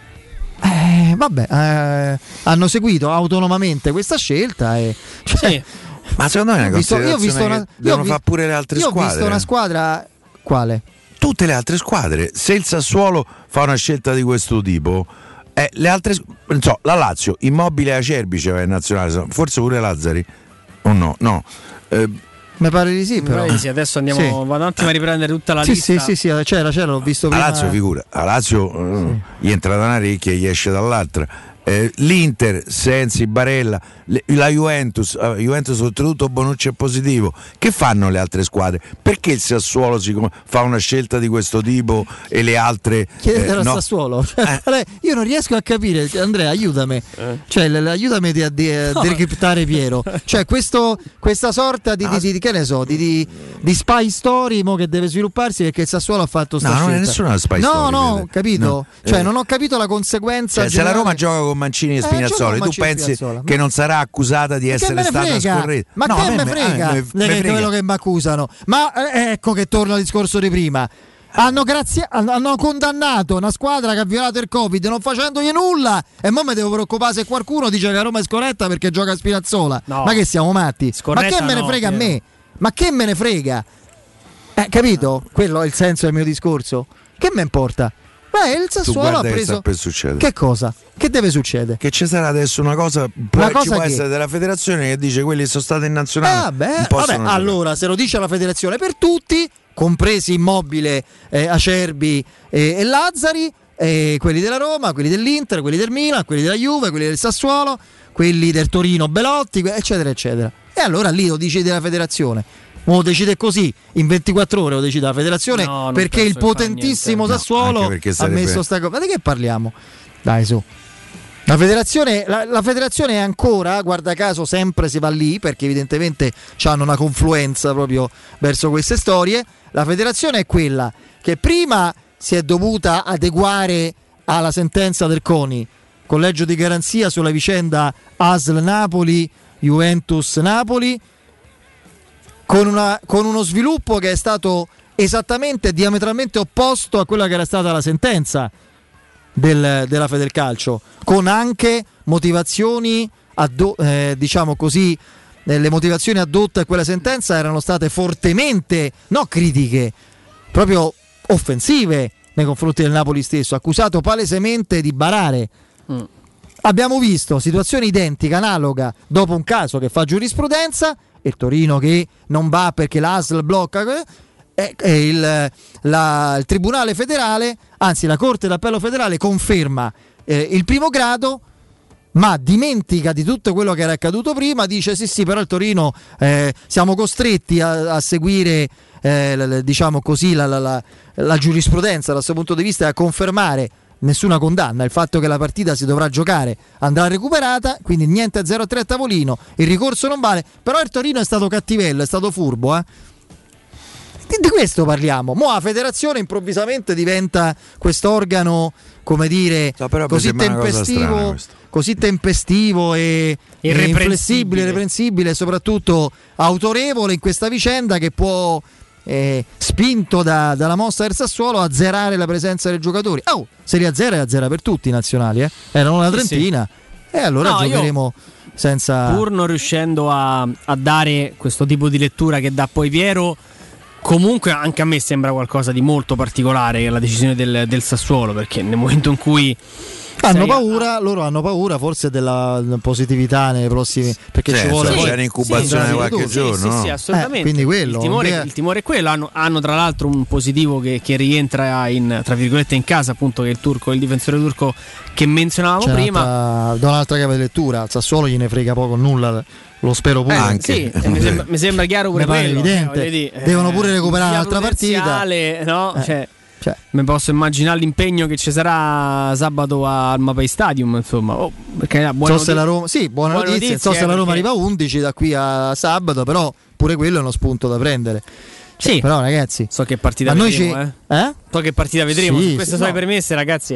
Hanno seguito autonomamente questa scelta e... Sì. Ma secondo me è una considerazione che devono fare pure le altre squadre. Io ho visto una squadra... Quale? Tutte le altre squadre. Se il Sassuolo fa una scelta di questo tipo, le altre, non so, la Lazio, Immobile e Acerbi c'era in nazionale, forse pure Lazzari o no? Mi pare di sì, però. Sì, adesso andiamo, vado un attimo a riprendere tutta la lista. Sì, c'era, l'ho visto prima. La Lazio figura, la Lazio gli entra da una orecchia e gli esce dall'altra. L'Inter, Sensi, Barella, la Juventus oltretutto Bonucci è positivo. Che fanno le altre squadre? Perché il Sassuolo fa una scelta di questo tipo e le altre chiedetelo al Sassuolo? Io non riesco a capire, Andrea, aiutami, cioè aiutami a decriptare Piero, cioè questa sorta di che ne so, di spy story che deve svilupparsi perché il Sassuolo ha fatto sta scelta. Non è nessuna spy story. No, capito? Cioè non ho capito la conseguenza. Se la Roma gioca con Mancini e Spinazzola, tu pensi che non sarà accusata di essere stata scorretta? Ma che me frega quello che mi accusano? Ma ecco che torna al discorso di prima. Hanno condannato una squadra che ha violato il Covid non facendogli nulla e mo mi devo preoccupare se qualcuno dice che Roma è scorretta perché gioca a Spinazzola. No. Ma che siamo matti? Ma che me ne frega a me? Ma che me ne frega? Capito? Quello è il senso del mio discorso. Che me importa? Il Sassuolo ha preso. Che cosa? Che deve succedere? Che ci sarà adesso una cosa ci può essere della federazione che dice quelli che sono stati in nazionale. Allora se lo dice la federazione per tutti, compresi Immobile, Acerbi e Lazzari, quelli della Roma, quelli dell'Inter, quelli del Milan, quelli della Juve, quelli del Sassuolo, quelli del Torino, Belotti, eccetera eccetera. E allora lì lo decide la federazione. Lo decide così, in 24 ore lo decide la federazione, perché il potentissimo Sassuolo ha messo sta cosa. Ma di che parliamo? Dai, su. La federazione è ancora, guarda caso, sempre si va lì, perché evidentemente hanno una confluenza proprio verso queste storie. La federazione è quella che prima si è dovuta adeguare alla sentenza del CONI, collegio di garanzia sulla vicenda ASL Napoli, Juventus Napoli, con uno sviluppo che è stato esattamente diametralmente opposto a quella che era stata la sentenza della Federcalcio, con anche motivazioni diciamo così, le motivazioni addotte a quella sentenza erano state fortemente critiche, proprio offensive nei confronti del Napoli stesso, accusato palesemente di barare. Abbiamo visto situazione identica, analoga, dopo un caso che fa giurisprudenza, il Torino che non va perché l'ASL blocca, il Tribunale federale, anzi la Corte d'Appello federale conferma il primo grado, ma dimentica di tutto quello che era accaduto prima, dice sì però il Torino siamo costretti a seguire diciamo così la giurisprudenza dal suo punto di vista, a confermare nessuna condanna, il fatto che la partita si dovrà giocare andrà recuperata, quindi niente 0-3 a tavolino, il ricorso non vale, però il Torino è stato cattivello, è stato furbo, di questo parliamo. Mo' la federazione improvvisamente diventa quest'organo, come dire, così tempestivo e inflessibile, irreprensibile e soprattutto autorevole in questa vicenda, che può spinto dalla mossa del Sassuolo azzerare la presenza dei giocatori. Se li azzera per tutti i nazionali, erano una trentina, e allora giocheremo senza, pur non riuscendo a dare questo tipo di lettura che dà poi Piero. Comunque anche a me sembra qualcosa di molto particolare la decisione del Sassuolo, perché nel momento in cui loro hanno paura forse della positività nelle prossime, perché ci vuole c'è un'incubazione di qualche giorno. Sì, assolutamente. Quindi quello, il timore è quello. Hanno tra l'altro un positivo che rientra in, tra virgolette, in casa, appunto, che è il difensore turco che menzionavamo prima. Da un'altra chiave di lettura, al Sassuolo gliene frega poco nulla. Lo spero pure. Anche. Sì, mi sembra chiaro pure quello. Evidente. Devono pure recuperare un'altra partita. No? Mi posso immaginare l'impegno che ci sarà sabato al Mapei Stadium, insomma. Buona notizia, so se la Roma arriva 11 da qui a sabato, però pure quello è uno spunto da prendere. Sì, però ragazzi, so che partita vedremo. So che partita vedremo. Su queste sue premesse, ragazzi,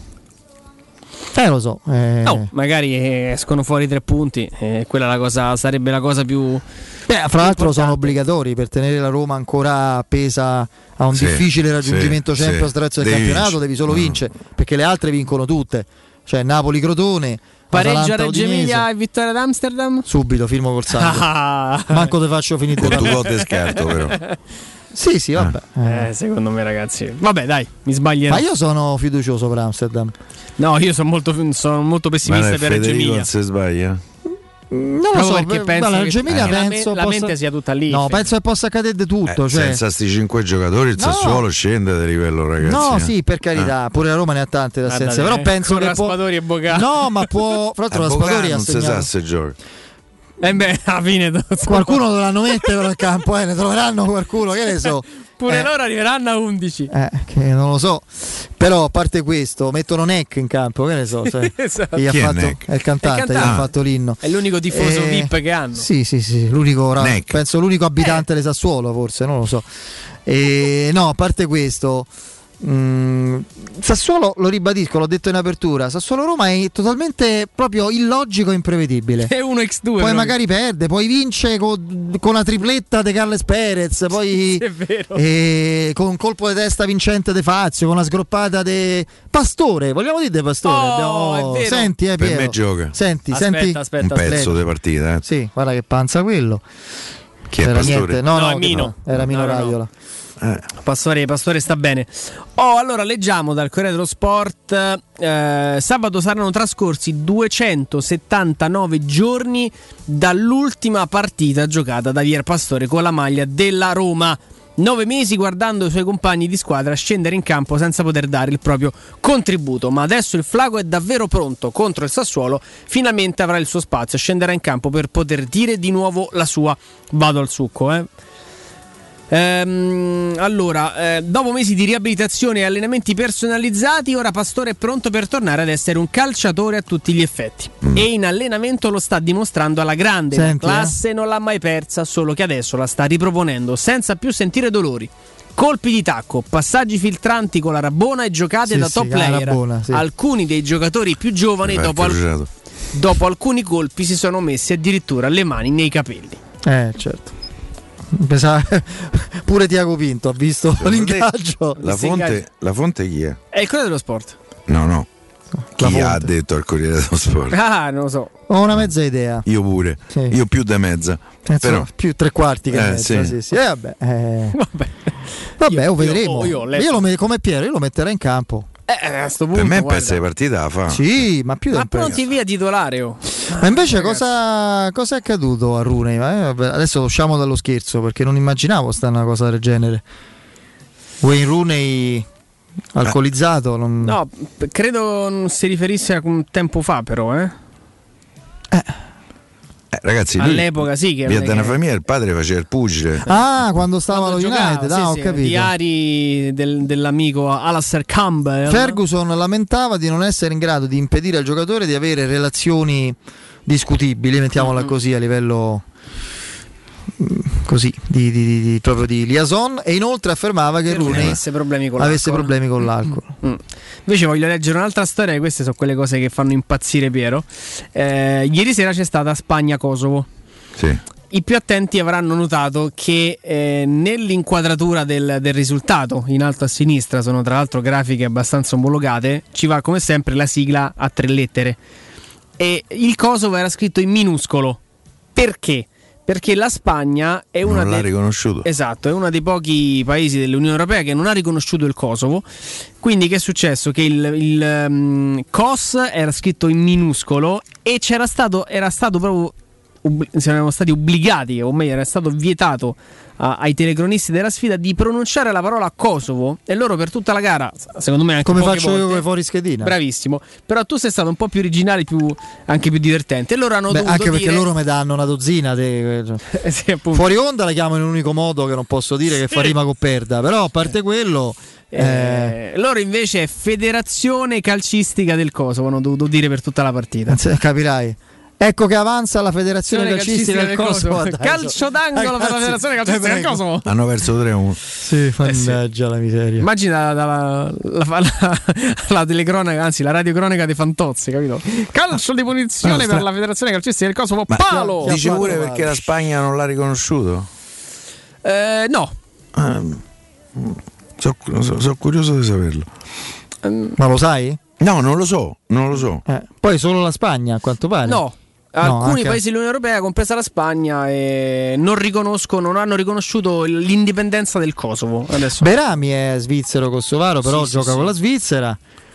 lo so. Magari escono fuori 3 punti. Quella sarebbe la cosa più. Fra l'altro sono obbligatori per tenere la Roma ancora appesa a un difficile raggiungimento Champions terzo del campionato. Devi solo vincere, perché le altre vincono tutte. Cioè Napoli-Crotone, pareggia Reggio Emilia e vittoria d'Amsterdam. Subito firmo col sangue. Manco te faccio finire con 2 volte scarto, però. Sì, vabbè. Secondo me, ragazzi. Vabbè, dai, mi sbaglierò. Ma io sono fiducioso per Amsterdam. No, io sono molto pessimista per Reggio Emilia. Non si sbaglia. Non lo so, perché penso Reggio Emilia penso la mente sia tutta lì. No, penso che possa accadere di tutto. Senza sti 5 giocatori il Sassuolo scende di livello, ragazzi. No, sì, per carità, pure la Roma ne ha tante da assenze. Però penso che Raspadori e Bocà. No, ma può. Fra l'altro Raspadori non si sa se gioca. Alla fine qualcuno dovranno metterlo al campo, ne troveranno qualcuno, che ne so. Pure loro arriveranno a 11. Che non lo so. Però a parte questo, mettono Neck in campo, che ne so. Esatto. È il cantante, gli ha fatto l'inno. È l'unico tifoso VIP che hanno. Sì, l'unico, penso l'unico abitante di Sassuolo, forse, non lo so. No, a parte questo, Sassuolo, lo ribadisco, l'ho detto in apertura, Sassuolo-Roma è totalmente proprio illogico e imprevedibile. È 1x2. Poi magari perde, poi vince con la tripletta di Carles Perez, poi è vero. Con un colpo di testa vincente De Fazio, con una sgroppata di Pastore. Vogliamo dire De Pastore? Senti, per Piero. me gioca. Senti, aspetta, un pezzo di partita. Sì, guarda che panza quello. Chi è Pastore? Niente. No, è Mino. Era Mino Raiola. Pastore sta bene. Allora leggiamo dal Corriere dello Sport. Sabato saranno trascorsi 279 giorni dall'ultima partita giocata da Javier Pastore con la maglia della Roma. 9 mesi guardando i suoi compagni di squadra scendere in campo senza poter dare il proprio contributo, ma adesso il Flago è davvero pronto contro il Sassuolo, finalmente avrà il suo spazio, scenderà in campo per poter dire di nuovo la sua. Vado al succo, dopo mesi di riabilitazione e allenamenti personalizzati, ora Pastore è pronto per tornare ad essere un calciatore a tutti gli effetti. E in allenamento lo sta dimostrando alla grande. Senti, la classe non l'ha mai persa, solo che adesso la sta riproponendo senza più sentire dolori. Colpi di tacco, passaggi filtranti con la Rabona e giocate da top player. Rabona, sì. Alcuni dei giocatori più giovani dopo alcuni colpi si sono messi addirittura le mani nei capelli. Certo. Pure Tiago Pinto ha visto l'ingaggio. La fonte chi è? È il Corriere dello Sport. No. Chi ha detto al Corriere dello Sport? Non lo so. Ho una mezza idea. Io pure. Sì. Io più da mezza. Però più 3/4 che mezza. Sì. Vabbè, vedremo. Io come Piero, io lo metterei in campo. A sto punto, per me pezza di partita la fa. Sì, ma più ma pronti via titolare. Ma invece cosa è accaduto a Rooney? Adesso usciamo dallo scherzo, perché non immaginavo una cosa del genere. Wayne Rooney alcolizzato? No, credo non si riferisse a un tempo fa, però. Ragazzi, all'epoca sì che via da una famiglia il padre faceva il pugile. Quando stava allo United, ho capito. Diari dell'amico Alastair Campbell. Ferguson lamentava di non essere in grado di impedire al giocatore di avere relazioni discutibili, mettiamola così, a livello così proprio di liaison, e inoltre affermava che Rooney avesse problemi con l'alcol. Invece voglio leggere un'altra storia, queste sono quelle cose che fanno impazzire Piero. Ieri sera c'è stata Spagna-Kosovo. Sì. I più attenti avranno notato che nell'inquadratura del risultato in alto a sinistra, sono tra l'altro grafiche abbastanza omologate, ci va come sempre la sigla a 3 lettere e il Kosovo era scritto in minuscolo. Perché? Perché la Spagna è una riconosciuto. Esatto, è uno dei pochi paesi dell'Unione Europea che non ha riconosciuto il Kosovo. Quindi che è successo? Che il COS era scritto in minuscolo e era stato proprio siamo stati obbligati, o meglio era stato vietato ai telecronisti della sfida di pronunciare la parola Kosovo, e loro per tutta la gara, secondo me anche come faccio volte, io con le fuori schedina. Bravissimo, però tu sei stato un po' più originale, anche più divertente, e loro hanno dovuto anche perché dire... loro mi danno una dozzina sì, fuori onda la chiamo in un unico modo che non posso dire, che fa rima con perda, però a parte quello loro invece è Federazione Calcistica del Kosovo, hanno dovuto dire per tutta la partita. Capirai. Ecco che avanza la Federazione Calcistica del Kosovo. Calcio d'angolo per la Federazione Calcistica del Kosovo. Hanno perso 3-1. Sì, mannaggia la miseria. Immagina la telecronaca, anzi la radiocronaca dei Fantozzi, capito? Calcio di punizione per la Federazione Calcistica del Kosovo. Palo! Dice pure perché la Spagna non l'ha riconosciuto? No. Sono curioso di saperlo. Ma lo sai? No, non lo so. Poi solo la Spagna, a quanto pare. No. Alcuni paesi dell'Unione Europea, compresa la Spagna, non hanno riconosciuto l'indipendenza del Kosovo. Adesso. Berami è svizzero-kosovaro, però gioca con la Svizzera.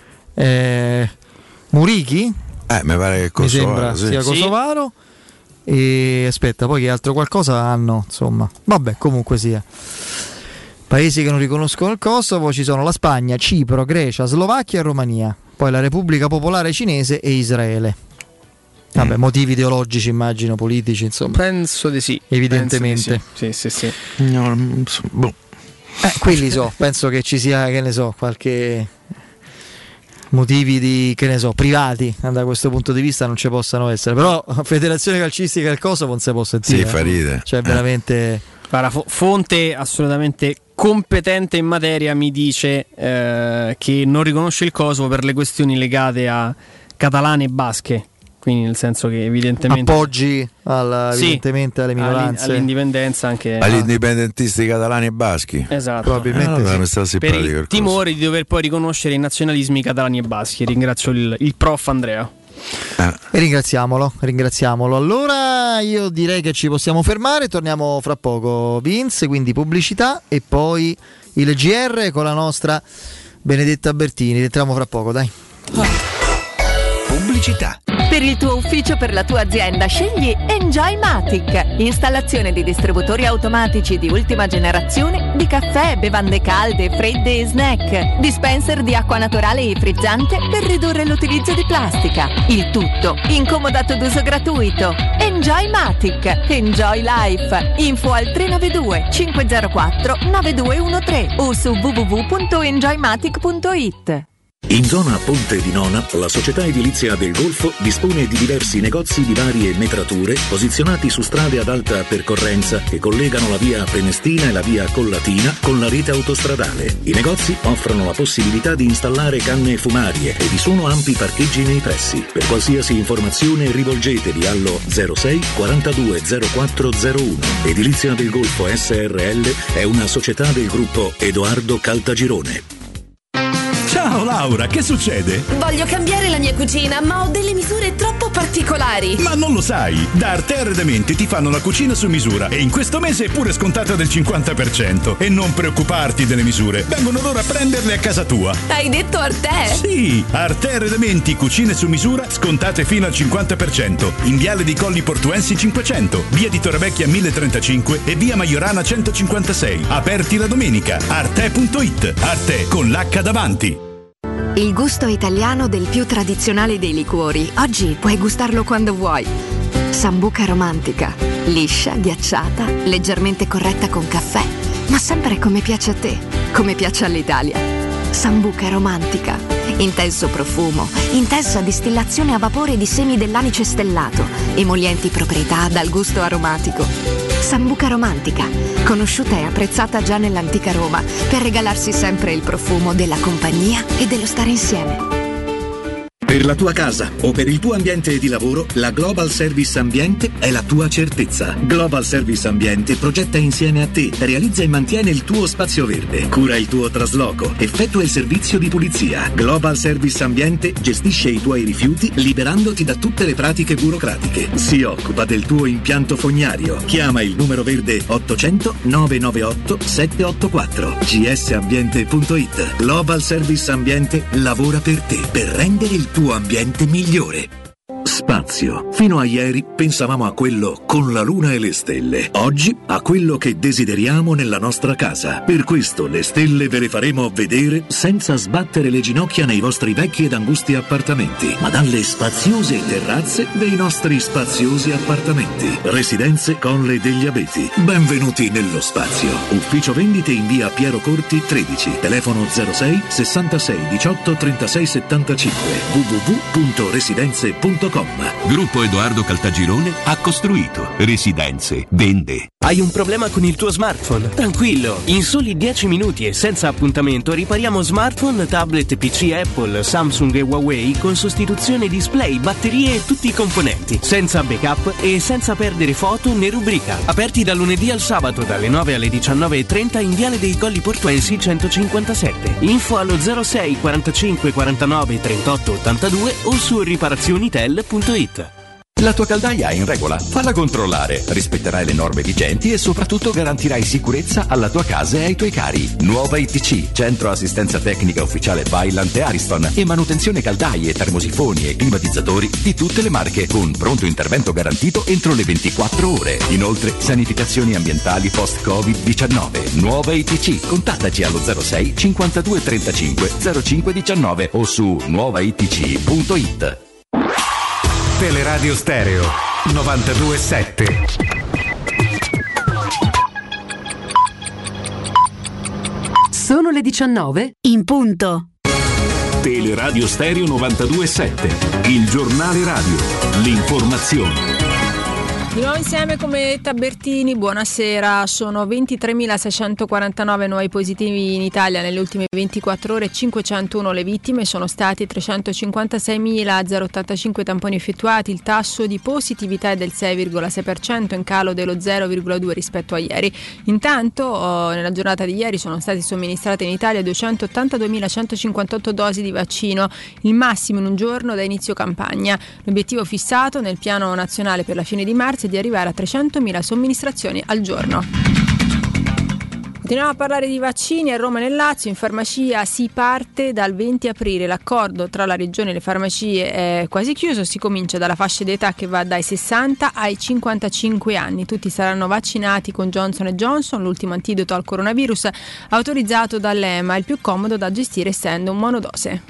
Murichi? Mi pare che Kosovaro, mi sembra sia kosovaro. E aspetta, poi che altro qualcosa hanno, insomma. Vabbè, comunque sia. Paesi che non riconoscono il Kosovo ci sono la Spagna, Cipro, Grecia, Slovacchia e Romania. Poi la Repubblica Popolare Cinese e Israele. Vabbè, motivi ideologici, immagino, politici, insomma. Penso di sì. Evidentemente. Sì. No, quelli penso che ci sia, che ne so, qualche motivi privati da questo punto di vista non ci possano essere. Però Federazione Calcistica del Kosovo non si può sentire. Sì, fa ride. Cioè veramente... Fonte assolutamente competente in materia mi dice che non riconosce il Kosovo per le questioni legate a catalane e basche. Quindi nel senso che evidentemente appoggi evidentemente alle minoranze, all'indipendenza, anche agli indipendentisti catalani e baschi. Esatto. Probabilmente per il timore di dover poi riconoscere i nazionalismi catalani e baschi. Ringrazio il prof Andrea. E ringraziamolo. Allora io direi che ci possiamo fermare, torniamo fra poco, Vince, quindi pubblicità e poi il GR con la nostra Benedetta Bertini. Rientriamo fra poco, dai. Pubblicità. Per il tuo ufficio, per la tua azienda, scegli Enjoymatic. Installazione di distributori automatici di ultima generazione di caffè, bevande calde, fredde e snack. Dispenser di acqua naturale e frizzante per ridurre l'utilizzo di plastica. Il tutto incomodato d'uso gratuito. Enjoymatic. Enjoy Life. Info al 392 504 9213 o su www.enjoymatic.it. In zona Ponte di Nona, la società edilizia del Golfo dispone di diversi negozi di varie metrature posizionati su strade ad alta percorrenza che collegano la via Prenestina e la via Collatina con la rete autostradale. I negozi offrono la possibilità di installare canne fumarie e vi sono ampi parcheggi nei pressi. Per qualsiasi informazione rivolgetevi allo 06 42 0401. Edilizia del Golfo SRL è una società del gruppo Edoardo Caltagirone. Ciao Laura, che succede? Voglio cambiare la mia cucina, ma ho delle misure troppo particolari. Ma non lo sai, da Arte Arredamenti ti fanno la cucina su misura e in questo mese è pure scontata del 50%. E non preoccuparti delle misure, vengono loro a prenderle a casa tua. Hai detto Arte? Sì, Arte Arredamenti, cucine su misura, scontate fino al 50%. In Viale dei Colli Portuensi 500, via di Torrevecchia 1035 e via Maiorana 156. Aperti la domenica. Arte.it. Arte con l'H davanti. Il gusto italiano del più tradizionale dei liquori. Oggi puoi gustarlo quando vuoi. Sambuca romantica. Liscia, ghiacciata, leggermente corretta con caffè. Ma sempre come piace a te, come piace all'Italia. Sambuca romantica. Intenso profumo, intensa distillazione a vapore di semi dell'anice stellato, emolienti proprietà dal gusto aromatico. Sambuca romantica, conosciuta e apprezzata già nell'antica Roma per regalarsi sempre il profumo della compagnia e dello stare insieme. Per la tua casa o per il tuo ambiente di lavoro, la Global Service Ambiente è la tua certezza. Global Service Ambiente progetta insieme a te, realizza e mantiene il tuo spazio verde, cura il tuo trasloco, effettua il servizio di pulizia. Global Service Ambiente gestisce i tuoi rifiuti liberandoti da tutte le pratiche burocratiche. Si occupa del tuo impianto fognario. Chiama il numero verde 800 998 784. gsambiente.it. Global Service Ambiente lavora per te, per rendere il tuo ambiente migliore. Spazio. Fino a ieri pensavamo a quello con la luna e le stelle. Oggi a quello che desideriamo nella nostra casa. Per questo le stelle ve le faremo vedere senza sbattere le ginocchia nei vostri vecchi ed angusti appartamenti, ma dalle spaziose terrazze dei nostri spaziosi appartamenti. Residenze Colle degli Abeti. Benvenuti nello spazio. Ufficio vendite in via Piero Corti 13. Telefono 06 66 18 36 75. www.residenze.com. Gruppo Edoardo Caltagirone ha costruito, residenze, vende. Hai un problema con il tuo smartphone? Tranquillo, in soli 10 minuti e senza appuntamento ripariamo smartphone, tablet, PC Apple, Samsung e Huawei con sostituzione display, batterie e tutti i componenti, senza backup e senza perdere foto né rubrica. Aperti dal lunedì al sabato dalle 9 alle 19:30 in Viale dei Colli Portuensi 157. Info allo 06 45 49 38 82 o su riparazionitel.it. La tua caldaia è in regola? Falla controllare, rispetterai le norme vigenti e soprattutto garantirai sicurezza alla tua casa e ai tuoi cari. Nuova ITC, centro assistenza tecnica ufficiale Vaillant e Ariston e manutenzione caldaie, termosifoni e climatizzatori di tutte le marche con pronto intervento garantito entro le 24 ore. Inoltre sanificazioni ambientali post-Covid-19. Nuova ITC, contattaci allo 06 52 35 05 19 o su nuovaitc.it. Teleradio Stereo 92.7. Sono le 19 in punto. Teleradio Stereo 92.7, il giornale radio, l'informazione. Di nuovo insieme come Tabertini, buonasera. Sono 23.649 nuovi positivi in Italia nelle ultime 24 ore, 501 le vittime, sono stati 356.085 tamponi effettuati, il tasso di positività è del 6,6%, in calo dello 0,2 rispetto a ieri. Intanto nella giornata di ieri sono state somministrate in Italia 282.158 dosi di vaccino, il massimo in un giorno da inizio campagna. L'obiettivo fissato nel piano nazionale per la fine di marzo di arrivare a 300.000 somministrazioni al giorno. Continuiamo a parlare di vaccini. A Roma e nel Lazio in farmacia si parte dal 20 aprile. L'accordo tra la regione e le farmacie è quasi chiuso, si comincia dalla fascia d'età che va dai 60 ai 55 anni. Tutti saranno vaccinati con Johnson & Johnson, l'ultimo antidoto al coronavirus autorizzato dall'EMA, il più comodo da gestire essendo un monodose.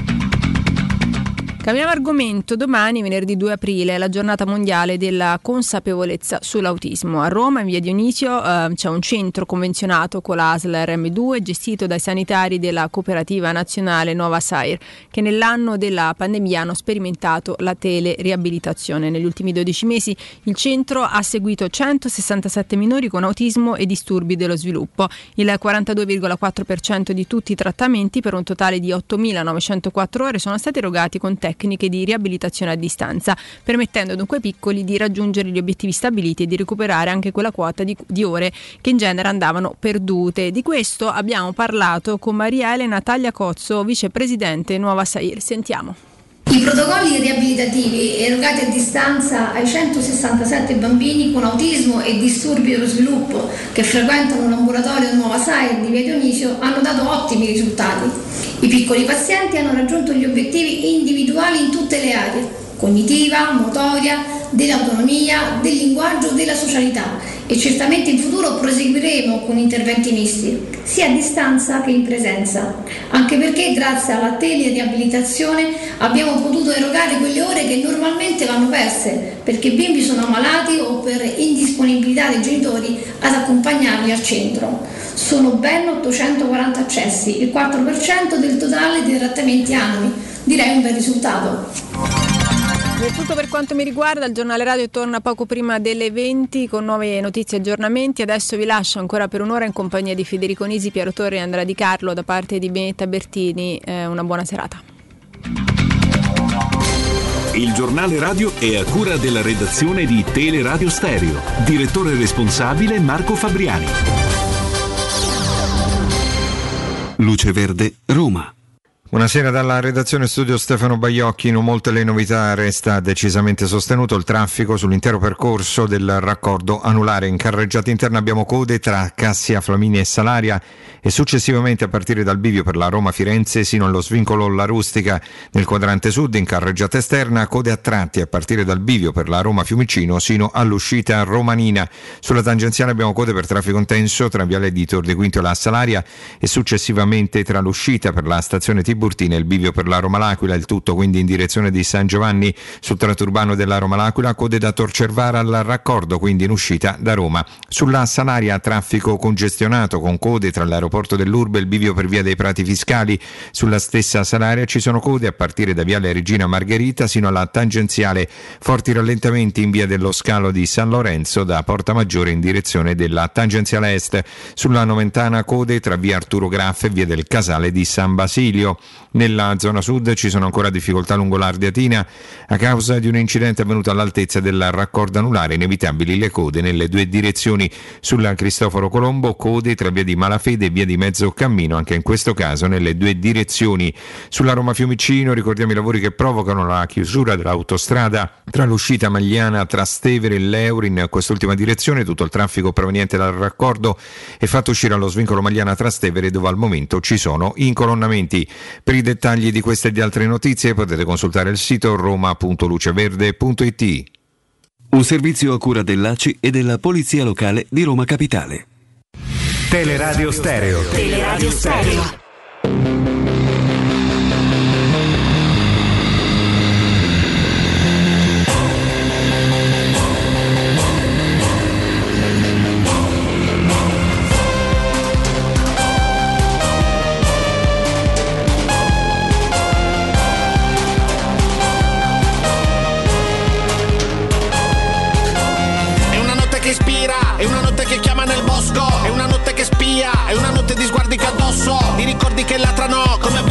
Cambiamo argomento. Domani, venerdì 2 aprile, è la giornata mondiale della consapevolezza sull'autismo. A Roma, in via Dionisio, c'è un centro convenzionato con la ASL RM2 gestito dai sanitari della cooperativa nazionale Nova Sair, che nell'anno della pandemia hanno sperimentato la teleriabilitazione. Negli ultimi 12 mesi il centro ha seguito 167 minori con autismo e disturbi dello sviluppo. Il 42,4% di tutti i trattamenti, per un totale di 8.904 ore, sono stati erogati con tecniche di riabilitazione a distanza, permettendo dunque ai piccoli di raggiungere gli obiettivi stabiliti e di recuperare anche quella quota di ore che in genere andavano perdute. Di questo abbiamo parlato con Maria Elena Tagliacozzo, vicepresidente Nuova Sair. Sentiamo. I protocolli riabilitativi erogati a distanza ai 167 bambini con autismo e disturbi dello sviluppo che frequentano l'ambulatorio Nuova Sair di via Dionisio hanno dato ottimi risultati. I piccoli pazienti hanno raggiunto gli obiettivi individuali in tutte le aree: cognitiva, motoria, dell'autonomia, del linguaggio, della socialità, e certamente in futuro proseguiremo con interventi misti, sia a distanza che in presenza, anche perché grazie alla teleriabilitazione abbiamo potuto erogare quelle ore che normalmente vanno perse perché i bimbi sono ammalati o per indisponibilità dei genitori ad accompagnarli al centro. Sono ben 840 accessi, il 4% del totale dei trattamenti annui. Direi un bel risultato. È tutto per quanto mi riguarda. Il giornale radio torna poco prima delle 20 con nuove notizie e aggiornamenti. Adesso vi lascio ancora per un'ora in compagnia di Federico Nisi, Piero Torre e Andrea Di Carlo. Da parte di Benetta Bertini, una buona serata. Il giornale radio è a cura della redazione di Teleradio Stereo. Direttore responsabile Marco Fabriani. Luce Verde, Roma. Buonasera dalla redazione studio Stefano Baiocchi. Non molte le novità, resta decisamente sostenuto il traffico sull'intero percorso del raccordo anulare. In carreggiata interna abbiamo code tra Cassia, Flaminia e Salaria e successivamente a partire dal bivio per la Roma-Firenze sino allo svincolo La Rustica. Nel quadrante sud in carreggiata esterna code a tratti a partire dal bivio per la Roma-Fiumicino sino all'uscita romanina. Sulla tangenziale abbiamo code per traffico intenso tra Viale di Tor de Quinto e la Salaria e successivamente tra l'uscita per la stazione Tiburtina e il bivio per la Roma-L'Aquila, il tutto quindi in direzione di San Giovanni. Sul tratto urbano della Roma-L'Aquila code da Tor Cervara al raccordo, quindi in uscita da Roma. Sulla Salaria traffico congestionato con code tra l'aeroporto dell'Urbe e il bivio per via dei Prati Fiscali. Sulla stessa Salaria ci sono code a partire da Viale Regina Margherita sino alla tangenziale. Forti rallentamenti in via dello Scalo di San Lorenzo da Porta Maggiore in direzione della tangenziale est. Sulla Noventana code tra via Arturo Graff e via del Casale di San Basilio. Nella zona sud ci sono ancora difficoltà lungo l'Ardeatina a causa di un incidente avvenuto all'altezza del raccordo anulare, inevitabili le code nelle due direzioni. Sulla Cristoforo Colombo code tra via di Malafede e via di Mezzo Cammino, anche in questo caso nelle due direzioni. Sulla Roma Fiumicino ricordiamo i lavori che provocano la chiusura dell'autostrada tra l'uscita Magliana Trastevere e l'Euri. In quest'ultima direzione tutto il traffico proveniente dal raccordo è fatto uscire allo svincolo Magliana Trastevere, dove al momento ci sono incolonnamenti. Per i dettagli di queste e di altre notizie potete consultare il sito roma.luceverde.it. Un servizio a cura dell'ACI e della Polizia Locale di Roma Capitale. Teleradio Stereo. Teleradio Stereo.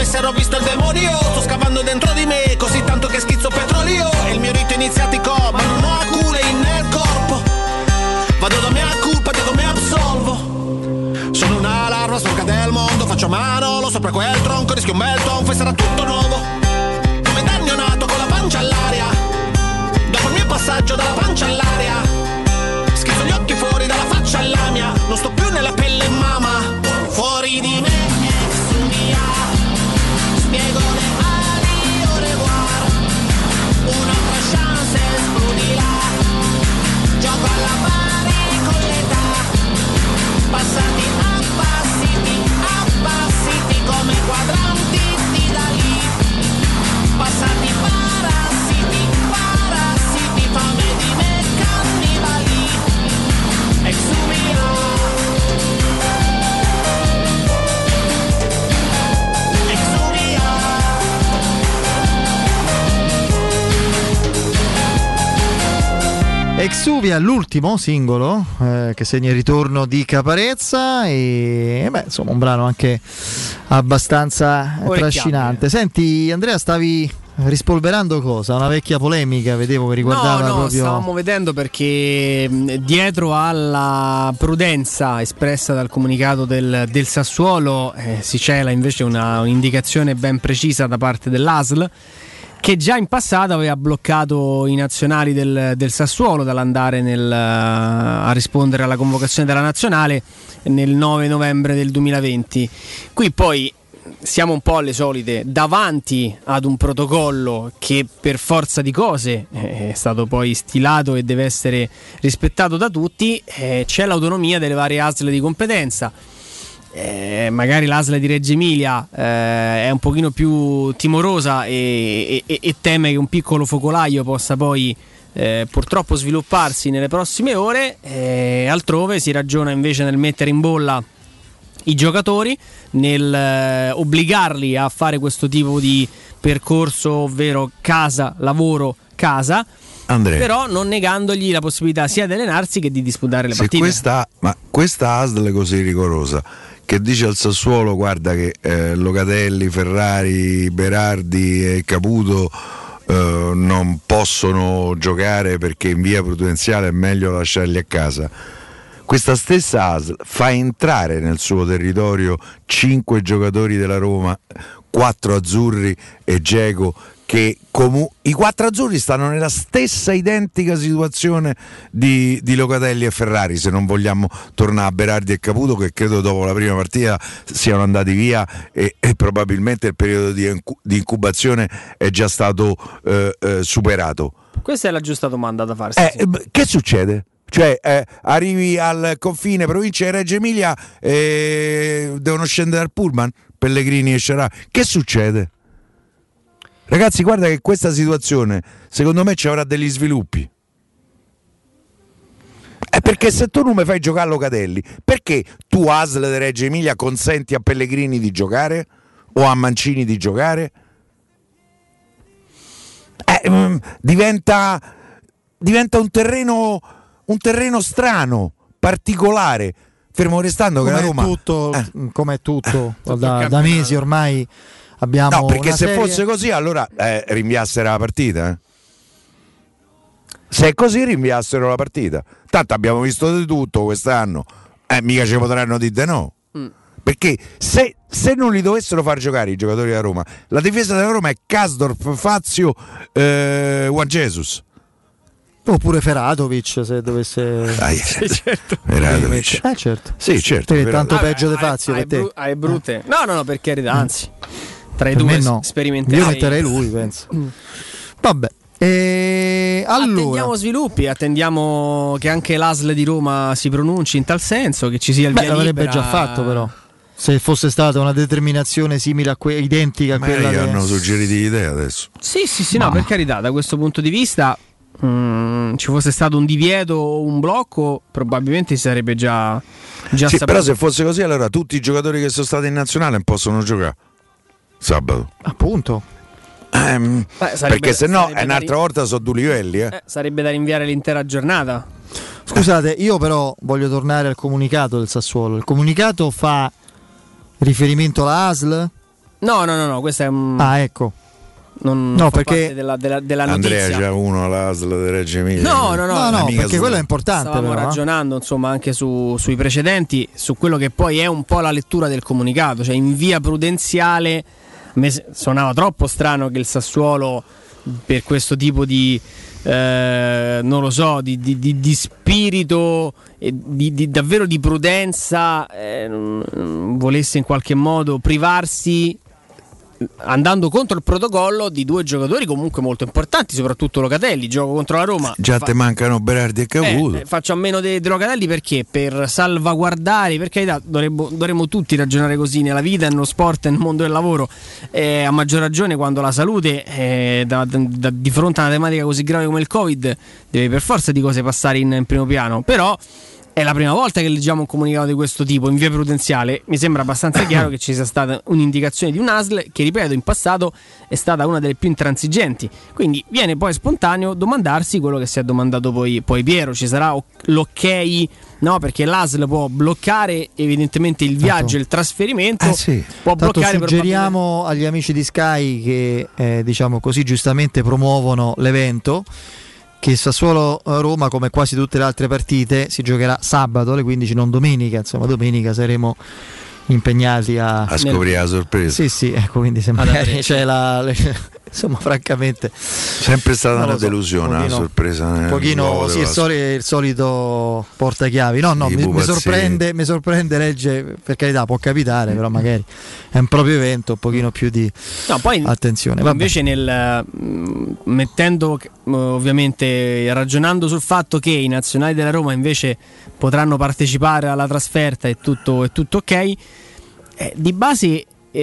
se ho visto il demonio. Sto scavando dentro di me così tanto che schizzo petrolio. È il mio rito iniziatico, ma non ho acule nel corpo. Vado da mea colpa, dico me absolvo. Sono una larva sporca del mondo, faccio mano, lo sopra quel tronco, rischio un bel tonfo e sarà tutto nuovo. Come da neonato con la pancia all'aria. Dopo il mio passaggio dalla pancia all'aria, schizzo gli occhi fuori dalla faccia alla mia. Non sto più nella pelle mamma. Fuori di me e su via, spiego le ali, au revoir. Un'altra chance esplodi là. Gioco alla pari con l'età. Passati appassiti come quadranti di Dalì. Passati parassiti, fame di me cannibali. Exuvia. Exuvia, l'ultimo singolo che segna il ritorno di Caparezza e insomma un brano anche abbastanza trascinante. Senti Andrea, stavi rispolverando cosa? Una vecchia polemica, vedevo che riguardava proprio... stavamo vedendo perché dietro alla prudenza espressa dal comunicato del Sassuolo si cela invece un'indicazione ben precisa da parte dell'ASL, che già in passato aveva bloccato i nazionali del Sassuolo dall'andare a rispondere alla convocazione della nazionale nel 9 novembre del 2020. Qui poi siamo un po' alle solite, davanti ad un protocollo che per forza di cose è stato poi stilato e deve essere rispettato da tutti, c'è l'autonomia delle varie ASL di competenza. Magari l'ASL di Reggio Emilia è un pochino più timorosa e teme che un piccolo focolaio possa poi purtroppo svilupparsi nelle prossime ore. Altrove si ragiona invece nel mettere in bolla i giocatori, nel obbligarli a fare questo tipo di percorso, ovvero casa, lavoro, casa. Andrea, però non negandogli la possibilità sia di allenarsi che di disputare le partite. Questa ASL è così rigorosa che dice al Sassuolo guarda che Locatelli, Ferrari, Berardi e Caputo non possono giocare perché in via prudenziale è meglio lasciarli a casa. Questa stessa ASL fa entrare nel suo territorio 5 giocatori della Roma, 4 azzurri e Dzeko, che i 4 azzurri stanno nella stessa identica situazione di Locatelli e Ferrari, se non vogliamo tornare a Berardi e Caputo, che credo dopo la prima partita siano andati via e probabilmente il periodo di incubazione è già stato superato. Questa è la giusta domanda da farsi. Che succede? Cioè arrivi al confine provincia di Reggio Emilia e devono scendere al pullman Pellegrini e Sciarà. Che succede? Ragazzi, guarda che questa situazione secondo me ci avrà degli sviluppi. Perché se tu non mi fai giocare a Locatelli, perché tu ASL di Reggio Emilia consenti a Pellegrini di giocare o a Mancini di giocare? Diventa un terreno strano, particolare, fermo restando che la Roma come tutto da mesi ormai abbiamo. No, perché se serie... fosse così allora rinviassero la partita. Se è così rinviassero la partita. Tanto abbiamo visto di tutto quest'anno. Mica ci potranno dire no. Perché se non li dovessero far giocare i giocatori della Roma, la difesa della Roma è Kasdorp, Fazio, Juan Jesus. Oppure Feratovic, se dovesse. Certo. Feratovic. Certo. Sì, certo. Tanto peggio di Fazio per te. Hai brutte. No, per carità, anzi. Tra i per due sperimenterei. Io metterei lui, penso. Vabbè. Allora. Attendiamo sviluppi, attendiamo che anche l'ASL di Roma si pronunci in tal senso, che ci sia il via libera. L'avrebbe già fatto però. Se fosse stata una determinazione simile identica a quella che hanno suggerito l'idea adesso. Sì, no, per carità, da questo punto di vista ci fosse stato un divieto o un blocco, probabilmente si sarebbe già saputo. Però se fosse così, allora tutti i giocatori che sono stati in nazionale possono giocare sabato. Appunto. Perché se no un'altra volta sono 2 livelli. Sarebbe da rinviare l'intera giornata. Scusate, io però voglio tornare al comunicato del Sassuolo. Il comunicato fa riferimento alla ASL No, questa è un... Ah, ecco. Non no, fa perché parte della Andrea notizia. c'ha uno all'ASL di Reggio Emilia. No, perché quello è importante. Stavamo però, ragionando insomma anche sui precedenti, su quello che poi è un po' la lettura del comunicato, cioè in via prudenziale. A me suonava troppo strano che il Sassuolo, per questo tipo di non lo so, di spirito e davvero di prudenza, volesse in qualche modo privarsi, andando contro il protocollo di due giocatori comunque molto importanti, soprattutto Locatelli. Gioco contro la Roma, già te mancano Berardi e Caputo. Faccio a meno di Locatelli perché per salvaguardare, per carità, dovremmo tutti ragionare così nella vita, nello sport e nel mondo del lavoro, a maggior ragione quando la salute di fronte a una tematica così grave come il Covid deve per forza di cose passare in primo piano. Però è la prima volta che leggiamo un comunicato di questo tipo in via prudenziale. Mi sembra abbastanza chiaro che ci sia stata un'indicazione di un ASL che, ripeto, in passato è stata una delle più intransigenti. Quindi viene poi spontaneo domandarsi quello che si è domandato poi Piero: ci sarà l'ok? No, perché l'ASL può bloccare evidentemente il viaggio e il trasferimento. Sì. Può Tanto bloccare suggeriamo agli amici di Sky che diciamo così giustamente promuovono l'evento, che Sassuolo-Roma, come quasi tutte le altre partite, si giocherà sabato alle 15, non domenica. Insomma, domenica saremo impegnati a scoprire la sorpresa. Sì, ecco, quindi se magari c'è insomma, francamente sempre stata una delusione, una sorpresa. Un pochino sì, il solito portachiavi. No, mi sorprende legge, per carità, può capitare, però magari è un proprio evento, un pochino più di attenzione. Vabbè. Invece mettendo ovviamente, ragionando sul fatto che i nazionali della Roma invece potranno partecipare alla trasferta, è tutto ok. Di base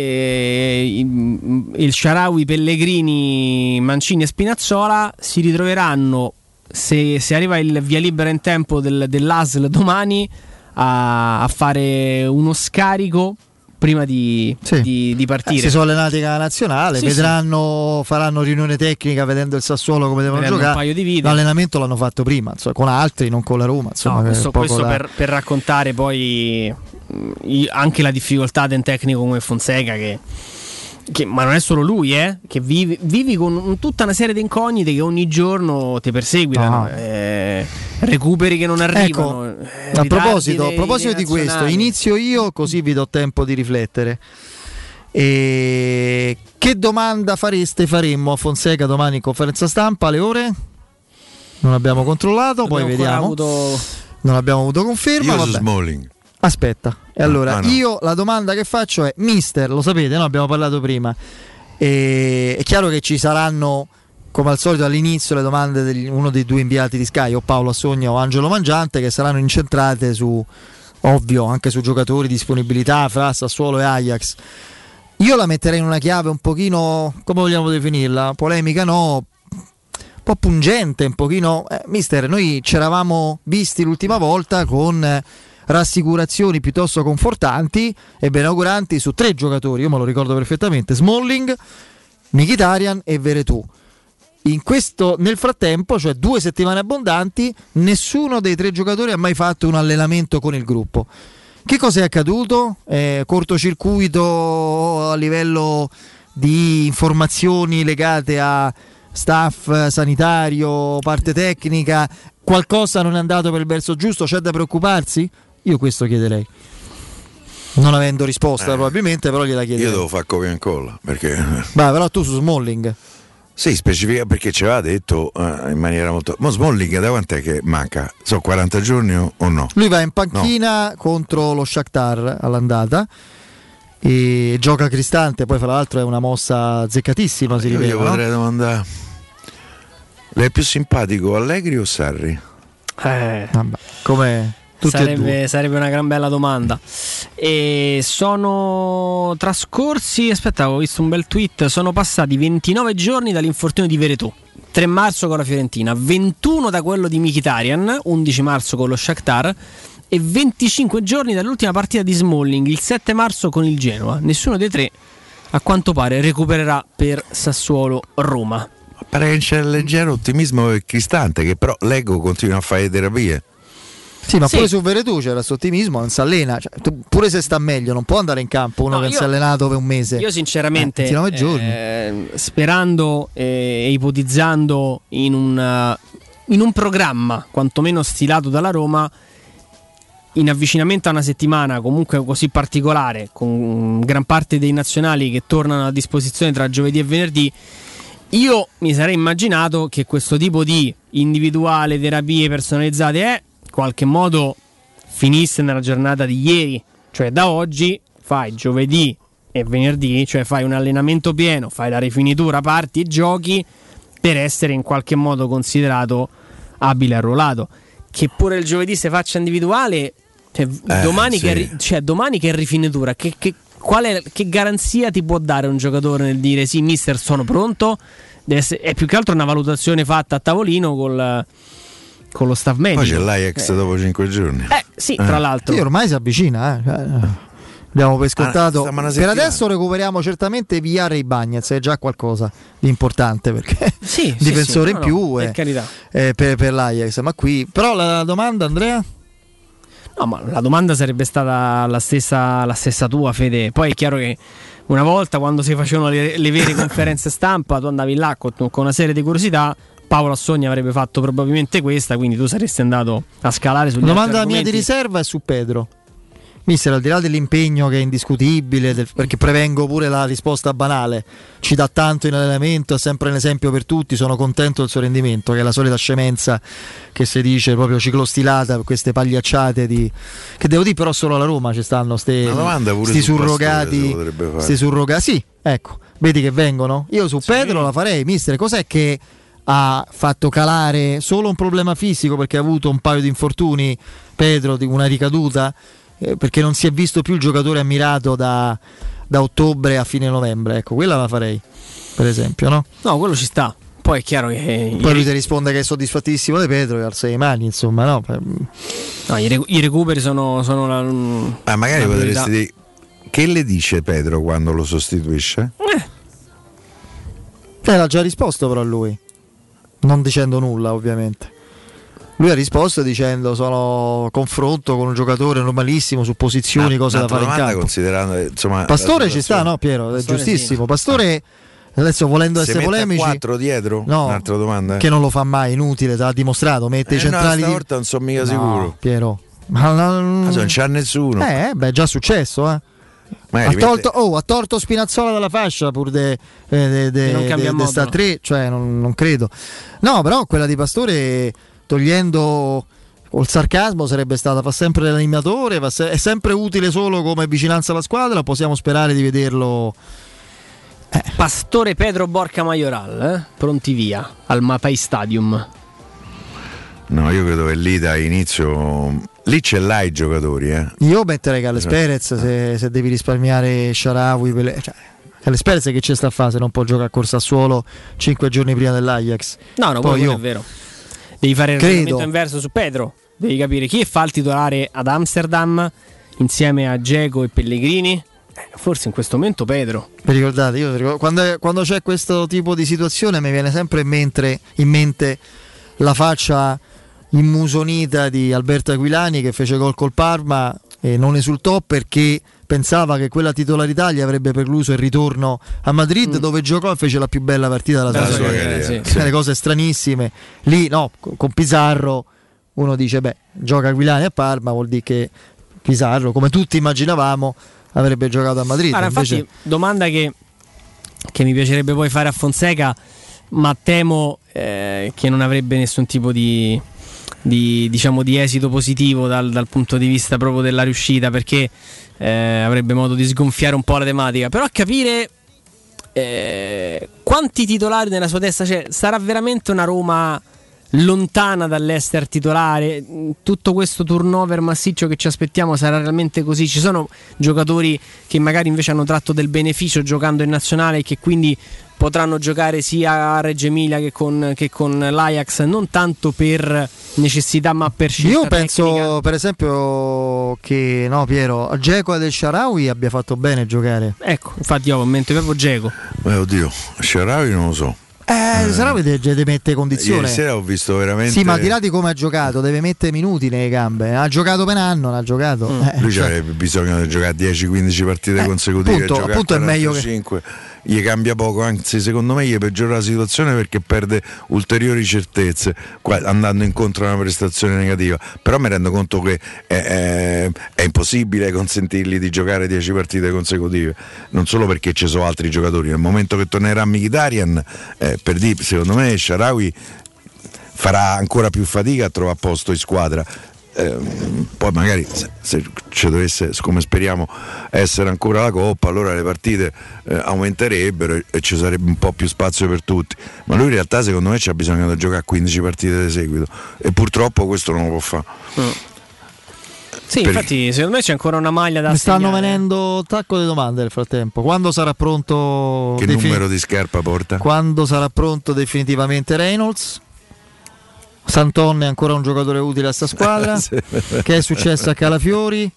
il Shaarawy, Pellegrini, Mancini e Spinazzola si ritroveranno, se arriva il via libera in tempo dell'ASL domani, a fare uno scarico prima di partire. Si sono allenati con la nazionale, faranno riunione tecnica vedendo il Sassuolo come devono giocare. Un paio di video. L'allenamento l'hanno fatto prima, insomma, con altri, non con la Roma. Insomma, questo per raccontare poi anche la difficoltà di un tecnico come Fonseca che ma non è solo lui, che vivi con tutta una serie di incognite che ogni giorno ti perseguitano, recuperi che non arrivano. Ecco, a proposito di questo, inizio io così vi do tempo di riflettere. Che domanda faremmo a Fonseca domani in conferenza stampa alle ore? Non abbiamo controllato, poi vediamo. Non abbiamo avuto conferma. Io su Smalling. Aspetta, e allora io la domanda che faccio è: mister, lo sapete, no? Abbiamo parlato prima, è chiaro che ci saranno, come al solito all'inizio, le domande di uno dei due inviati di Sky, o Paolo Assogna o Angelo Mangiante, che saranno incentrate anche su giocatori, disponibilità fra Sassuolo e Ajax. Io la metterei in una chiave un pochino, come vogliamo definirla, polemica no, un po' pungente, un pochino, mister, noi ci eravamo visti l'ultima volta con rassicurazioni piuttosto confortanti e benauguranti su 3 giocatori, io me lo ricordo perfettamente: Smalling, Mkhitaryan e Veretout. Nel frattempo, cioè 2 settimane abbondanti, nessuno dei 3 giocatori ha mai fatto un allenamento con il gruppo. Che cosa è accaduto? Cortocircuito a livello di informazioni legate a staff sanitario, parte tecnica? Qualcosa non è andato per il verso giusto? C'è da preoccuparsi? Io questo chiederei, non avendo risposta probabilmente, però gliela chiederei. Io devo fare copia e incolla perché... però tu su Smalling specifica, perché ci aveva detto in maniera molto... Ma Smalling da quant'è che manca? Sono 40 giorni o no? Lui va in panchina contro lo Shakhtar all'andata e gioca Cristante, poi fra l'altro è una mossa azzeccatissima, si rivela. Io potrei domandare: lei è più simpatico, Allegri o Sarri? Come sarebbe una gran bella domanda. E sono trascorsi, ho visto un bel tweet, sono passati 29 giorni dall'infortunio di Veretout, 3 marzo con la Fiorentina, 21 da quello di Mkhitaryan, 11 marzo con lo Shakhtar, e 25 giorni dall'ultima partita di Smalling, il 7 marzo con il Genoa. Nessuno dei 3 a quanto pare recupererà per Sassuolo-Roma. Pare che c'è leggero ottimismo per Cristante, che però leggo continua a fare terapie. Sì, ma pure su Veretù c'era questo ottimismo, non si allena, cioè, pure se sta meglio non può andare in campo uno che si è allenato per un mese. Io sinceramente 29 giorni. Sperando e ipotizzando in un programma quantomeno stilato dalla Roma, in avvicinamento a una settimana comunque così particolare, con gran parte dei nazionali che tornano a disposizione tra giovedì e venerdì, io mi sarei immaginato che questo tipo di individuale terapie personalizzate in qualche modo finisse nella giornata di ieri, cioè da oggi fai giovedì e venerdì, cioè fai un allenamento pieno, fai la rifinitura, parti e giochi per essere in qualche modo considerato abile arruolato. Che pure il giovedì si faccia individuale, cioè, domani che è rifinitura, che garanzia ti può dare un giocatore nel dire sì mister sono pronto? È più che altro una valutazione fatta a tavolino con lo staff medico. Poi c'è l'Ajax dopo 5 giorni. Sì, tra l'altro. Sì, ormai si avvicina. Abbiamo per scontato. Per adesso recuperiamo certamente Villar e Ibañez, è già qualcosa di importante perché difensore in più per carità. Per l'Ajax. Ma qui però la domanda, Andrea? No, ma la domanda sarebbe stata la stessa tua, Fede. Poi è chiaro che una volta, quando si facevano le vere conferenze stampa, tu andavi là con una serie di curiosità. Paolo Assogna avrebbe fatto probabilmente questa, quindi tu saresti andato a scalare sugli altri domanda argomenti. Mia di riserva è su Pedro. Mister, al di là dell'impegno che è indiscutibile, perché prevengo pure la risposta banale, ci dà tanto in allenamento, è sempre un esempio per tutti, sono contento del suo rendimento, che è la solita scemenza che si dice proprio ciclostilata, queste pagliacciate che devo dire però solo alla Roma ci stanno sti surrogati, sì, ecco, vedi che vengono. Io su Pedro la farei, mister, cos'è che ha fatto calare? Solo un problema fisico, perché ha avuto un paio di infortuni Pedro, di una ricaduta? Perché non si è visto più il giocatore ammirato da ottobre a fine novembre, ecco, quella la farei per esempio, no? No, quello ci sta. Poi è chiaro che poi lui ti risponde che è soddisfattissimo di Pedro, che alza le mani, insomma, no? I recuperi sono magari la potresti dire che le dice Pedro quando lo sostituisce? L'ha già risposto però lui, non dicendo nulla ovviamente. Lui ha risposto dicendo sono confronto con un giocatore normalissimo su posizioni, cose da fare in campo. Considerando, insomma, Pastore ci sta, no Piero? Pastore è giustissimo. Sì. Pastore adesso volendo essere polemici. 4 dietro? No, un'altra domanda. Che non lo fa mai, inutile, te l'ha dimostrato. Mette i centrali. No, stavolta non sono mica sicuro. Piero. Ma non c'è nessuno. È già successo, Ha tolto Spinazzola dalla fascia pur de sta 3, cioè non credo. No, però quella di Pastore, togliendo col sarcasmo, sarebbe stata, fa sempre l'animatore, è sempre utile solo come vicinanza alla squadra, possiamo sperare di vederlo. Pastore Pedro Borca Majoral, pronti via al Mapei Stadium. No, io credo che lì da inizio lì ce l'hai i giocatori. Io metterei Carles Perez se devi risparmiare Shaarawy, Carles Perez che ci sta a fare se non può giocare a corsa a suolo 5 giorni prima dell'Ajax. No, poi è vero. Devi fare il ragionamento inverso su Pedro. Devi capire chi fa il titolare ad Amsterdam insieme a Dzeko e Pellegrini. Forse in questo momento Pedro. Vi ricordate? Io quando c'è questo tipo di situazione mi viene sempre in mente la faccia immusonita di Alberto Aquilani, che fece gol col Parma e non esultò perché pensava che quella titolarità gli avrebbe precluso il ritorno a Madrid, dove giocò e fece la più bella partita della sua carriera. Le cose stranissime. Lì no, con Pizarro uno dice gioca Aquilani a Parma, vuol dire che Pizarro, come tutti immaginavamo, avrebbe giocato a Madrid. Infatti, domanda che mi piacerebbe poi fare a Fonseca, ma temo che non avrebbe nessun tipo di esito positivo dal punto di vista proprio della riuscita, perché avrebbe modo di sgonfiare un po' la tematica. Però a capire quanti titolari nella sua testa c'è. Sarà veramente una Roma lontana dall'essere titolare? Tutto questo turnover massiccio che ci aspettiamo sarà realmente così? Ci sono giocatori che magari invece hanno tratto del beneficio giocando in nazionale e che quindi potranno giocare sia a Reggio Emilia che con l'Ajax, non tanto per necessità ma per scelta. Io penso tecnica. Per esempio che Piero, Dzeko del Shaarawy abbia fatto bene giocare. Ecco, infatti io commento proprio Dzeko. Oddio, Shaarawy non lo so. Sarà deve mettere condizione. Ieri sera ho visto veramente. Sì, ma al di là di come ha giocato, deve mettere minuti nelle gambe. Ha giocato per un anno, non ha giocato. Lui avrebbe bisogno di giocare 10-15 partite consecutive. Appunto è meglio che 5. Gli cambia poco, anzi secondo me gli peggiora la situazione perché perde ulteriori certezze andando incontro a una prestazione negativa. Però mi rendo conto che è impossibile consentirgli di giocare 10 partite consecutive, non solo perché ci sono altri giocatori. Nel momento che tornerà Mkhitaryan, per dire, secondo me Shaarawy farà ancora più fatica a trovare posto in squadra. Poi magari se ci dovesse, come speriamo, essere ancora la Coppa, allora le partite aumenterebbero e ci sarebbe un po' più spazio per tutti, ma lui in realtà secondo me c'ha bisogno di giocare 15 partite di seguito e purtroppo questo non lo può fare. Sì, infatti secondo me c'è ancora una maglia da mi stanno assegnare. venendo un sacco di domande nel frattempo. Quando sarà pronto? Che numero di scarpa porta? Quando sarà pronto definitivamente Reynolds? Santon è ancora un giocatore utile a sta squadra? Sì. Che è successo a Calafiori?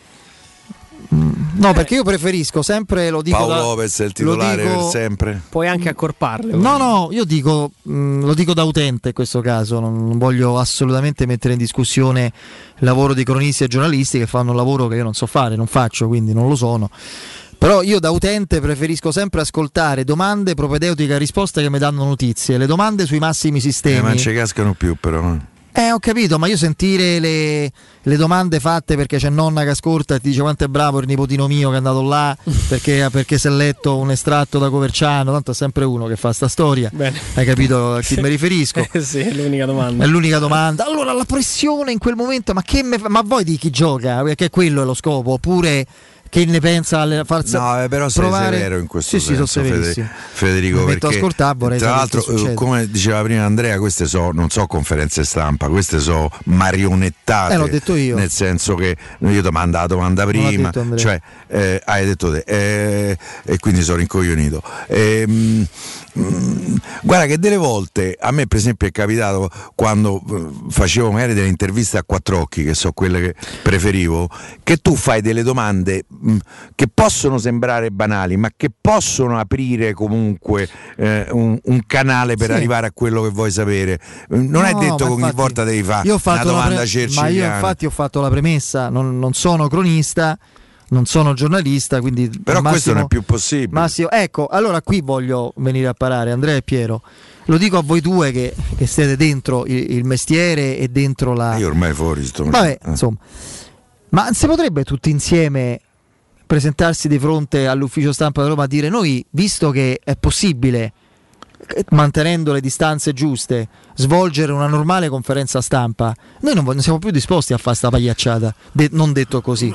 No, perché io preferisco sempre, lo dico Paolo Lopez è il titolare per sempre. Puoi anche accorparle. No, io dico, lo dico da utente in questo caso, non voglio assolutamente mettere in discussione il lavoro di cronisti e giornalisti che fanno un lavoro che io non so fare, non faccio, quindi non lo sono. Però io da utente preferisco sempre ascoltare domande propedeutiche a risposte che mi danno notizie, le domande sui massimi sistemi. Ma non ci cascano più però. Ho capito, ma io sentire le domande fatte perché c'è nonna che ascolta e ti dice quanto è bravo il nipotino mio che è andato là perché si è letto un estratto da Coverciano, tanto è sempre uno che fa sta storia. Bene. Hai capito a chi mi riferisco? Sì, è l'unica domanda. È l'unica domanda. Allora la pressione in quel momento, ma voi di chi gioca? Perché quello è lo scopo, oppure che ne pensa farsi però sei severo in questo senso, Federico, perché tra l'altro come diceva prima Andrea, queste non so conferenze stampa, queste sono marionettate, l'ho detto io, nel senso che io ti mando la domanda prima, cioè hai detto te e quindi sono rincoglionito. Guarda che delle volte a me per esempio è capitato quando facevo magari delle interviste a quattro occhi, che so quelle che preferivo, che tu fai delle domande che possono sembrare banali ma che possono aprire comunque un canale per arrivare a quello che vuoi sapere. Non è detto che ogni volta devi fare una domanda cercigliana. Ma io infatti ho fatto la premessa, non sono cronista, non sono giornalista, quindi però questo non è più possibile. Massimo, ecco, allora qui voglio venire a parare, Andrea e Piero, lo dico a voi due che siete dentro il mestiere e dentro la... Io ormai fuori sto. Vabbè, insomma, ma si potrebbe tutti insieme presentarsi di fronte all'ufficio stampa di Roma a dire: noi, visto che è possibile, mantenendo le distanze giuste, svolgere una normale conferenza stampa, noi non siamo più disposti a fare sta pagliacciata, non detto così.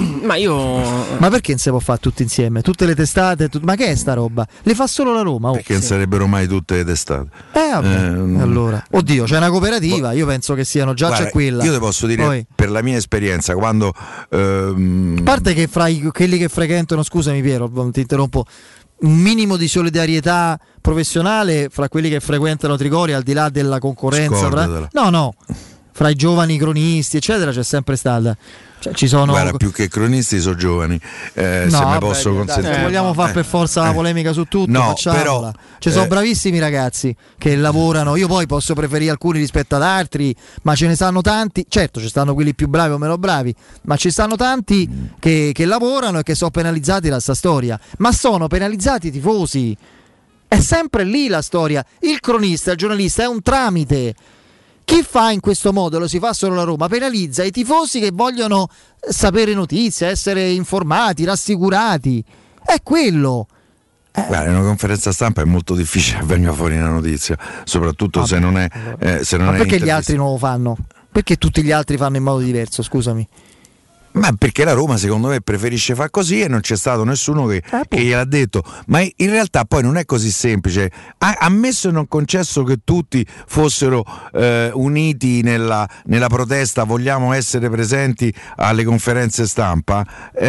Ma perché non si può fare tutti insieme? Tutte le testate, ma che è sta roba? Le fa solo la Roma? Perché non sarebbero mai tutte le testate. Allora, oddio, c'è una cooperativa, io penso che siano già, guarda, c'è quella. Io ti posso dire, poi, per la mia esperienza, quando a parte che fra quelli che frequentano, scusami Piero, ti interrompo, un minimo di solidarietà professionale fra quelli che frequentano Trigoria, al di là della concorrenza fra i giovani cronisti eccetera, c'è sempre stata. Cioè, ci sono... Guarda, più che cronisti sono giovani, se mi posso consentire. Se vogliamo fare per forza la polemica su tutto, facciamola. Ci sono bravissimi ragazzi che lavorano, io poi posso preferire alcuni rispetto ad altri, ma ce ne stanno tanti, certo ci stanno quelli più bravi o meno bravi, ma ci stanno tanti che lavorano e che sono penalizzati da sta storia, ma sono penalizzati i tifosi, è sempre lì la storia. Il cronista, il giornalista è un tramite. Chi fa in questo modo, lo si fa solo la Roma, penalizza i tifosi che vogliono sapere notizie, essere informati, rassicurati. È quello. Guarda, in una conferenza stampa è molto difficile che venga fuori una notizia, soprattutto se non è. Ma perché gli altri non lo fanno? Perché tutti gli altri fanno in modo diverso, scusami? Ma perché la Roma secondo me preferisce far così e non c'è stato nessuno che gliel'ha detto. Ma in realtà poi non è così semplice. Ammesso e non concesso che tutti fossero uniti nella protesta, vogliamo essere presenti alle conferenze stampa,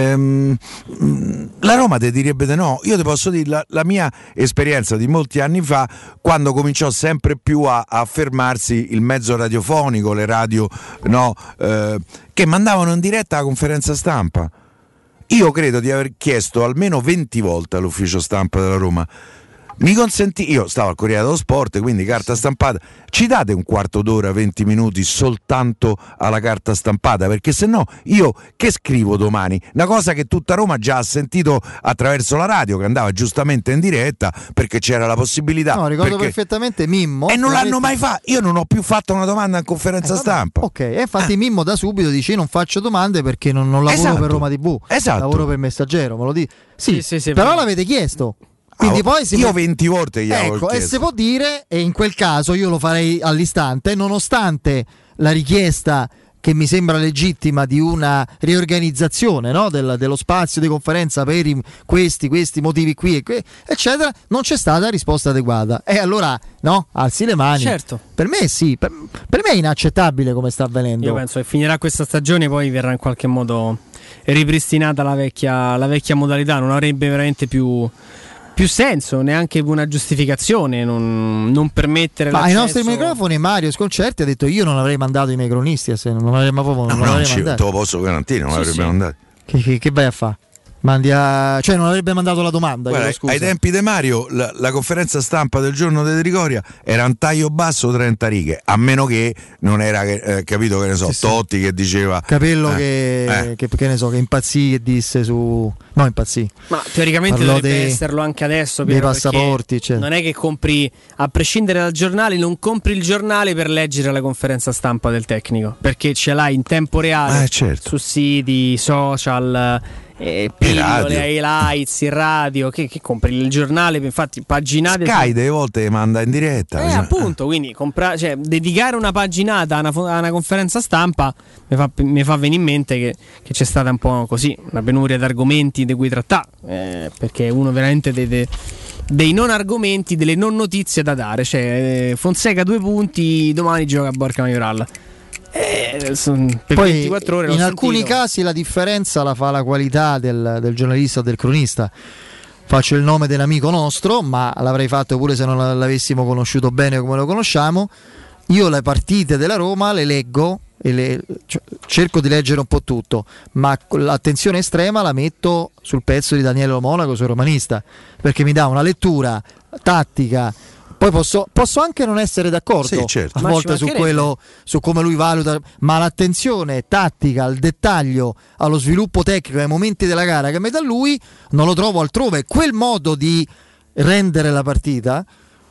la Roma ti direbbe di no. Io ti posso dire la mia esperienza di molti anni fa, quando cominciò sempre più a affermarsi il mezzo radiofonico, le radio che mandavano in diretta la conferenza stampa. Io credo di aver chiesto almeno 20 volte all'ufficio stampa della Roma: Mi consenti, io stavo al Corriere dello Sport, quindi carta stampata. Ci date un quarto d'ora, 20 minuti soltanto alla carta stampata? Perché se no io che scrivo domani? Una cosa che tutta Roma già ha sentito attraverso la radio, che andava giustamente in diretta perché c'era la possibilità. No, ricordo perfettamente Mimmo. E non l'hanno mai fatto. Io non ho più fatto una domanda in conferenza stampa. Ok, e infatti Mimmo da subito dice: non faccio domande perché non lavoro per Roma TV. Esatto. Lavoro per Messaggero, me lo dico. Sì, sì, però l'avete chiesto. Quindi poi io 20 volte gli avevo chiesto. E si può dire, e in quel caso io lo farei all'istante, nonostante la richiesta che mi sembra legittima di una riorganizzazione, no? dello spazio di conferenza per questi motivi qui eccetera, non c'è stata risposta adeguata. E allora no, alzi le mani. Certo. Per me sì, per me è inaccettabile come sta avvenendo. Io penso che finirà questa stagione, poi verrà in qualche modo ripristinata la vecchia modalità, non avrebbe veramente più senso, neanche una giustificazione non permettere ma l'accesso. Ai nostri microfoni Mario Sconcerti ha detto: io non avrei mandato i miei cronisti, se non avremmo proprio non te lo posso garantire, non l'avrebbe mandato. Che vai a fare? Cioè non avrebbe mandato la domanda. Guarda, ai tempi di Mario la conferenza stampa del giorno di Trigoria era un taglio basso 30 righe, a meno che non era capito, che ne so, Totti che diceva Capello che ne so, che impazzì, che disse su impazzì, ma teoricamente dovrebbe esserlo anche adesso, dei passaporti, non è che compri, a prescindere dal giornale, non compri il giornale per leggere la conferenza stampa del tecnico, perché ce l'hai in tempo reale, certo, su siti, social, pillole, highlights, il radio, che compri il giornale, infatti paginate Sky delle volte manda in diretta, appunto, quindi dedicare una paginata a una conferenza stampa mi fa venire in mente che c'è stata un po' così una penuria di argomenti di cui trattare, perché uno veramente dei non argomenti, delle non notizie da dare, cioè Fonseca 2 punti, domani gioca a Borca Majoral. Per poi 24 ore in alcuni casi la differenza la fa la qualità del giornalista o del cronista. Faccio il nome dell'amico nostro, ma l'avrei fatto pure se non l'avessimo conosciuto bene come lo conosciamo. Io le partite della Roma le leggo e cerco di leggere un po' tutto, ma l'attenzione estrema la metto sul pezzo di Daniele Lo Monaco sul romanista, perché mi dà una lettura tattica. Poi posso anche non essere d'accordo, certo, a volte su quello, su come lui valuta, ma l'attenzione tattica, al dettaglio, allo sviluppo tecnico, ai momenti della gara che mi dà lui, non lo trovo altrove. Quel modo di rendere la partita,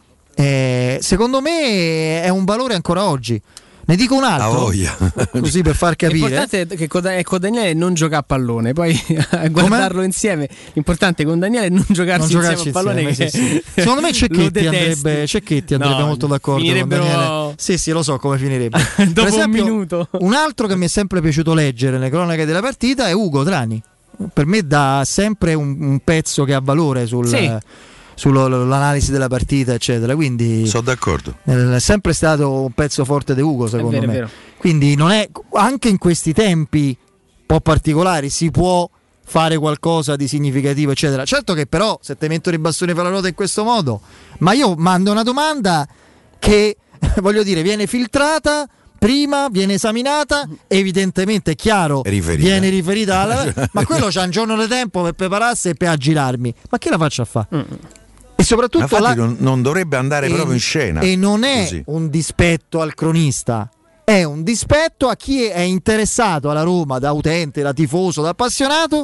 secondo me, è un valore ancora oggi. Ne dico un altro, così per far capire. L'importante è che con Daniele non giocare a pallone, poi a guardarlo insieme. L'importante è con Daniele non giocarsi insieme a pallone. Sì. Secondo me Cecchetti andrebbe molto d'accordo con Daniele. Sì, lo so come finirebbe. Dopo per esempio, un minuto. Un altro che mi è sempre piaciuto leggere nelle cronache della partita è Ugo Trani. Per me dà sempre un pezzo che ha valore sull'analisi della partita, eccetera. Quindi sono d'accordo. È sempre stato un pezzo forte di Ugo, secondo me. Vero. Quindi non è, anche in questi tempi un po' particolari si può fare qualcosa di significativo, eccetera. Certo che però se te mettono i bastoni per la ruota in questo modo, ma io mando una domanda che voglio dire viene filtrata prima, viene esaminata, evidentemente è chiaro, viene riferita ma quello c'ha un giorno di tempo per prepararsi e per aggirarmi, ma che la faccio a fare? E soprattutto non dovrebbe andare proprio in scena. E non è un dispetto al cronista, è un dispetto a chi è interessato alla Roma da utente, da tifoso, da appassionato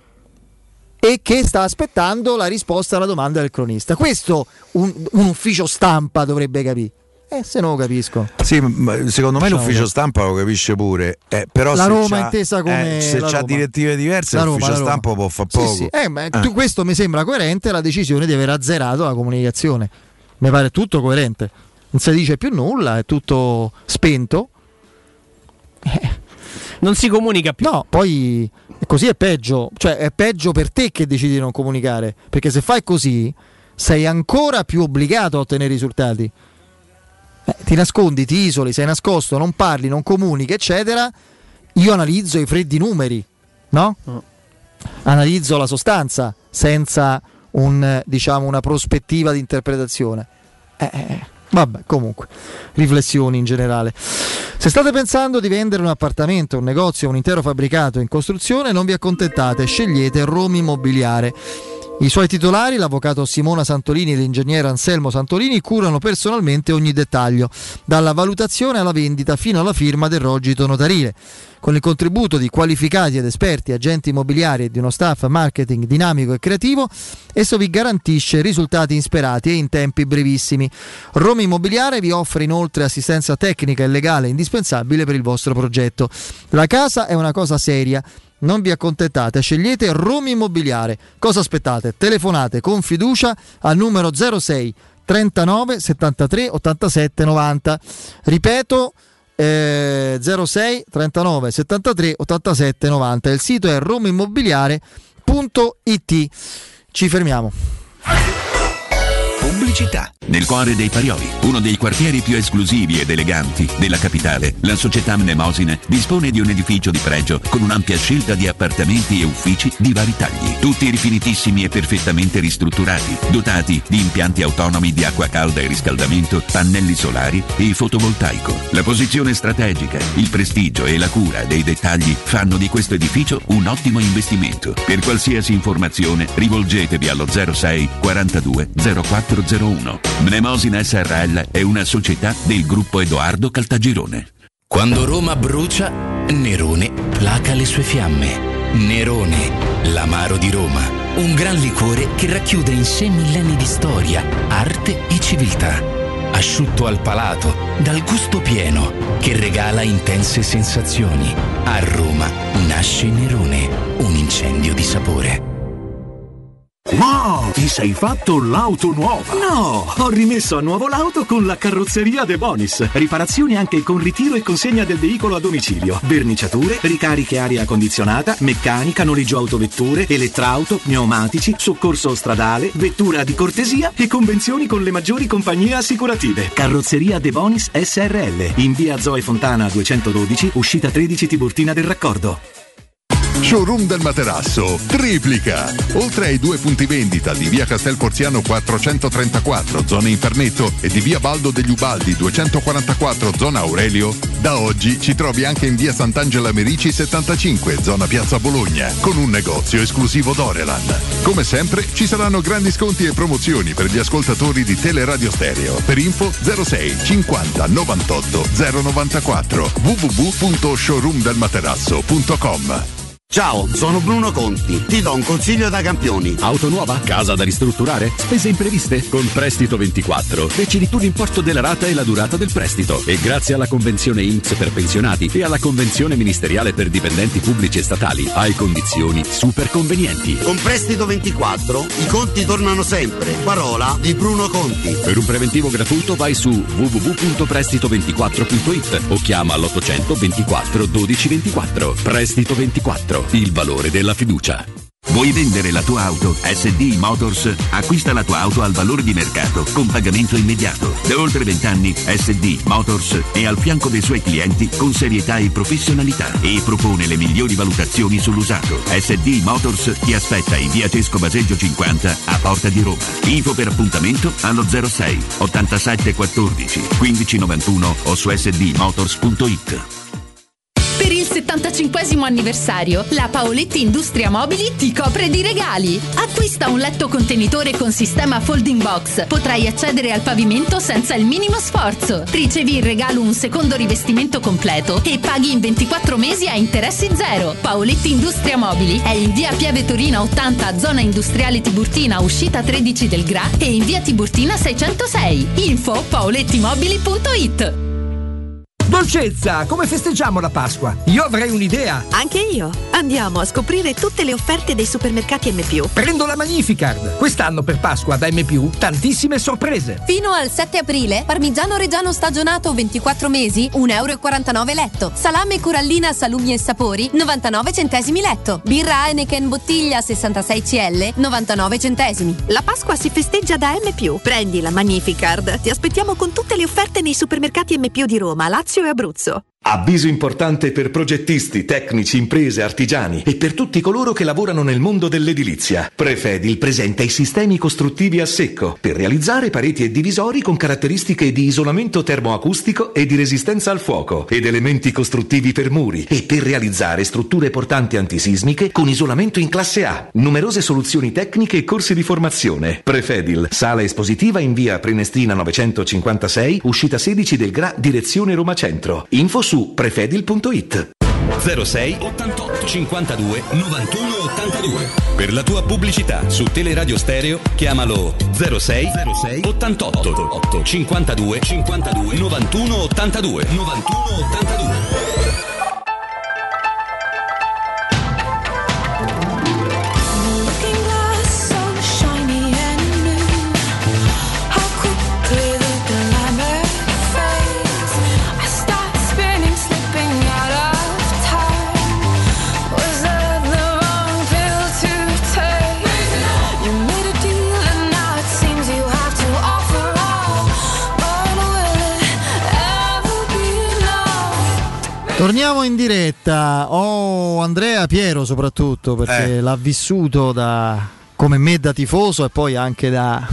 e che sta aspettando la risposta alla domanda del cronista. Questo un ufficio stampa dovrebbe capire. Se non lo capisco. Sì, secondo me l'ufficio stampa lo capisce pure. Però la Roma intesa come se c'ha direttive diverse, l'ufficio stampa può fare poco. Sì. Questo mi sembra coerente la decisione di aver azzerato la comunicazione. Mi pare tutto coerente. Non si dice più nulla, è tutto spento. Non si comunica più. No, poi così è peggio. Cioè è peggio per te che decidi di non comunicare. Perché se fai così sei ancora più obbligato a ottenere risultati. Ti nascondi, ti isoli, sei nascosto, non parli, non comunichi, eccetera. Io analizzo i freddi numeri, no? Analizzo la sostanza senza una prospettiva di interpretazione. Vabbè, comunque, riflessioni in generale. Se state pensando di vendere un appartamento, un negozio, un intero fabbricato in costruzione, non vi accontentate, scegliete Roma Immobiliare. I suoi titolari, l'avvocato Simona Santolini e l'ingegnere Anselmo Santolini, curano personalmente ogni dettaglio, dalla valutazione alla vendita fino alla firma del rogito notarile. Con il contributo di qualificati ed esperti agenti immobiliari e di uno staff marketing dinamico e creativo, esso vi garantisce risultati insperati e in tempi brevissimi. Roma Immobiliare vi offre inoltre assistenza tecnica e legale indispensabile per il vostro progetto. La casa è una cosa seria. Non vi accontentate, scegliete Roma Immobiliare. Cosa aspettate? Telefonate con fiducia al numero 06 39 73 87 90. Ripeto, 06 39 73 87 90. Il sito è romaimmobiliare.it. Ci fermiamo. Pubblicità. Nel cuore dei Parioli, uno dei quartieri più esclusivi ed eleganti della capitale, la società Mnemosine dispone di un edificio di pregio con un'ampia scelta di appartamenti e uffici di vari tagli, tutti rifinitissimi e perfettamente ristrutturati, dotati di impianti autonomi di acqua calda e riscaldamento, pannelli solari e fotovoltaico. La posizione strategica, il prestigio e la cura dei dettagli fanno di questo edificio un ottimo investimento. Per qualsiasi informazione rivolgetevi allo 06 42 0401. Mnemosine SRL è una società del gruppo Edoardo Caltagirone. Quando Roma brucia, Nerone placa le sue fiamme. Nerone, l'amaro di Roma. Un gran liquore che racchiude in sé millenni di storia, arte e civiltà. Asciutto al palato, dal gusto pieno, che regala intense sensazioni. A Roma nasce Nerone, un incendio di sapore. Ma ti sei fatto l'auto nuova? No, ho rimesso a nuovo l'auto con la carrozzeria De Bonis. Riparazioni anche con ritiro e consegna del veicolo a domicilio, verniciature, ricariche aria condizionata, meccanica, noleggio autovetture, elettrauto, pneumatici, soccorso stradale, vettura di cortesia e convenzioni con le maggiori compagnie assicurative. Carrozzeria De Bonis SRL, in via Zoe Fontana 212, uscita 13 Tiburtina del Raccordo. Showroom del Materasso triplica. Oltre ai 2 punti vendita di via Castel Porziano 434 zona Infernetto e di via Baldo degli Ubaldi 244 zona Aurelio, da oggi ci trovi anche in via Sant'Angela Merici 75 zona Piazza Bologna con un negozio esclusivo Dorelan. Come sempre ci saranno grandi sconti e promozioni per gli ascoltatori di Teleradio Stereo. Per info 06 50 98 094 www.showroomdelmaterasso.com. Ciao, sono Bruno Conti. Ti do un consiglio da campioni. Auto nuova? Casa da ristrutturare? Spese impreviste? Con Prestito 24 decidi tu l'importo della rata e la durata del prestito. E grazie alla convenzione INPS per pensionati e alla convenzione ministeriale per dipendenti pubblici e statali hai condizioni super convenienti. Con Prestito 24 i conti tornano sempre. Parola di Bruno Conti. Per un preventivo gratuito vai su www.prestito24.it o chiama all'800 24 12 24. Prestito 24. Il valore della fiducia. Vuoi vendere la tua auto? SD Motors acquista la tua auto al valore di mercato con pagamento immediato. Da oltre 20 anni SD Motors è al fianco dei suoi clienti con serietà e professionalità e propone le migliori valutazioni sull'usato. SD Motors ti aspetta in via Cesco Baseggio 50 a Porta di Roma. Info per appuntamento allo 06 87 14 15 91 o su sdmotors.it. Per il 75° anniversario, la Paoletti Industria Mobili ti copre di regali. Acquista un letto contenitore con sistema folding box. Potrai accedere al pavimento senza il minimo sforzo. Ricevi in regalo un secondo rivestimento completo e paghi in 24 mesi a interessi zero. Paoletti Industria Mobili è in via Pieve Torina 80, zona industriale Tiburtina, uscita 13 del Gra, e in via Tiburtina 606. Info paolettimobili.it. Dolcezza, come festeggiamo la Pasqua? Io avrei un'idea. Anche io. Andiamo a scoprire tutte le offerte dei supermercati M+. Prendo la Magnificard. Quest'anno per Pasqua da M+, tantissime sorprese. Fino al 7 aprile, parmigiano reggiano stagionato 24 mesi, 1,49 € letto. Salame Corallina salumi e sapori, 99 centesimi letto. Birra Heineken bottiglia 66 CL, 99 centesimi. La Pasqua si festeggia da M+. Prendi la Magnificard. Ti aspettiamo con tutte le offerte nei supermercati M+ di Roma, Lazio e Abruzzo. Avviso importante per progettisti, tecnici, imprese, artigiani e per tutti coloro che lavorano nel mondo dell'edilizia. Prefedil presenta i sistemi costruttivi a secco per realizzare pareti e divisori con caratteristiche di isolamento termoacustico e di resistenza al fuoco ed elementi costruttivi per muri e per realizzare strutture portanti antisismiche con isolamento in classe A. Numerose soluzioni tecniche e corsi di formazione. Prefedil, sala espositiva in via Prenestina 956, uscita 16 del GRA, direzione Roma Centro. Info su prefedil.it. 06 88 52 91 82. Per la tua pubblicità su Teleradio Stereo chiamalo 06 88 52 91 82. Torniamo in diretta. Andrea Piero soprattutto, perché l'ha vissuto come me da tifoso e poi anche da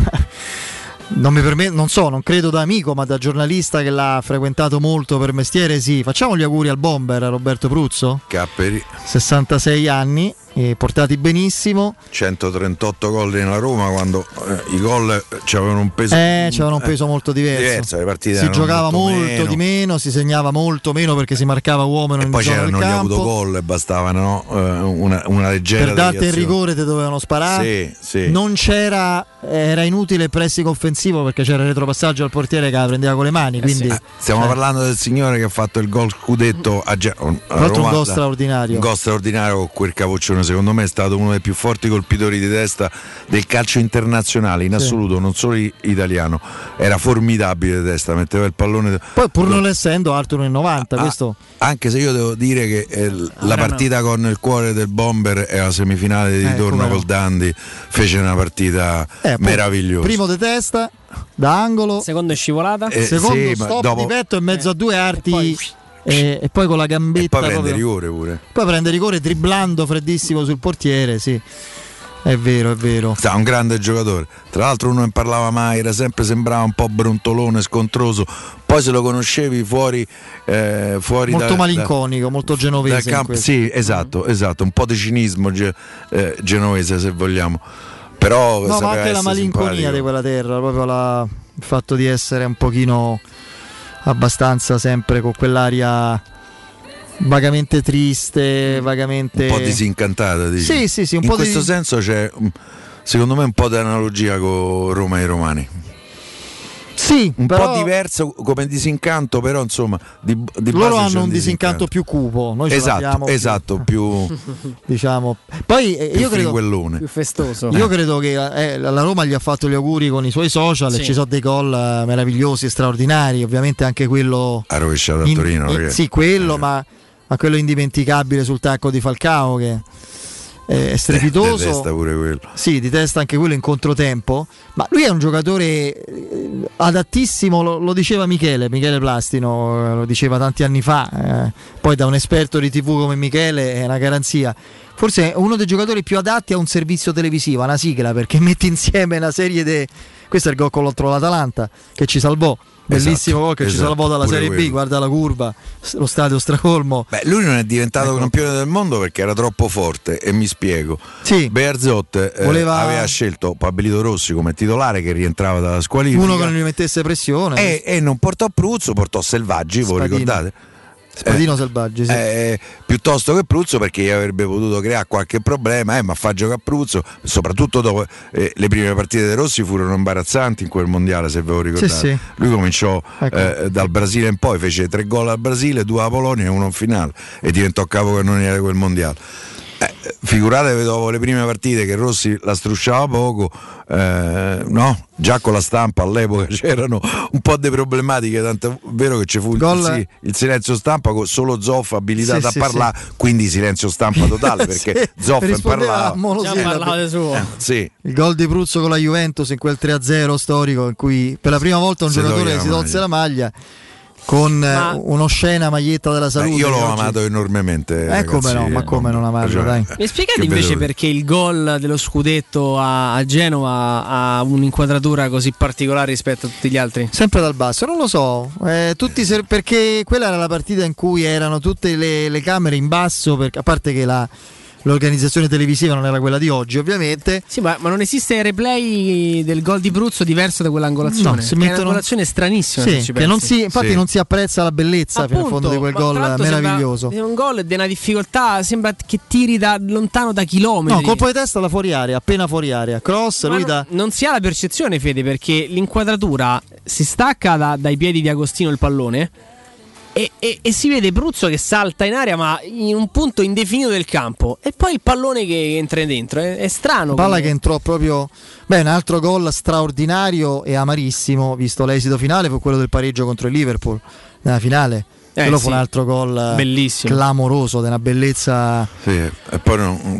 non credo da amico, ma da giornalista che l'ha frequentato molto per mestiere. Sì, facciamo gli auguri al bomber, a Roberto Pruzzo. Capperi. 66 anni. Portati benissimo, 138 gol nella Roma, quando i gol c'avevano un peso molto diverso. Le partite si giocava molto di meno, si segnava molto meno perché si marcava uomo e poi c'erano gli autogol e bastavano una leggera per darti il rigore ti dovevano sparare. Sì. Non c'era, era inutile il pressing offensivo perché c'era il retropassaggio al portiere che la prendeva con le mani, quindi stiamo parlando del signore che ha fatto il gol scudetto a Roma, un gol straordinario con quel capoccione. Secondo me è stato uno dei più forti colpitori di testa del calcio internazionale in assoluto, non solo italiano. Era formidabile di testa, metteva il pallone. Poi pur non essendo alto 1,90, questo. Anche se io devo dire che la partita con il cuore del bomber è la semifinale di ritorno col Dundee, fece una partita meravigliosa. Primo di testa, da angolo, secondo è scivolata, secondo stop di petto in mezzo a due arti. E poi con la gambetta e poi prende rigore pure. Poi prende rigore dribblando freddissimo sul portiere, sì. È vero. Sta un grande giocatore. Tra l'altro uno non parlava mai, sembrava un po' brontolone, scontroso. Poi se lo conoscevi fuori molto malinconico, molto genovese. Dal campo, sì, esatto, un po' di cinismo genovese se vogliamo. Però ma anche la malinconia simpatico di quella terra, proprio il fatto di essere un pochino abbastanza sempre con quell'aria vagamente triste, vagamente un po' disincantata, dici? Sì, un in po' questo senso c'è secondo me un po' di analogia con Roma e i romani. Sì, un po' diverso come disincanto, però insomma di loro hanno un disincanto più cupo. Noi esatto, più diciamo. Poi io credo più festoso. Io credo che la Roma gli ha fatto gli auguri con i suoi social e ci sono dei gol meravigliosi e straordinari, ovviamente anche quello ha rovesciato a Torino. Sì, quello, ma quello indimenticabile sul tacco di Falcao che è strepitoso. Di testa pure quello. Sì, di testa anche quello in controtempo. Ma lui è un giocatore adattissimo, lo diceva Michele Plastino, lo diceva tanti anni fa. Poi da un esperto di TV come Michele è una garanzia. Forse è uno dei giocatori più adatti a un servizio televisivo, a una sigla, perché mette insieme una serie di. Questo è il gol contro l'Atalanta che ci salvò. Bellissimo gol che ci salvò dalla Serie B, guarda la curva, lo stadio stracolmo. Lui non è diventato campione del mondo perché era troppo forte, e mi spiego. Sì. Bearzot aveva scelto Pablito Rossi come titolare che rientrava dalla squalifica. Uno che non gli mettesse pressione. E non portò Pruzzo, portò Selvaggi, voi ricordate? Spadino Selvaggi, sì. Piuttosto che Pruzzo, perché gli avrebbe potuto creare qualche problema, ma fa giocare Pruzzo, soprattutto dopo le prime partite dei Rossi furono imbarazzanti in quel mondiale, se ve lo ricordate. Sì. Lui cominciò dal Brasile in poi, fece 3 gol al Brasile, 2 alla Polonia e 1 in finale e diventò capocannoniere di quel mondiale. Figuratevi dopo le prime partite che Rossi la strusciava poco, no? Già con la stampa all'epoca c'erano un po' di problematiche, tanto vero che ci fu il silenzio stampa con solo Zoff abilitato a parlare, quindi silenzio stampa totale perché Zoff parlava di suo. Il gol di Pruzzo con la Juventus in quel 3-0 storico in cui per la prima volta un giocatore si tolse la maglia. con un'oscena maglietta della salute. Io l'ho amato enormemente. Come no, ma come non amarlo, dai. Mi spiegate invece perché il gol dello scudetto a Genova ha un'inquadratura così particolare rispetto a tutti gli altri? Sempre dal basso, non lo so, perché quella era la partita in cui erano tutte le camere in basso, a parte che l'organizzazione televisiva non era quella di oggi, ovviamente. Sì, ma non esiste il replay del gol di Bruzzo diverso da quell'angolazione. No, è un'angolazione stranissima. Sì, che non si apprezza la bellezza fino in fondo di quel gol meraviglioso. È un gol di una difficoltà, sembra che tiri da lontano da chilometri. No, colpo di testa da fuori area, appena fuori area. Cross, non si ha la percezione, Fede, perché l'inquadratura si stacca dai piedi di Agostino il pallone. E si vede Bruzzo che salta in aria ma in un punto indefinito del campo e poi il pallone che entra dentro, è strano. Palla che entrò proprio. Un altro gol straordinario e amarissimo visto l'esito finale fu quello del pareggio contro il Liverpool nella finale. Quello fu un altro gol bellissimo, clamoroso, di una bellezza. Sì, e poi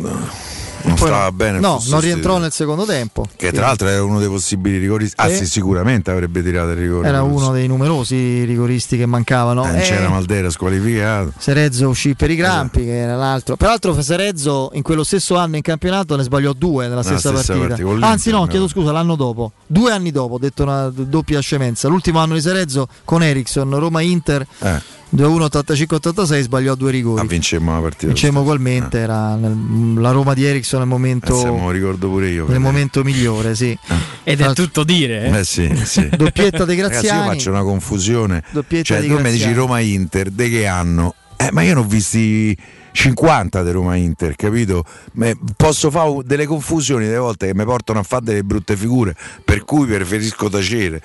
non stava bene. No, non rientrò nel secondo tempo. Che tra l'altro era uno dei possibili rigoristi. Anzi, sicuramente avrebbe tirato il rigore. Era uno dei numerosi rigoristi che mancavano. C'era Maldera squalificato. Serezzo uscì per i crampi, che era l'altro. Peraltro Serezzo in quello stesso anno in campionato ne sbagliò 2 nella stessa partita. Anzi no, chiedo scusa, l'anno dopo. 2 anni dopo, ho detto una doppia scemenza. L'ultimo anno di Serezzo con Eriksson, Roma-Inter. 2-1, 85-86, sbagliò 2 rigori. Vincemmo la partita. Vincemmo ugualmente, era la Roma di Eriksson nel momento. Me lo ricordo pure io. Nel momento migliore, sì. Ed è tutto dire. Sì. Doppietta De Graziani. Ragazzi, io faccio una confusione. Doppietta tu mi dici Roma-Inter, di che anno? Ma io non ho visti 50 di Roma-Inter, capito? Posso fare delle confusioni delle volte che mi portano a fare delle brutte figure, per cui preferisco tacere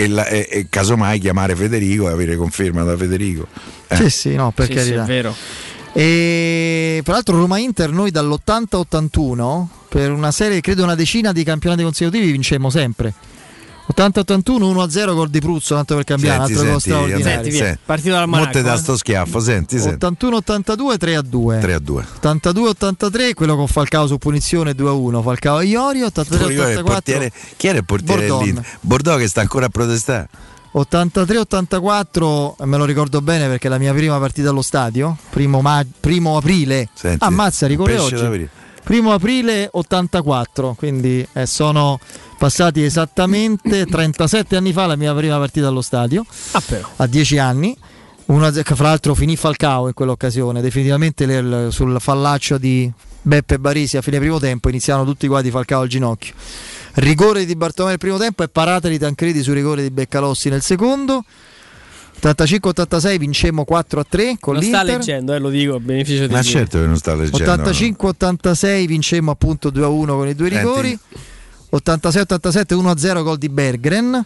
e casomai chiamare Federico e avere conferma da Federico. Sì, no, per carità. Sì, è vero. E tra l'altro Roma-Inter noi dall'80-81 per una serie, credo una decina di campionati consecutivi vincemmo sempre. 80-81 1-0 gol di Pruzzo, tanto per cambiare, un altro gol straordinario. Partito dal Monaco. Molte da sto schiaffo, senti. 81-82 3-2. 82-83 quello con Falcao su punizione 2-1. Falcao e Iorio. 83-84 chi era il portiere dell'Inter? Bordeaux che sta ancora a protestare. 83-84 me lo ricordo bene perché è la mia prima partita allo stadio, primo aprile. Senti, ammazza, ricorre oggi. 1 aprile 84, quindi sono passati esattamente 37 anni fa la mia prima partita allo stadio, a 10 anni. Fra l'altro finì Falcao in quell'occasione, definitivamente sul fallaccio di Beppe Barisi a fine primo tempo iniziarono tutti i guai di Falcao al ginocchio. Rigore di Bartomeu nel primo tempo e parata di Tancredi su rigore di Beccalossi nel secondo. 85-86 vincemmo 4-3 con non l'Inter. Sta leggendo, lo dico a beneficio di Ma certo che non sta leggendo. 85-86 vincemmo appunto 2-1 con i 2 rigori. 86-87 1-0 gol di Berggren.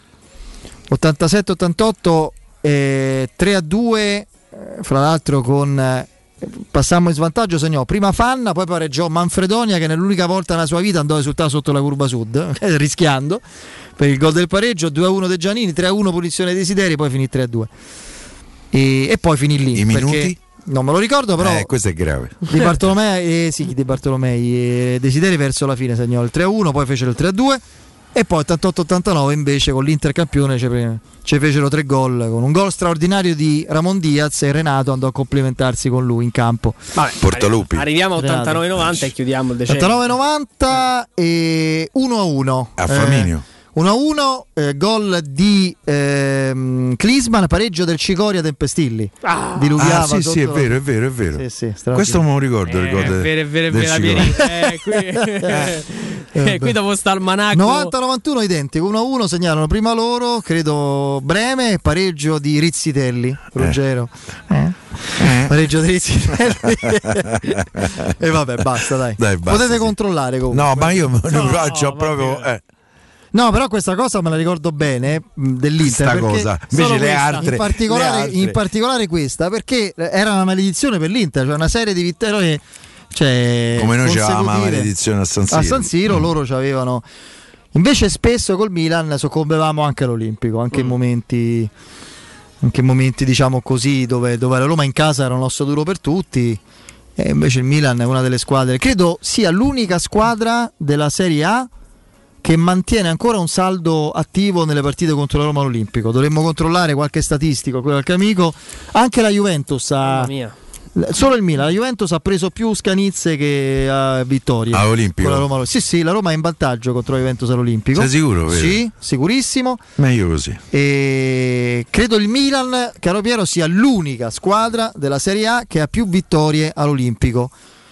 87-88 3-2 fra l'altro con passammo in svantaggio, segnò prima Fanna, poi pareggiò Manfredonia che nell'unica volta nella sua vita andò a risultare sotto la curva sud rischiando per il gol del pareggio. 2-1 De Giannini, 3-1 punizione dei Desideri, poi finì 3-2 e poi finì lì. I minuti? Non me lo ricordo, però questo è grave. Di Bartolomei Di Bartolomei Desideri verso la fine segnò il 3-1, poi fecero il 3-2 e poi 88-89 invece con l'Inter campione ci fecero 3 gol con un gol straordinario di Ramon Diaz e Renato andò a complimentarsi con lui in campo. Portalupi. Arriviamo a 89-90 e chiudiamo il decennio. 89-90 e 1-1 a Flaminio. 1-1 gol di Klinsmann, pareggio del Cicoria Tempestilli. Diluviava sì, è vero. Sì, questo me lo ricordo. È vero. Qui dopo sta il Monaco. 90-91 identico, 1-1 segnarono prima loro, credo Breme, pareggio di Rizzitelli, Ruggero. Pareggio di Rizzitelli. E vabbè, basta, dai basta, potete controllare comunque. No, ma io me lo faccio proprio No, però questa cosa me la ricordo bene dell'Inter. Cosa invece le altre in particolare questa, perché era una maledizione per l'Inter, cioè una serie di vittorie. Come noi c'avevamo la maledizione a San Siro. A San Siro loro c'avevano. Invece spesso col Milan soccombevamo anche all'Olimpico, anche in momenti diciamo così dove la Roma in casa era un osso duro per tutti. E invece il Milan è una delle squadre, credo sia l'unica squadra della Serie A che mantiene ancora un saldo attivo nelle partite contro la Roma all'Olimpico. Dovremmo controllare qualche statistico, qualche amico. Anche la Juventus ha... Solo il Milan, la Juventus ha preso più scanizze che vittorie all'Olimpico. Con la Roma. Sì, la Roma è in vantaggio contro la Juventus all'Olimpico. Sei sicuro? Vero? Sì, sicurissimo. Meglio così. E credo il Milan, caro Piero, sia l'unica squadra della Serie A che ha più vittorie all'Olimpico.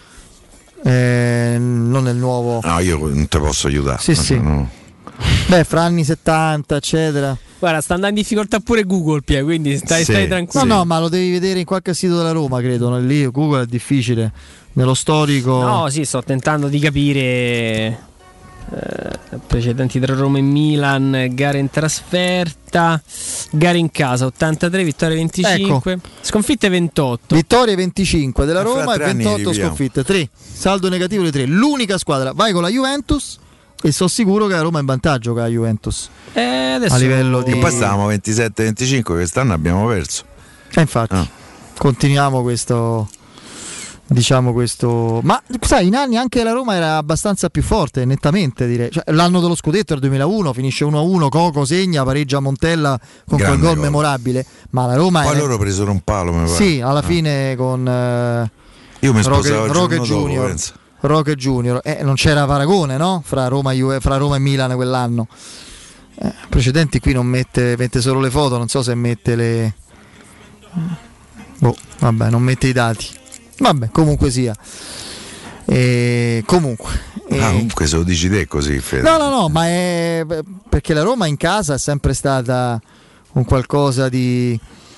Non nel nuovo. No, io non te posso aiutare. Sì. No. Beh, fra anni 70, eccetera. Guarda, sta andando in difficoltà pure Google, Pia, quindi stai tranquillo. No, ma lo devi vedere in qualche sito della Roma, credo. Lì Google è difficile. Nello storico. No, sì, sto tentando di capire precedenti tra Roma e Milan, gare in trasferta, gare in casa, 83, vittorie 25, ecco. Sconfitte 28. Vittorie 25 della Roma e 28 sconfitte, 3. Saldo negativo di 3. L'unica squadra, vai con la Juventus e sono sicuro che la Roma è in vantaggio con la Juventus. Adesso a livello di... E poi stavamo 27-25, quest'anno abbiamo perso. Infatti, continuiamo questo... Diciamo questo, ma sai, in anni anche la Roma era abbastanza più forte, nettamente direi. Cioè, l'anno dello scudetto era il 2001, finisce 1-1, Coco segna, pareggia Montella con quel gol memorabile. Ma la Roma poi loro presero un palo, mi pare. Sì, alla fine con io mi sposavo Roque Junior. Roque Junior, non c'era paragone, no? Fra Roma e Milan quell'anno. Precedenti qui non mette solo le foto, non so se mette le vabbè, non mette i dati. Vabbè, comunque sia. Comunque se lo dici te così, Fede. No, ma è perché la Roma in casa è sempre stata un qualcosa di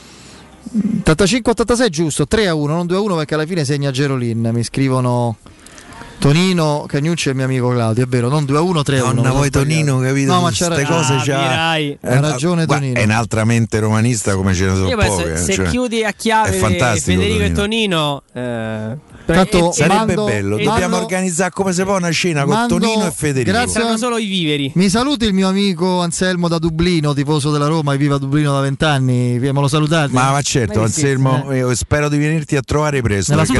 85-86 giusto, 3-1, non 2-1 perché alla fine segna Gerolin, mi scrivono Tonino Cagnucci e il mio amico Claudio, è vero, non 2-1, 3-1. Nonna, vuoi Tonino, capito? No, ma queste cose ha ragione Tonino. È un'altra mente romanista come ce ne sono poche. Se chiudi a chiave Federico e Tonino, tanto sarebbe bello. Dobbiamo organizzare come se può una cena con Tonino e Federico. Saranno solo i viveri. Mi saluti il mio amico Anselmo da Dublino, tifoso della Roma, e viva Dublino da 20 anni. Me lo salutate? Ma certo, Anselmo, io spero di venirti a trovare presto. Ma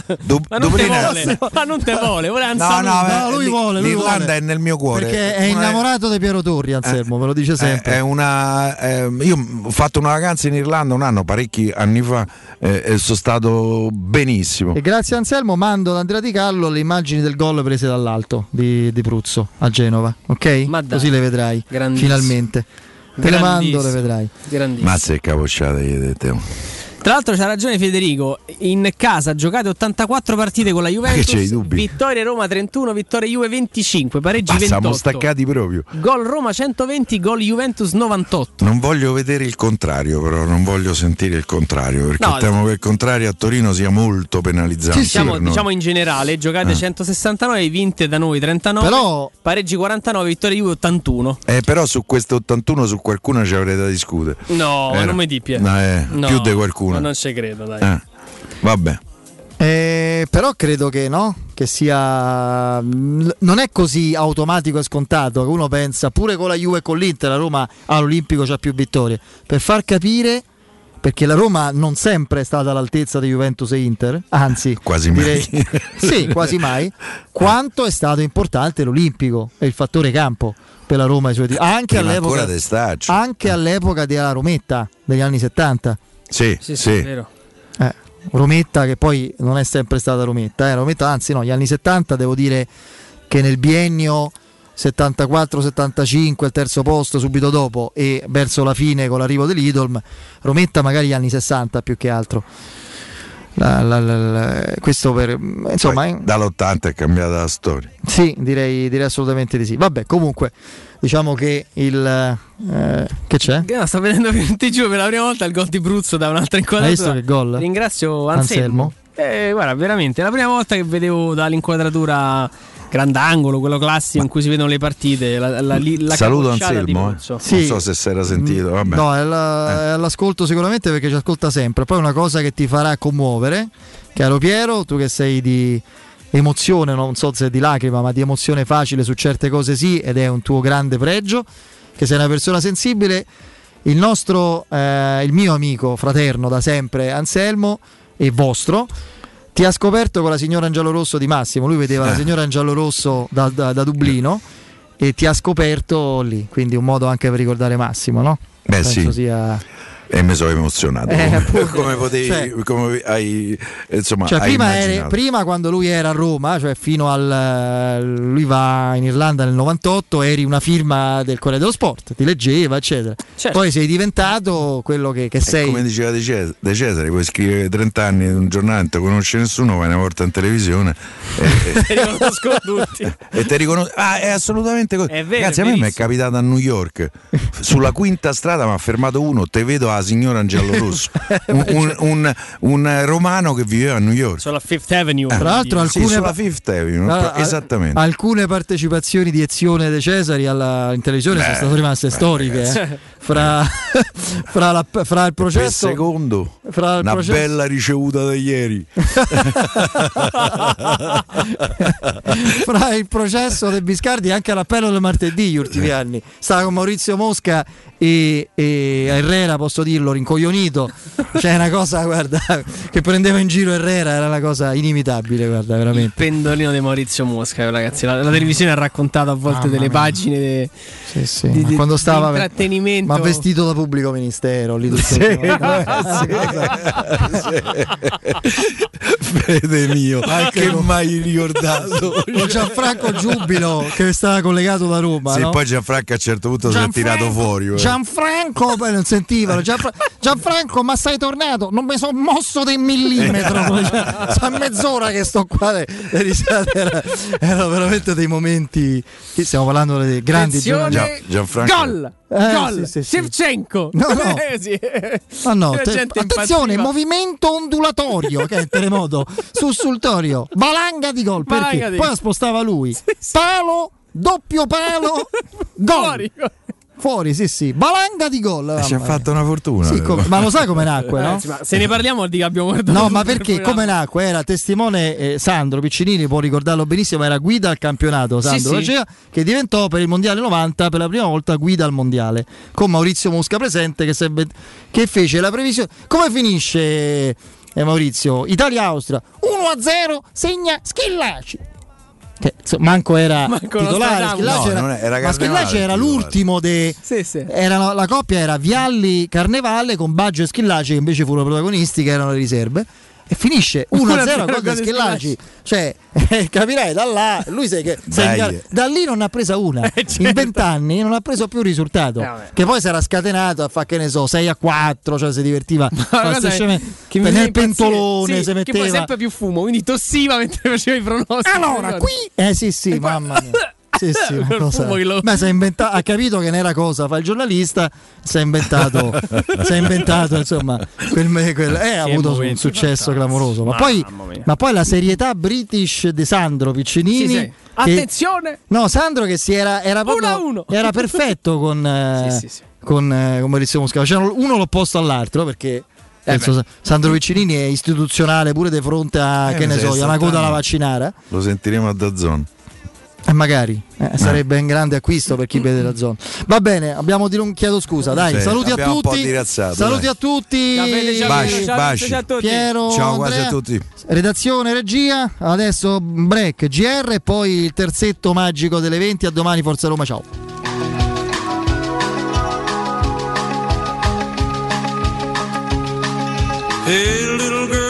non te vuole. Lui vuole. L'Irlanda è nel mio cuore. Perché è innamorato di Piero Torri, Anselmo, me lo dice sempre. Io ho fatto una vacanza in Irlanda un anno, parecchi anni fa, e sono stato benissimo. E grazie a Anselmo mando ad Andrea Di Carlo le immagini del gol prese dall'alto di Pruzzo a Genova, ok? Così le vedrai finalmente. Te le mando, le vedrai. Mazza e capocciata gli detto. Tra l'altro c'ha ragione Federico, in casa giocate 84 partite con la Juventus, vittorie Roma 31, vittorie Juve 25, pareggi 28. Siamo staccati proprio. Gol Roma 120, gol Juventus 98. Non voglio vedere il contrario, però non voglio sentire il contrario, perché temo che il contrario a Torino sia molto penalizzante. Diciamo in generale, giocate 169, vinte da noi 39, però... pareggi 49, vittorie Juve 81. Però su queste 81 su qualcuno ci avrei da discutere. No, ma non mi di più. No, più di qualcuno. Ma non ci credo, dai. Vabbè. Però credo che che sia non è così automatico e scontato che uno pensa pure con la Juve e con l'Inter la Roma all'Olimpico c'ha più vittorie, per far capire, perché la Roma non sempre è stata all'altezza di Juventus e Inter, anzi quasi mai. Sì, quasi mai, quanto è stato importante l'Olimpico e il fattore campo per la Roma e i suoi anche all'epoca della Rometta degli anni 70. Sì, è vero. Rometta che poi non è sempre stata Rometta, Rometta, anzi no, gli anni 70 devo dire che nel biennio 74-75 al terzo posto subito dopo e verso la fine con l'arrivo dell'Idolm, Rometta magari gli anni 60 più che altro. Questo per insomma dall'80 è cambiata la storia. Sì, direi assolutamente di sì. Vabbè, comunque diciamo che che c'è? Sto vedendo ti giuro per la prima volta il gol di Bruzzo da un'altra inquadratura. Hai visto che gol? Ringrazio Anselmo. Guarda, veramente è la prima volta che vedevo dall'inquadratura grandangolo, quello classico in cui si vedono le partite. La saluto Anselmo. Sì. Non so se si era sentito. Vabbè. No, è all'ascolto sicuramente perché ci ascolta sempre. Poi una cosa che ti farà commuovere, caro Piero, tu che sei di emozione, non so se di lacrima, ma di emozione facile su certe cose sì, ed è un tuo grande pregio, che sei una persona sensibile. Il mio amico fraterno da sempre Anselmo e vostro ti ha scoperto con la signora in giallorosso di Massimo. Lui vedeva la signora in giallorosso da Dublino e ti ha scoperto lì, quindi un modo anche per ricordare Massimo, no? Beh, penso sì. sia... E mi sono emozionato. Come potevi, cioè, come hai, insomma, cioè hai prima quando lui era a Roma, cioè fino lui va in Irlanda nel 98, eri una firma del Corriere dello Sport, ti leggeva eccetera, certo. Poi sei diventato quello che sei. Come diceva De Cesare, puoi scrivere 30 anni in un giornale, non ti conosce nessuno, vai una volta in televisione ti riconoscono tutti e ti riconosco. È assolutamente così. È vero, ragazzi, a me mi è capitato a New York, sulla quinta strada mi ha fermato uno, te vedo la signora Angelo Rosso, un romano che viveva a New York, sulla Fifth Avenue. Tra l'altro sulla Fifth Avenue, esattamente. Alcune partecipazioni di Ezione De Cesari in televisione sono state rimaste storiche, fra il processo, per secondo, fra il una processo... bella ricevuta da ieri. Fra il processo De Biscardi e anche l'appello del martedì gli ultimi anni stava con Maurizio Mosca e Herrera, posso dirlo, rincoglionito, cioè una cosa, guarda, che prendeva in giro Herrera, era una cosa inimitabile, guarda, veramente. Il pendolino di Maurizio Mosca, ragazzi, la televisione ha raccontato a volte delle pagine di quando stava di intrattenimento, ma vestito da pubblico ministero lì tutto Fede mio, che mai ricordato con Gianfranco Giubilo che stava collegato da Roma, sì, no? Poi Gianfranco a un certo punto si è tirato fuori. Gianfranco, poi non sentivano. Gianfranco, ma sei tornato? Non mi sono mosso di millimetro. Sa mezz'ora che sto qua. Le risate erano veramente dei momenti. Stiamo parlando dei grandi Gianfranco. Gol! Shevchenko. Attenzione, movimento ondulatorio, che è il terremoto sussultorio. Valanga di gol, perché poi la spostava lui. Palo, doppio palo, gol. Fuori, sì. Valanga di gol. Ci ha fatto una fortuna. Sì, ma lo sai come nacque, no? Ma se ne parliamo vuol dire che abbiamo guardato. No, ma perché come nacque? Era testimone Sandro Piccinini, può ricordarlo benissimo, era guida al campionato Sandro Lacea, che diventò per il mondiale 90 per la prima volta guida al mondiale, con Maurizio Mosca presente che fece la previsione. Come finisce Maurizio? Italia-Austria 1-0, segna Schillaci. Che manco era titolare, ma Schillaci era l'ultimo la coppia era Vialli Carnevale con Baggio e Schillaci, che invece furono protagonisti, che erano le riserve, e finisce 1-0 con da Schillaci, cioè capirai, da là lui da lì non ha presa una in 20 anni, non ha preso più risultato, che poi si era scatenato a fare, che ne so, 6-4, cioè si divertiva nel pentolone, si metteva, che poi sempre più fumo, quindi tossiva mentre faceva i pronostici. Allora qui sì, mamma mia. Sì, beh, ha capito che non era cosa fa il giornalista, si è inventato insomma ha avuto un successo clamoroso, ma poi la serietà British di Sandro Piccinini, attenzione, Sandro che era proprio 1-1. Era perfetto con Maurizio Mosca, facevano uno l'opposto all'altro, perché Sandro Piccinini è istituzionale pure di fronte a una coda alla vaccinara. Lo sentiremo a DAZN. Magari sarebbe un grande acquisto per chi vede la zona. Va bene, abbiamo chiedo scusa, dai, saluti a tutti. Saluti a tutti. Baci. Piero, ciao quasi a tutti. Redazione, regia, adesso break, GR e poi il terzetto magico delle 20. A domani, Forza Roma, ciao. Hey little girl,